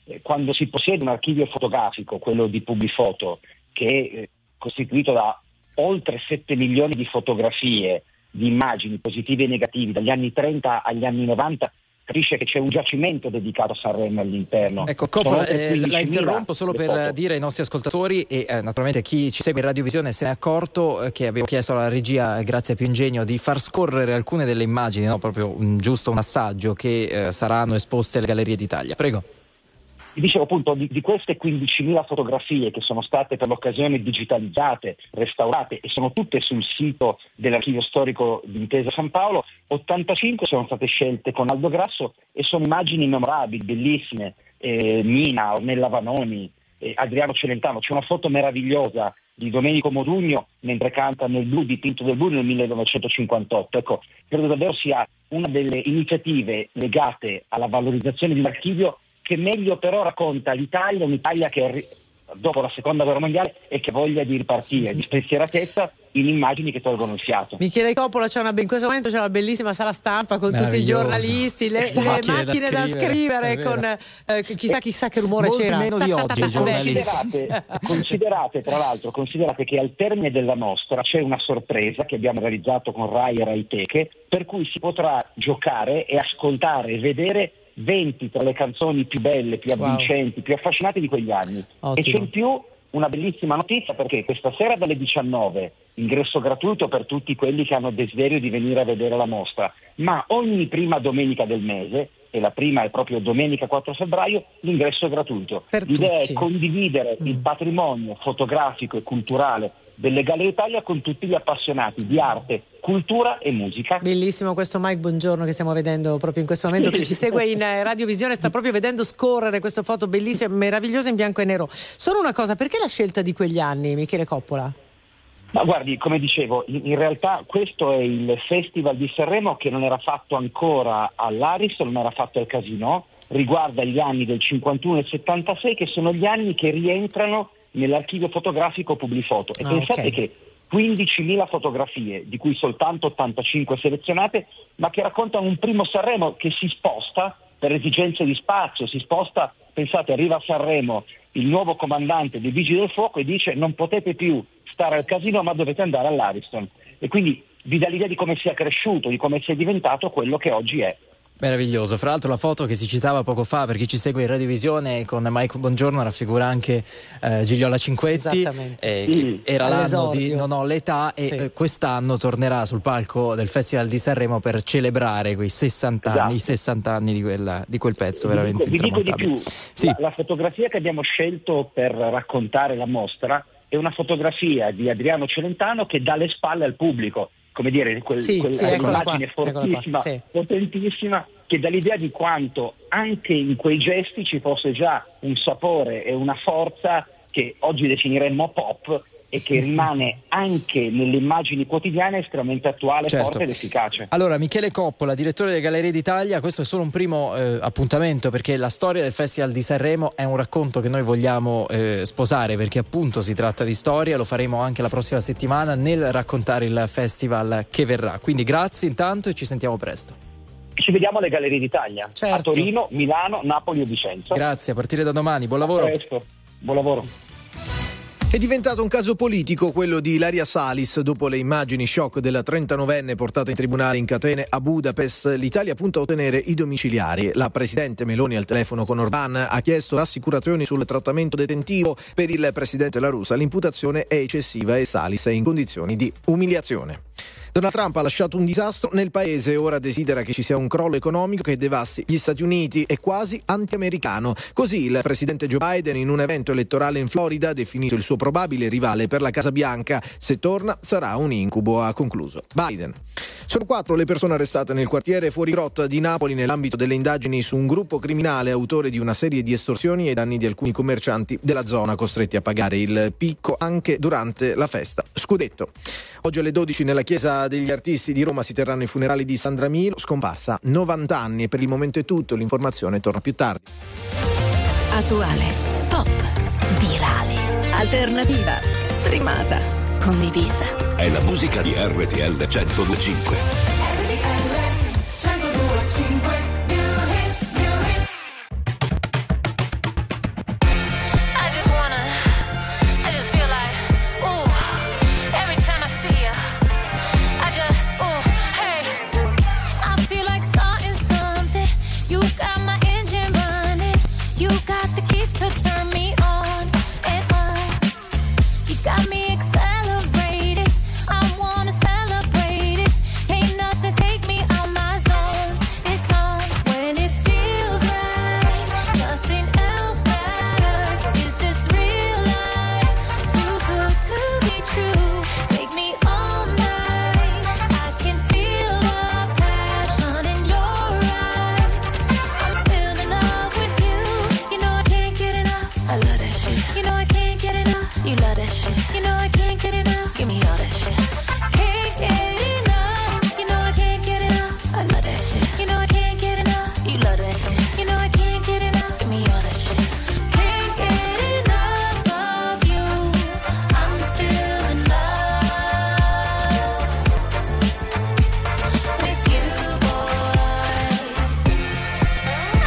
quando si possiede un archivio fotografico, quello di Publifoto, che è costituito da oltre 7 milioni di fotografie, di immagini positive e negative, dagli anni 30 agli anni 90, capisce che c'è un giacimento dedicato a Sanremo all'interno. Ecco, Coppola, la interrompo solo per dire ai nostri ascoltatori e naturalmente chi ci segue in radiovisione se ne è accorto che avevo chiesto alla regia, grazie a Più Ingegno, di far scorrere alcune delle immagini, no? Proprio giusto un assaggio, che saranno esposte alle Gallerie d'Italia. Prego. Dicevo appunto di queste 15.000 fotografie che sono state per l'occasione digitalizzate, restaurate e sono tutte sul sito dell'Archivio Storico di Intesa San Paolo, 85 sono state scelte con Aldo Grasso e sono immagini memorabili, bellissime, Mina, Ornella Vanoni, Adriano Celentano. C'è una foto meravigliosa di Domenico Modugno mentre canta nel blu, dipinto del blu nel 1958. Ecco, credo davvero sia una delle iniziative legate alla valorizzazione di un archivio che meglio però racconta l'Italia, un'Italia che dopo la seconda guerra mondiale e che voglia di ripartire, di spensieratezza in immagini che tolgono il fiato. Michele Coppola, in questo momento c'è una bellissima sala stampa con tutti i giornalisti, le macchine da scrivere con chissà che rumore molto c'era. Meno di oggi, considerate che al termine della mostra c'è una sorpresa che abbiamo realizzato con Rai e Rai Teche, per cui si potrà giocare e ascoltare e vedere 20 tra le canzoni più belle, più avvincenti, più affascinanti di quegli anni. Ottimo. E c'è in più una bellissima notizia, perché questa sera dalle 19 ingresso gratuito per tutti quelli che hanno desiderio di venire a vedere la mostra, ma ogni prima domenica del mese, e la prima è proprio domenica 4 febbraio, l'ingresso è gratuito. L'idea è condividere il patrimonio fotografico e culturale delle Gallerie d'Italia con tutti gli appassionati di arte, cultura e musica. Bellissimo questo Mike Buongiorno che stiamo vedendo proprio in questo momento, che ci segue in radiovisione, sta proprio vedendo scorrere queste foto bellissime, meravigliose in bianco e nero. Solo una cosa, perché la scelta di quegli anni, Michele Coppola? Ma guardi, come dicevo, in realtà questo è il Festival di Sanremo che non era fatto ancora all'Ariston, non era fatto al Casino, riguarda gli anni del 51 e 76, che sono gli anni che rientrano nell'archivio fotografico Publifoto. E pensate che 15.000 fotografie, di cui soltanto 85 selezionate, ma che raccontano un primo Sanremo che si sposta per esigenze di spazio, si sposta, pensate, arriva a Sanremo il nuovo comandante dei Vigili del Fuoco e dice: non potete più stare al Casino ma dovete andare all'Ariston. E quindi vi dà l'idea di come sia cresciuto, di come sia diventato quello che oggi è. Meraviglioso. Fra l'altro la foto che si citava poco fa, per chi ci segue in radiovisione, con Mike Buongiorno raffigura anche Gigliola Cinquetti. Era l'anno di Non ho l'età e quest'anno tornerà sul palco del Festival di Sanremo per celebrare quei 60 anni, i 60 anni di quel pezzo veramente intramontabile. Vi dico di più, la fotografia che abbiamo scelto per raccontare la mostra è una fotografia di Adriano Celentano che dà le spalle al pubblico, come dire, quell'immagine fortissima, potentissima, che dà l'idea di quanto anche in quei gesti ci fosse già un sapore e una forza che oggi definiremmo pop e che rimane anche nelle immagini quotidiane estremamente attuale, forte ed efficace. Allora, Michele Coppola, direttore delle Gallerie d'Italia, questo è solo un primo appuntamento, perché la storia del Festival di Sanremo è un racconto che noi vogliamo sposare, perché appunto si tratta di storia. Lo faremo anche la prossima settimana nel raccontare il festival che verrà. Quindi grazie intanto e ci sentiamo presto. Ci vediamo alle Gallerie d'Italia, a Torino, Milano, Napoli e Vicenza. Grazie, a partire da domani. Buon lavoro. A presto. Buon lavoro. È diventato un caso politico quello di Ilaria Salis. Dopo le immagini shock della 39enne portata in tribunale in catene a Budapest, l'Italia punta a ottenere i domiciliari. La presidente Meloni al telefono con Orban ha chiesto rassicurazioni sul trattamento detentivo. Per il presidente La Russa l'imputazione è eccessiva e Salis è in condizioni di umiliazione. Donald Trump ha lasciato un disastro nel paese e ora desidera che ci sia un crollo economico che devasti gli Stati Uniti. È quasi anti-americano. Così il presidente Joe Biden in un evento elettorale in Florida ha definito il suo probabile rivale per la Casa Bianca. Se torna sarà un incubo, ha concluso Biden. Sono 4 le persone arrestate nel quartiere Fuori Rotta di Napoli nell'ambito delle indagini su un gruppo criminale autore di una serie di estorsioni ai danni di alcuni commercianti della zona, costretti a pagare il picco anche durante la festa Scudetto. Oggi alle 12 nella chiesa degli Artisti di Roma si terranno i funerali di Sandra Milo, scomparsa 90 anni. E per il momento è tutto, l'informazione torna più tardi. Attuale, pop, virale, alternativa, streamata, condivisa. È la musica di RTL 102.5. You know I can't get enough. Give me all that shit. Can't get enough of you. I'm still in love with you, boy. I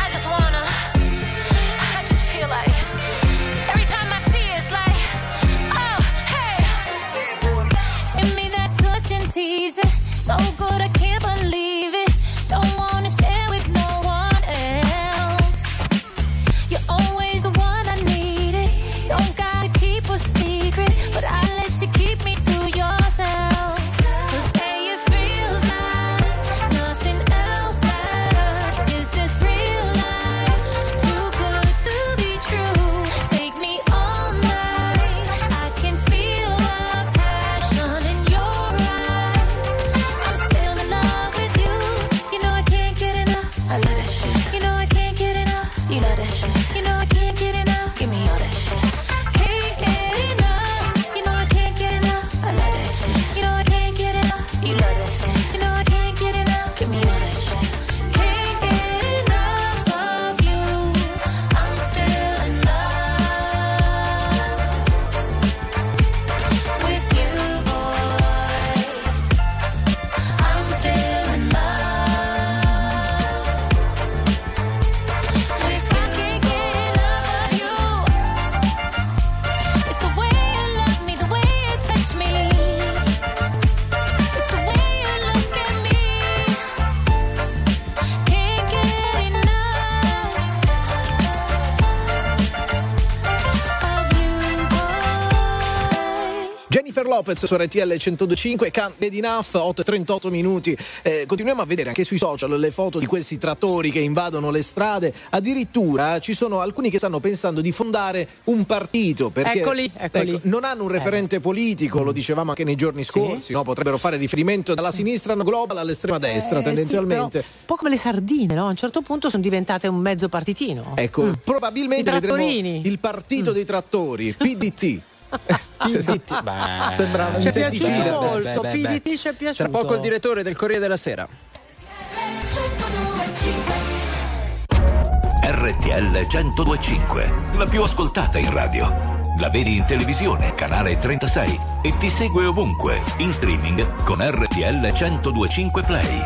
just feel like every time I see it, it's like, oh, hey. Give me that touch and tease it. So good I can't believe it. Don't wanna share with no one else. You're always the one I needed. Don't gotta keep a secret, but I let you keep me to yourself. 'Cause hey, it feels like nothing else matters. Is this real life? Too good to be true. Take me all night. I can feel the passion in your eyes. I'm still in love with you. You know I can't get enough. I love that shit. You know I can't get enough. You love that shit. You know I can't get enough. Give me all that shit. Can't get enough. You know I can't get enough. I love that shit. You know I can't get enough. You love that shit. You know I can't get enough. Give me all that shit. Can't get enough of you. I'm still in love with you, boy. I'm still in love with you. I can't get enough of you. It's the way you love me, the way you touch me. It's the way you look at me. Can't get enough of you, boy. Jennifer Lopez su RTL 102.5, Can't Get Enough, 8:38 minuti. Continuiamo a vedere anche sui social le foto di questi trattori che invadono le strade. Addirittura ci sono alcuni che stanno pensando di fondare un partito perché Eccoli. ecco, non hanno un referente politico, lo dicevamo anche nei giorni scorsi, no? Potrebbero fare riferimento dalla sinistra global all'estrema destra tendenzialmente. Sì, però, un po' come le sardine, no? A un certo punto sono diventate un mezzo partitino. Ecco, probabilmente I vedremo trattorini. il partito dei trattori, PDT. Sembra una ci è insetticida. piaciuto molto. PDT ci è piaciuto. Tra poco il direttore del Corriere della Sera. RTL 102.5, la più ascoltata in radio. La vedi in televisione, canale 36 e ti segue ovunque, in streaming con RTL 102.5 Play.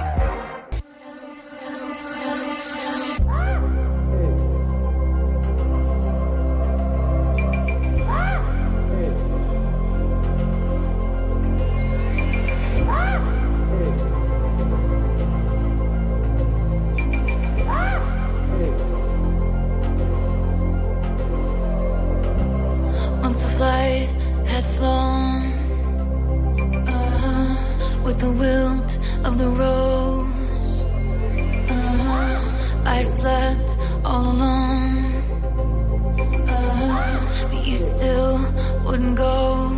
Once the flight had flown, with the wilt of the rose, I slept all alone, but you still wouldn't go.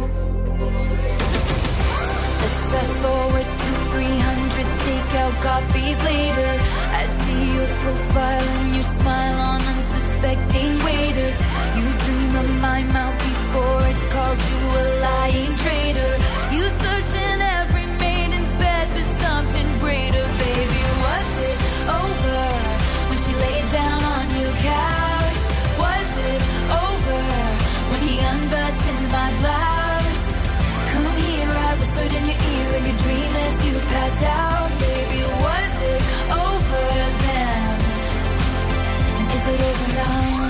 Let's fast forward to 300 takeout coffees later. I see your profile and your smile on unsuspecting waiters. You dream of my mouth before it called you a lying traitor. You search in every maiden's bed for something greater. Baby, was it over when she laid down on your couch? Was it over when he unbuttoned my blouse? Come here, I whispered in your ear in your dream as you passed out. Baby, was it over then? And is it over now?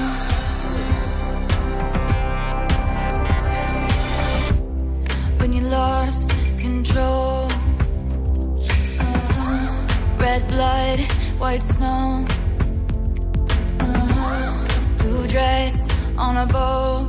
When you lost control, red blood, white snow, blue dress on a bow.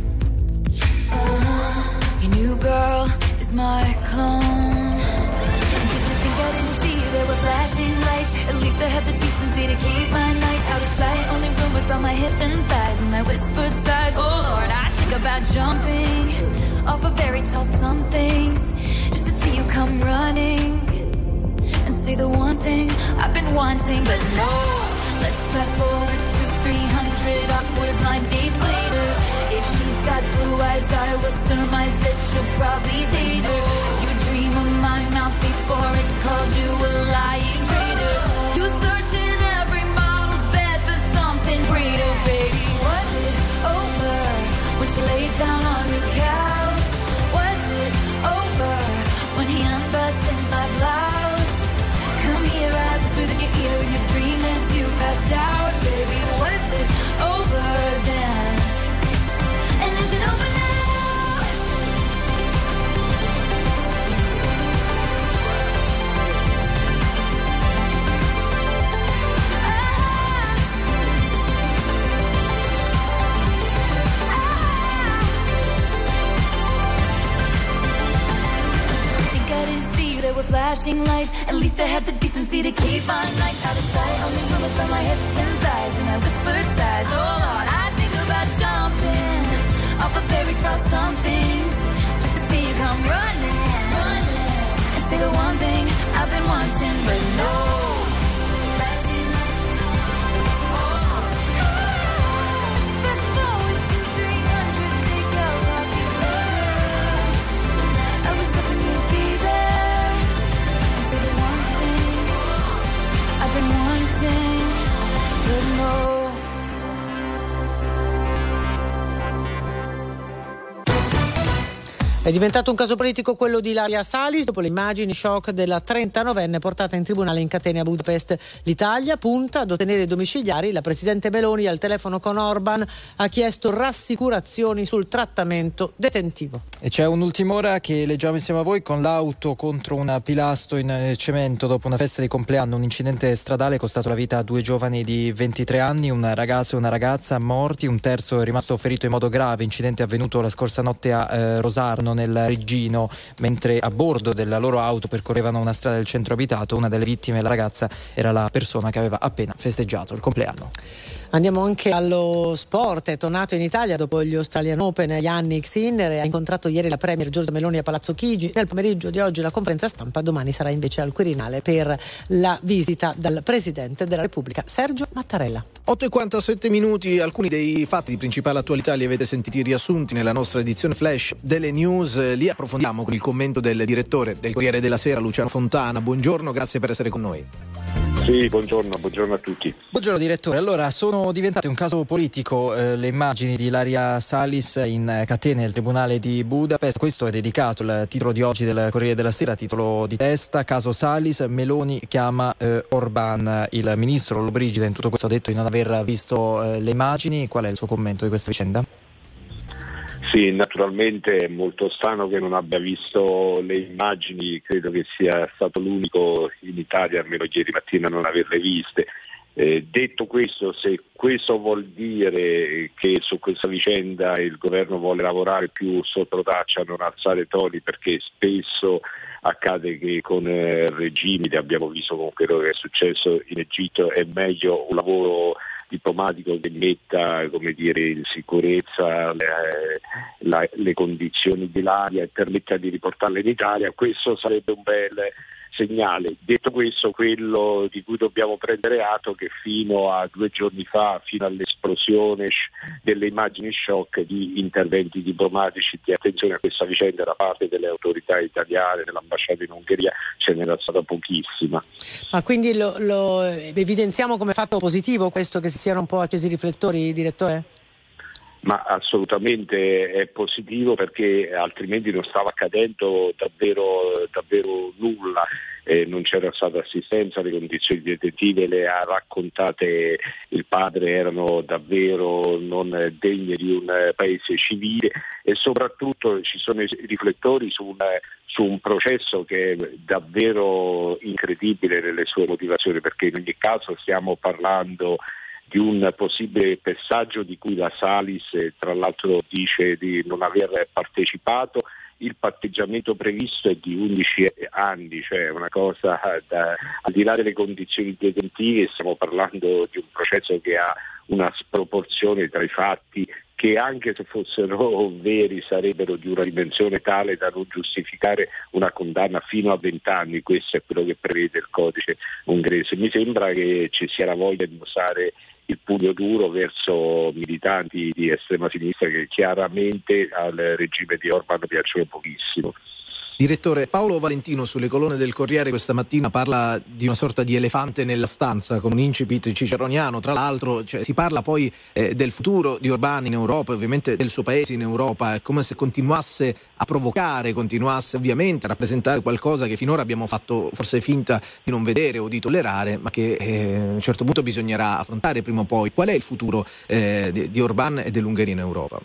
Your new girl is my clone. Did you think I didn't see there were flashing lights? At least I had the decency to keep my nights out of sight. Only rumors about my hips and thighs and my whispered sighs. Oh Lord, I think about jumping off of very tall somethings just to see you come running and say the one thing I've been wanting. But no, let's fast forward to 300 awkward blind dates later. If she's got blue eyes, I will surmise that she'll probably date her. You dream of my mouth before it called you a lying traitor. You search in every model's bed for flashing light. At least I had the decency to keep my nights out of sight. Only rumors from my hips and thighs, and I whispered sighs. Oh Lord, I think about jumping off a fairy tale somethings just to see you come running, and say the one thing I've been wanting, but no. Flashing lights. Fast forward to 300, take your lucky breath. I was hoping you'd be there and say the one thing I've been wanting, but no. È diventato un caso politico quello di Ilaria Salis dopo le immagini shock della 39enne portata in tribunale in catene a Budapest. L'Italia punta ad ottenere i domiciliari. La presidente Meloni al telefono con Orban ha chiesto rassicurazioni sul trattamento detentivo. E c'è un'ultima ora che leggiamo insieme a voi con l'auto contro un pilastro in cemento dopo una festa di compleanno. Un incidente stradale è costato la vita a 2 giovani di 23 anni, un ragazzo e una ragazza morti, un terzo è rimasto ferito in modo grave. Incidente avvenuto la scorsa notte a Rosarno nel Reggino, mentre a bordo della loro auto percorrevano una strada del centro abitato. Una delle vittime, la ragazza, era la persona che aveva appena festeggiato il compleanno. Andiamo anche allo sport. È tornato in Italia dopo gli Australian Open Yannick Sinner e ha incontrato ieri la premier Giorgia Meloni a Palazzo Chigi. Nel pomeriggio di oggi la conferenza stampa, domani sarà invece al Quirinale per la visita dal Presidente della Repubblica Sergio Mattarella. 8:47 minuti, alcuni dei fatti di principale attualità li avete sentiti riassunti nella nostra edizione flash delle news. Li approfondiamo con il commento del direttore del Corriere della Sera, Luciano Fontana. Buongiorno, grazie per essere con noi. Sì, buongiorno a tutti. Buongiorno direttore, allora sono diventate un caso politico le immagini di Ilaria Salis in catene al Tribunale di Budapest. Questo è dedicato il titolo di oggi del Corriere della Sera, titolo di testa: caso Salis, Meloni chiama Orban. Il ministro Lollobrigida in tutto questo ha detto di non aver visto le immagini. Qual è il suo commento di questa vicenda? Sì, naturalmente è molto strano che non abbia visto le immagini, credo che sia stato l'unico in Italia, almeno ieri mattina, a non averle viste. Detto questo, se questo vuol dire che su questa vicenda il governo vuole lavorare più sotto traccia, non alzare toni, perché spesso accade che con regimi, abbiamo visto con quello che è successo in Egitto, è meglio un lavoro diplomatico che metta, come dire, in sicurezza le condizioni dell'area e permetta di riportarle in Italia. Questo sarebbe un bel segnale. Detto questo, quello di cui dobbiamo prendere atto che fino a 2 giorni fa, fino all'esplosione delle immagini shock, di interventi diplomatici di attenzione a questa vicenda da parte delle autorità italiane, dell'ambasciata in Ungheria, ce n'era stata pochissima. Ma quindi lo evidenziamo come fatto positivo questo, che si siano un po' accesi i riflettori, direttore? Ma assolutamente è positivo, perché altrimenti non stava accadendo davvero nulla. Non c'era stata assistenza, le condizioni detentive le ha raccontate il padre, erano davvero non degne di un paese civile, e soprattutto ci sono i riflettori su un processo che è davvero incredibile nelle sue motivazioni, perché in ogni caso stiamo parlando di un possibile passaggio di cui la Salis tra l'altro dice di non aver partecipato. Il patteggiamento previsto è di 11 anni, cioè una cosa al di là delle condizioni detentive. Stiamo parlando di un processo che ha una sproporzione tra i fatti che, anche se fossero veri, sarebbero di una dimensione tale da non giustificare una condanna fino a 20 anni. Questo è quello che prevede il codice ungherese. Mi sembra che ci sia la voglia di usare il pugno duro verso militanti di estrema sinistra che chiaramente al regime di Orban piacciono pochissimo. Direttore, Paolo Valentino sulle colonne del Corriere questa mattina parla di una sorta di elefante nella stanza, con un incipit ciceroniano, tra l'altro, cioè, si parla poi del futuro di Orban in Europa e ovviamente del suo paese in Europa. È come se continuasse a provocare, continuasse ovviamente a rappresentare qualcosa che finora abbiamo fatto forse finta di non vedere o di tollerare, ma che a un certo punto bisognerà affrontare prima o poi. Qual è il futuro di Orban e dell'Ungheria in Europa?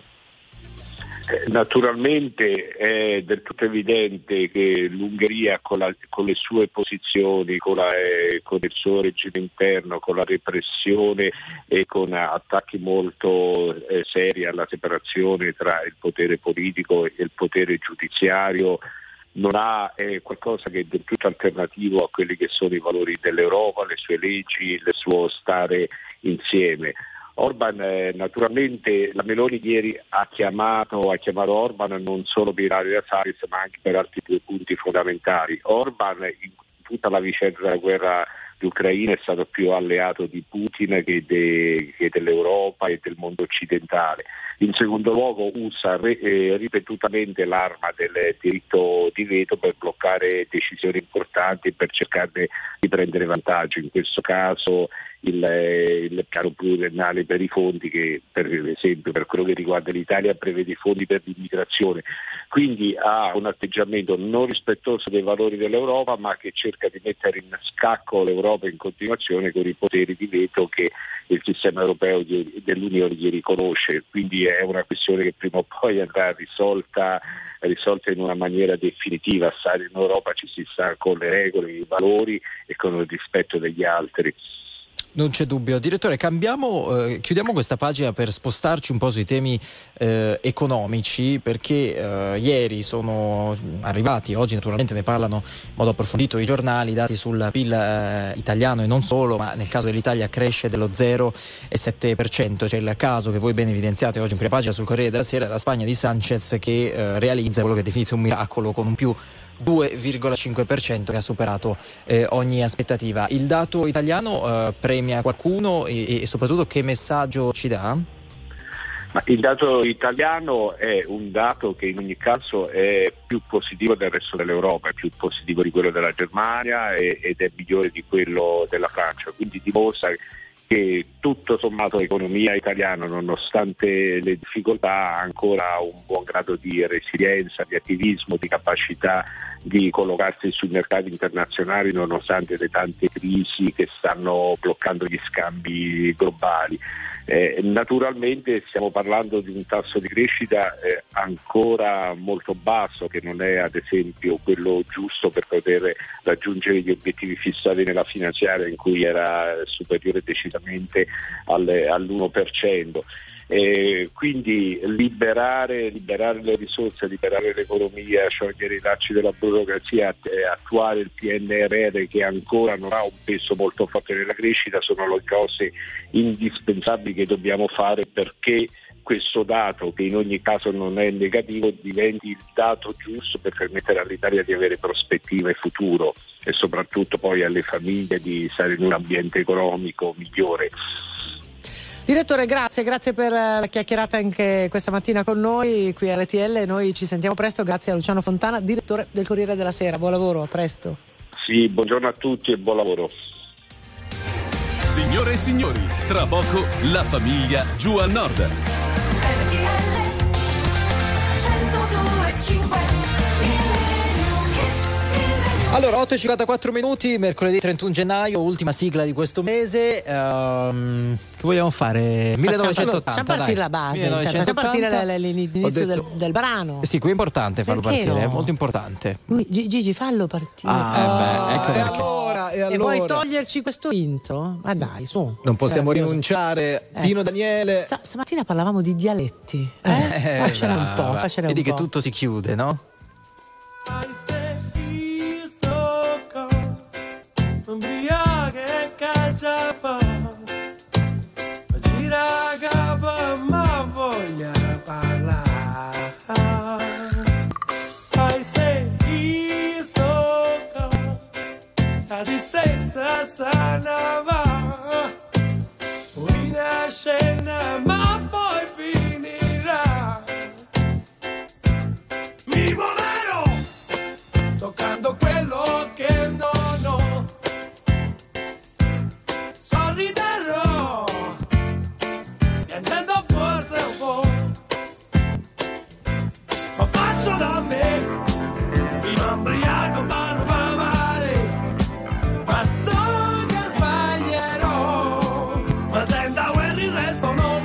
Naturalmente è del tutto evidente che l'Ungheria con le sue posizioni, con il suo regime interno, con la repressione e con attacchi molto seri alla separazione tra il potere politico e il potere giudiziario, non ha qualcosa che è del tutto alternativo a quelli che sono i valori dell'Europa, le sue leggi, il suo stare insieme. Orban, naturalmente la Meloni ieri ha chiamato Orban non solo per Ilaria Salis ma anche per altri due punti fondamentali. Orban in tutta la vicenda della guerra d'Ucraina è stato più alleato di Putin che dell'Europa e del mondo occidentale. In secondo luogo usa ripetutamente l'arma del diritto di veto per bloccare decisioni importanti e per cercare di prendere vantaggio. In questo caso il piano pluriennale per i fondi, che per esempio per quello che riguarda l'Italia prevede fondi per l'immigrazione, quindi ha un atteggiamento non rispettoso dei valori dell'Europa ma che cerca di mettere in scacco l'Europa in continuazione con i poteri di veto che il sistema europeo dell'Unione gli riconosce. Quindi è una questione che prima o poi andrà risolta in una maniera definitiva. Stare in Europa ci si sta con le regole, i valori e con il rispetto degli altri. Non c'è dubbio. Direttore, chiudiamo questa pagina per spostarci un po' sui temi economici, perché ieri sono arrivati, oggi naturalmente ne parlano in modo approfondito i giornali, dati sul PIL italiano e non solo, ma nel caso dell'Italia cresce dello 0,7%. C'è il caso che voi ben evidenziate oggi in prima pagina sul Corriere della Sera, della Spagna di Sanchez, che realizza quello che definite un miracolo con un più 2,5% che ha superato ogni aspettativa. Il dato italiano premia qualcuno e soprattutto che messaggio ci dà? Ma il dato italiano è un dato che in ogni caso è più positivo del resto dell'Europa, è più positivo di quello della Germania ed è migliore di quello della Francia, quindi dimostra che tutto sommato l'economia italiana, nonostante le difficoltà, ha ancora un buon grado di resilienza, di attivismo, di capacità di collocarsi sui mercati internazionali nonostante le tante crisi che stanno bloccando gli scambi globali. Naturalmente stiamo parlando di un tasso di crescita ancora molto basso, che non è ad esempio quello giusto per poter raggiungere gli obiettivi fissati nella finanziaria, in cui era superiore decisamente all'1%. Quindi liberare le risorse, liberare l'economia, sciogliere i lacci della burocrazia, attuare il PNRR, che ancora non ha un peso molto forte nella crescita, sono le cose indispensabili che dobbiamo fare perché questo dato, che in ogni caso non è negativo, diventi il dato giusto per permettere all'Italia di avere prospettiva e futuro, e soprattutto poi alle famiglie di stare in un ambiente economico migliore. Direttore, grazie per la chiacchierata anche questa mattina con noi qui a RTL. Noi ci sentiamo presto, grazie a Luciano Fontana, direttore del Corriere della Sera. Buon lavoro, a presto. Sì, buongiorno a tutti e buon lavoro. Signore e signori, tra poco la famiglia giù al nord. RTL 102.5. Allora, 8:54 minuti, mercoledì 31 gennaio, ultima sigla di questo mese. Che vogliamo fare? 1980. Facciamo partire la base, facciamo partire l'inizio del brano. Sì, qui è importante farlo Perché partire, no? è molto importante. Gigi, fallo partire. Ecco perché. E allora? E vuoi toglierci questo intro? Ma dai, su. Non possiamo rinunciare. Pino Daniele. Stamattina parlavamo di dialetti. Faccene un po'. Vedi che tutto si chiude, no? Ubriache cacciapa, gira capa ma voglia parlare. I say istocca, la distanza sanava, una scena ma poi finirà. Mi volerò, toccando quello che non ho. Sorriderò, piangendo forse un po', ma faccio da me, mi m'ambriaco ma non va male, ma so che sbaglierò, ma senta quel il resto no.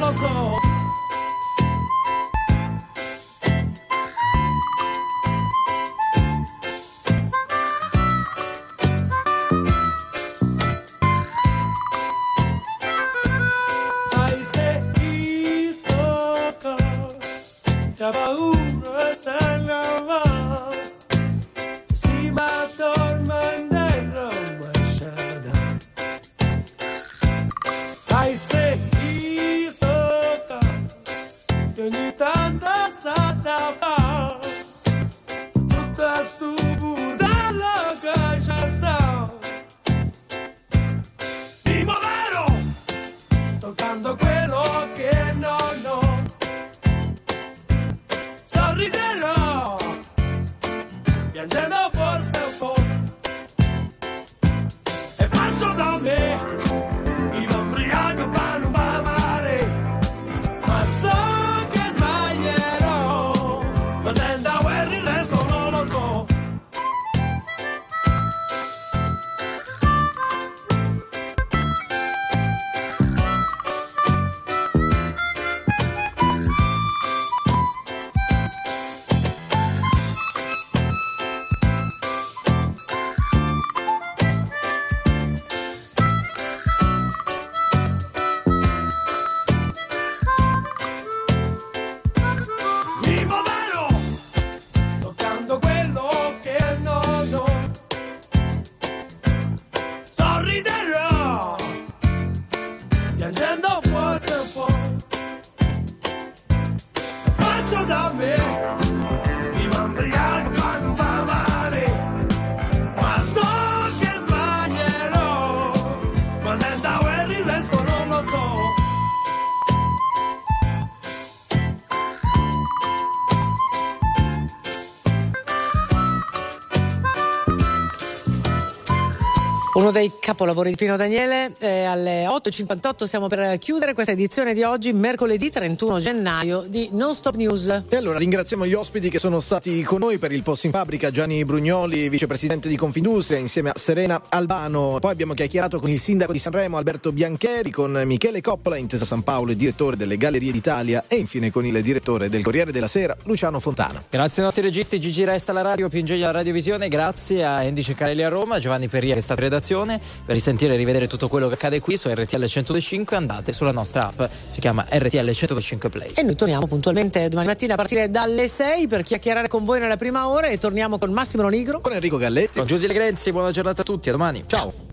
Uno dei capolavori di Pino Daniele. Alle 8.58 stiamo per chiudere questa edizione di oggi, mercoledì 31 gennaio di Non Stop News. E allora ringraziamo gli ospiti che sono stati con noi per il Post in Fabbrica: Gianni Brugnoli, vicepresidente di Confindustria, insieme a Serena Albano. Poi abbiamo chiacchierato con il sindaco di Sanremo Alberto Biancheri, con Michele Coppola, Intesa San Paolo e direttore delle Gallerie d'Italia, e infine con il direttore del Corriere della Sera Luciano Fontana. Grazie ai nostri registi Gigi Resta alla radio, Pingeglia alla radiovisione, grazie a Andy Ceccarelli a Roma, Giovanni Perria che sta in redazione. Per risentire e rivedere tutto quello che accade qui su RTL 102.5 andate sulla nostra app, si chiama RTL 102.5 Play. E noi torniamo puntualmente domani mattina a partire dalle 6 per chiacchierare con voi nella prima ora, e torniamo con Massimo Nigro, con Enrico Galletti, con Giusy Legrenzi. Buona giornata a tutti, a domani. Ciao.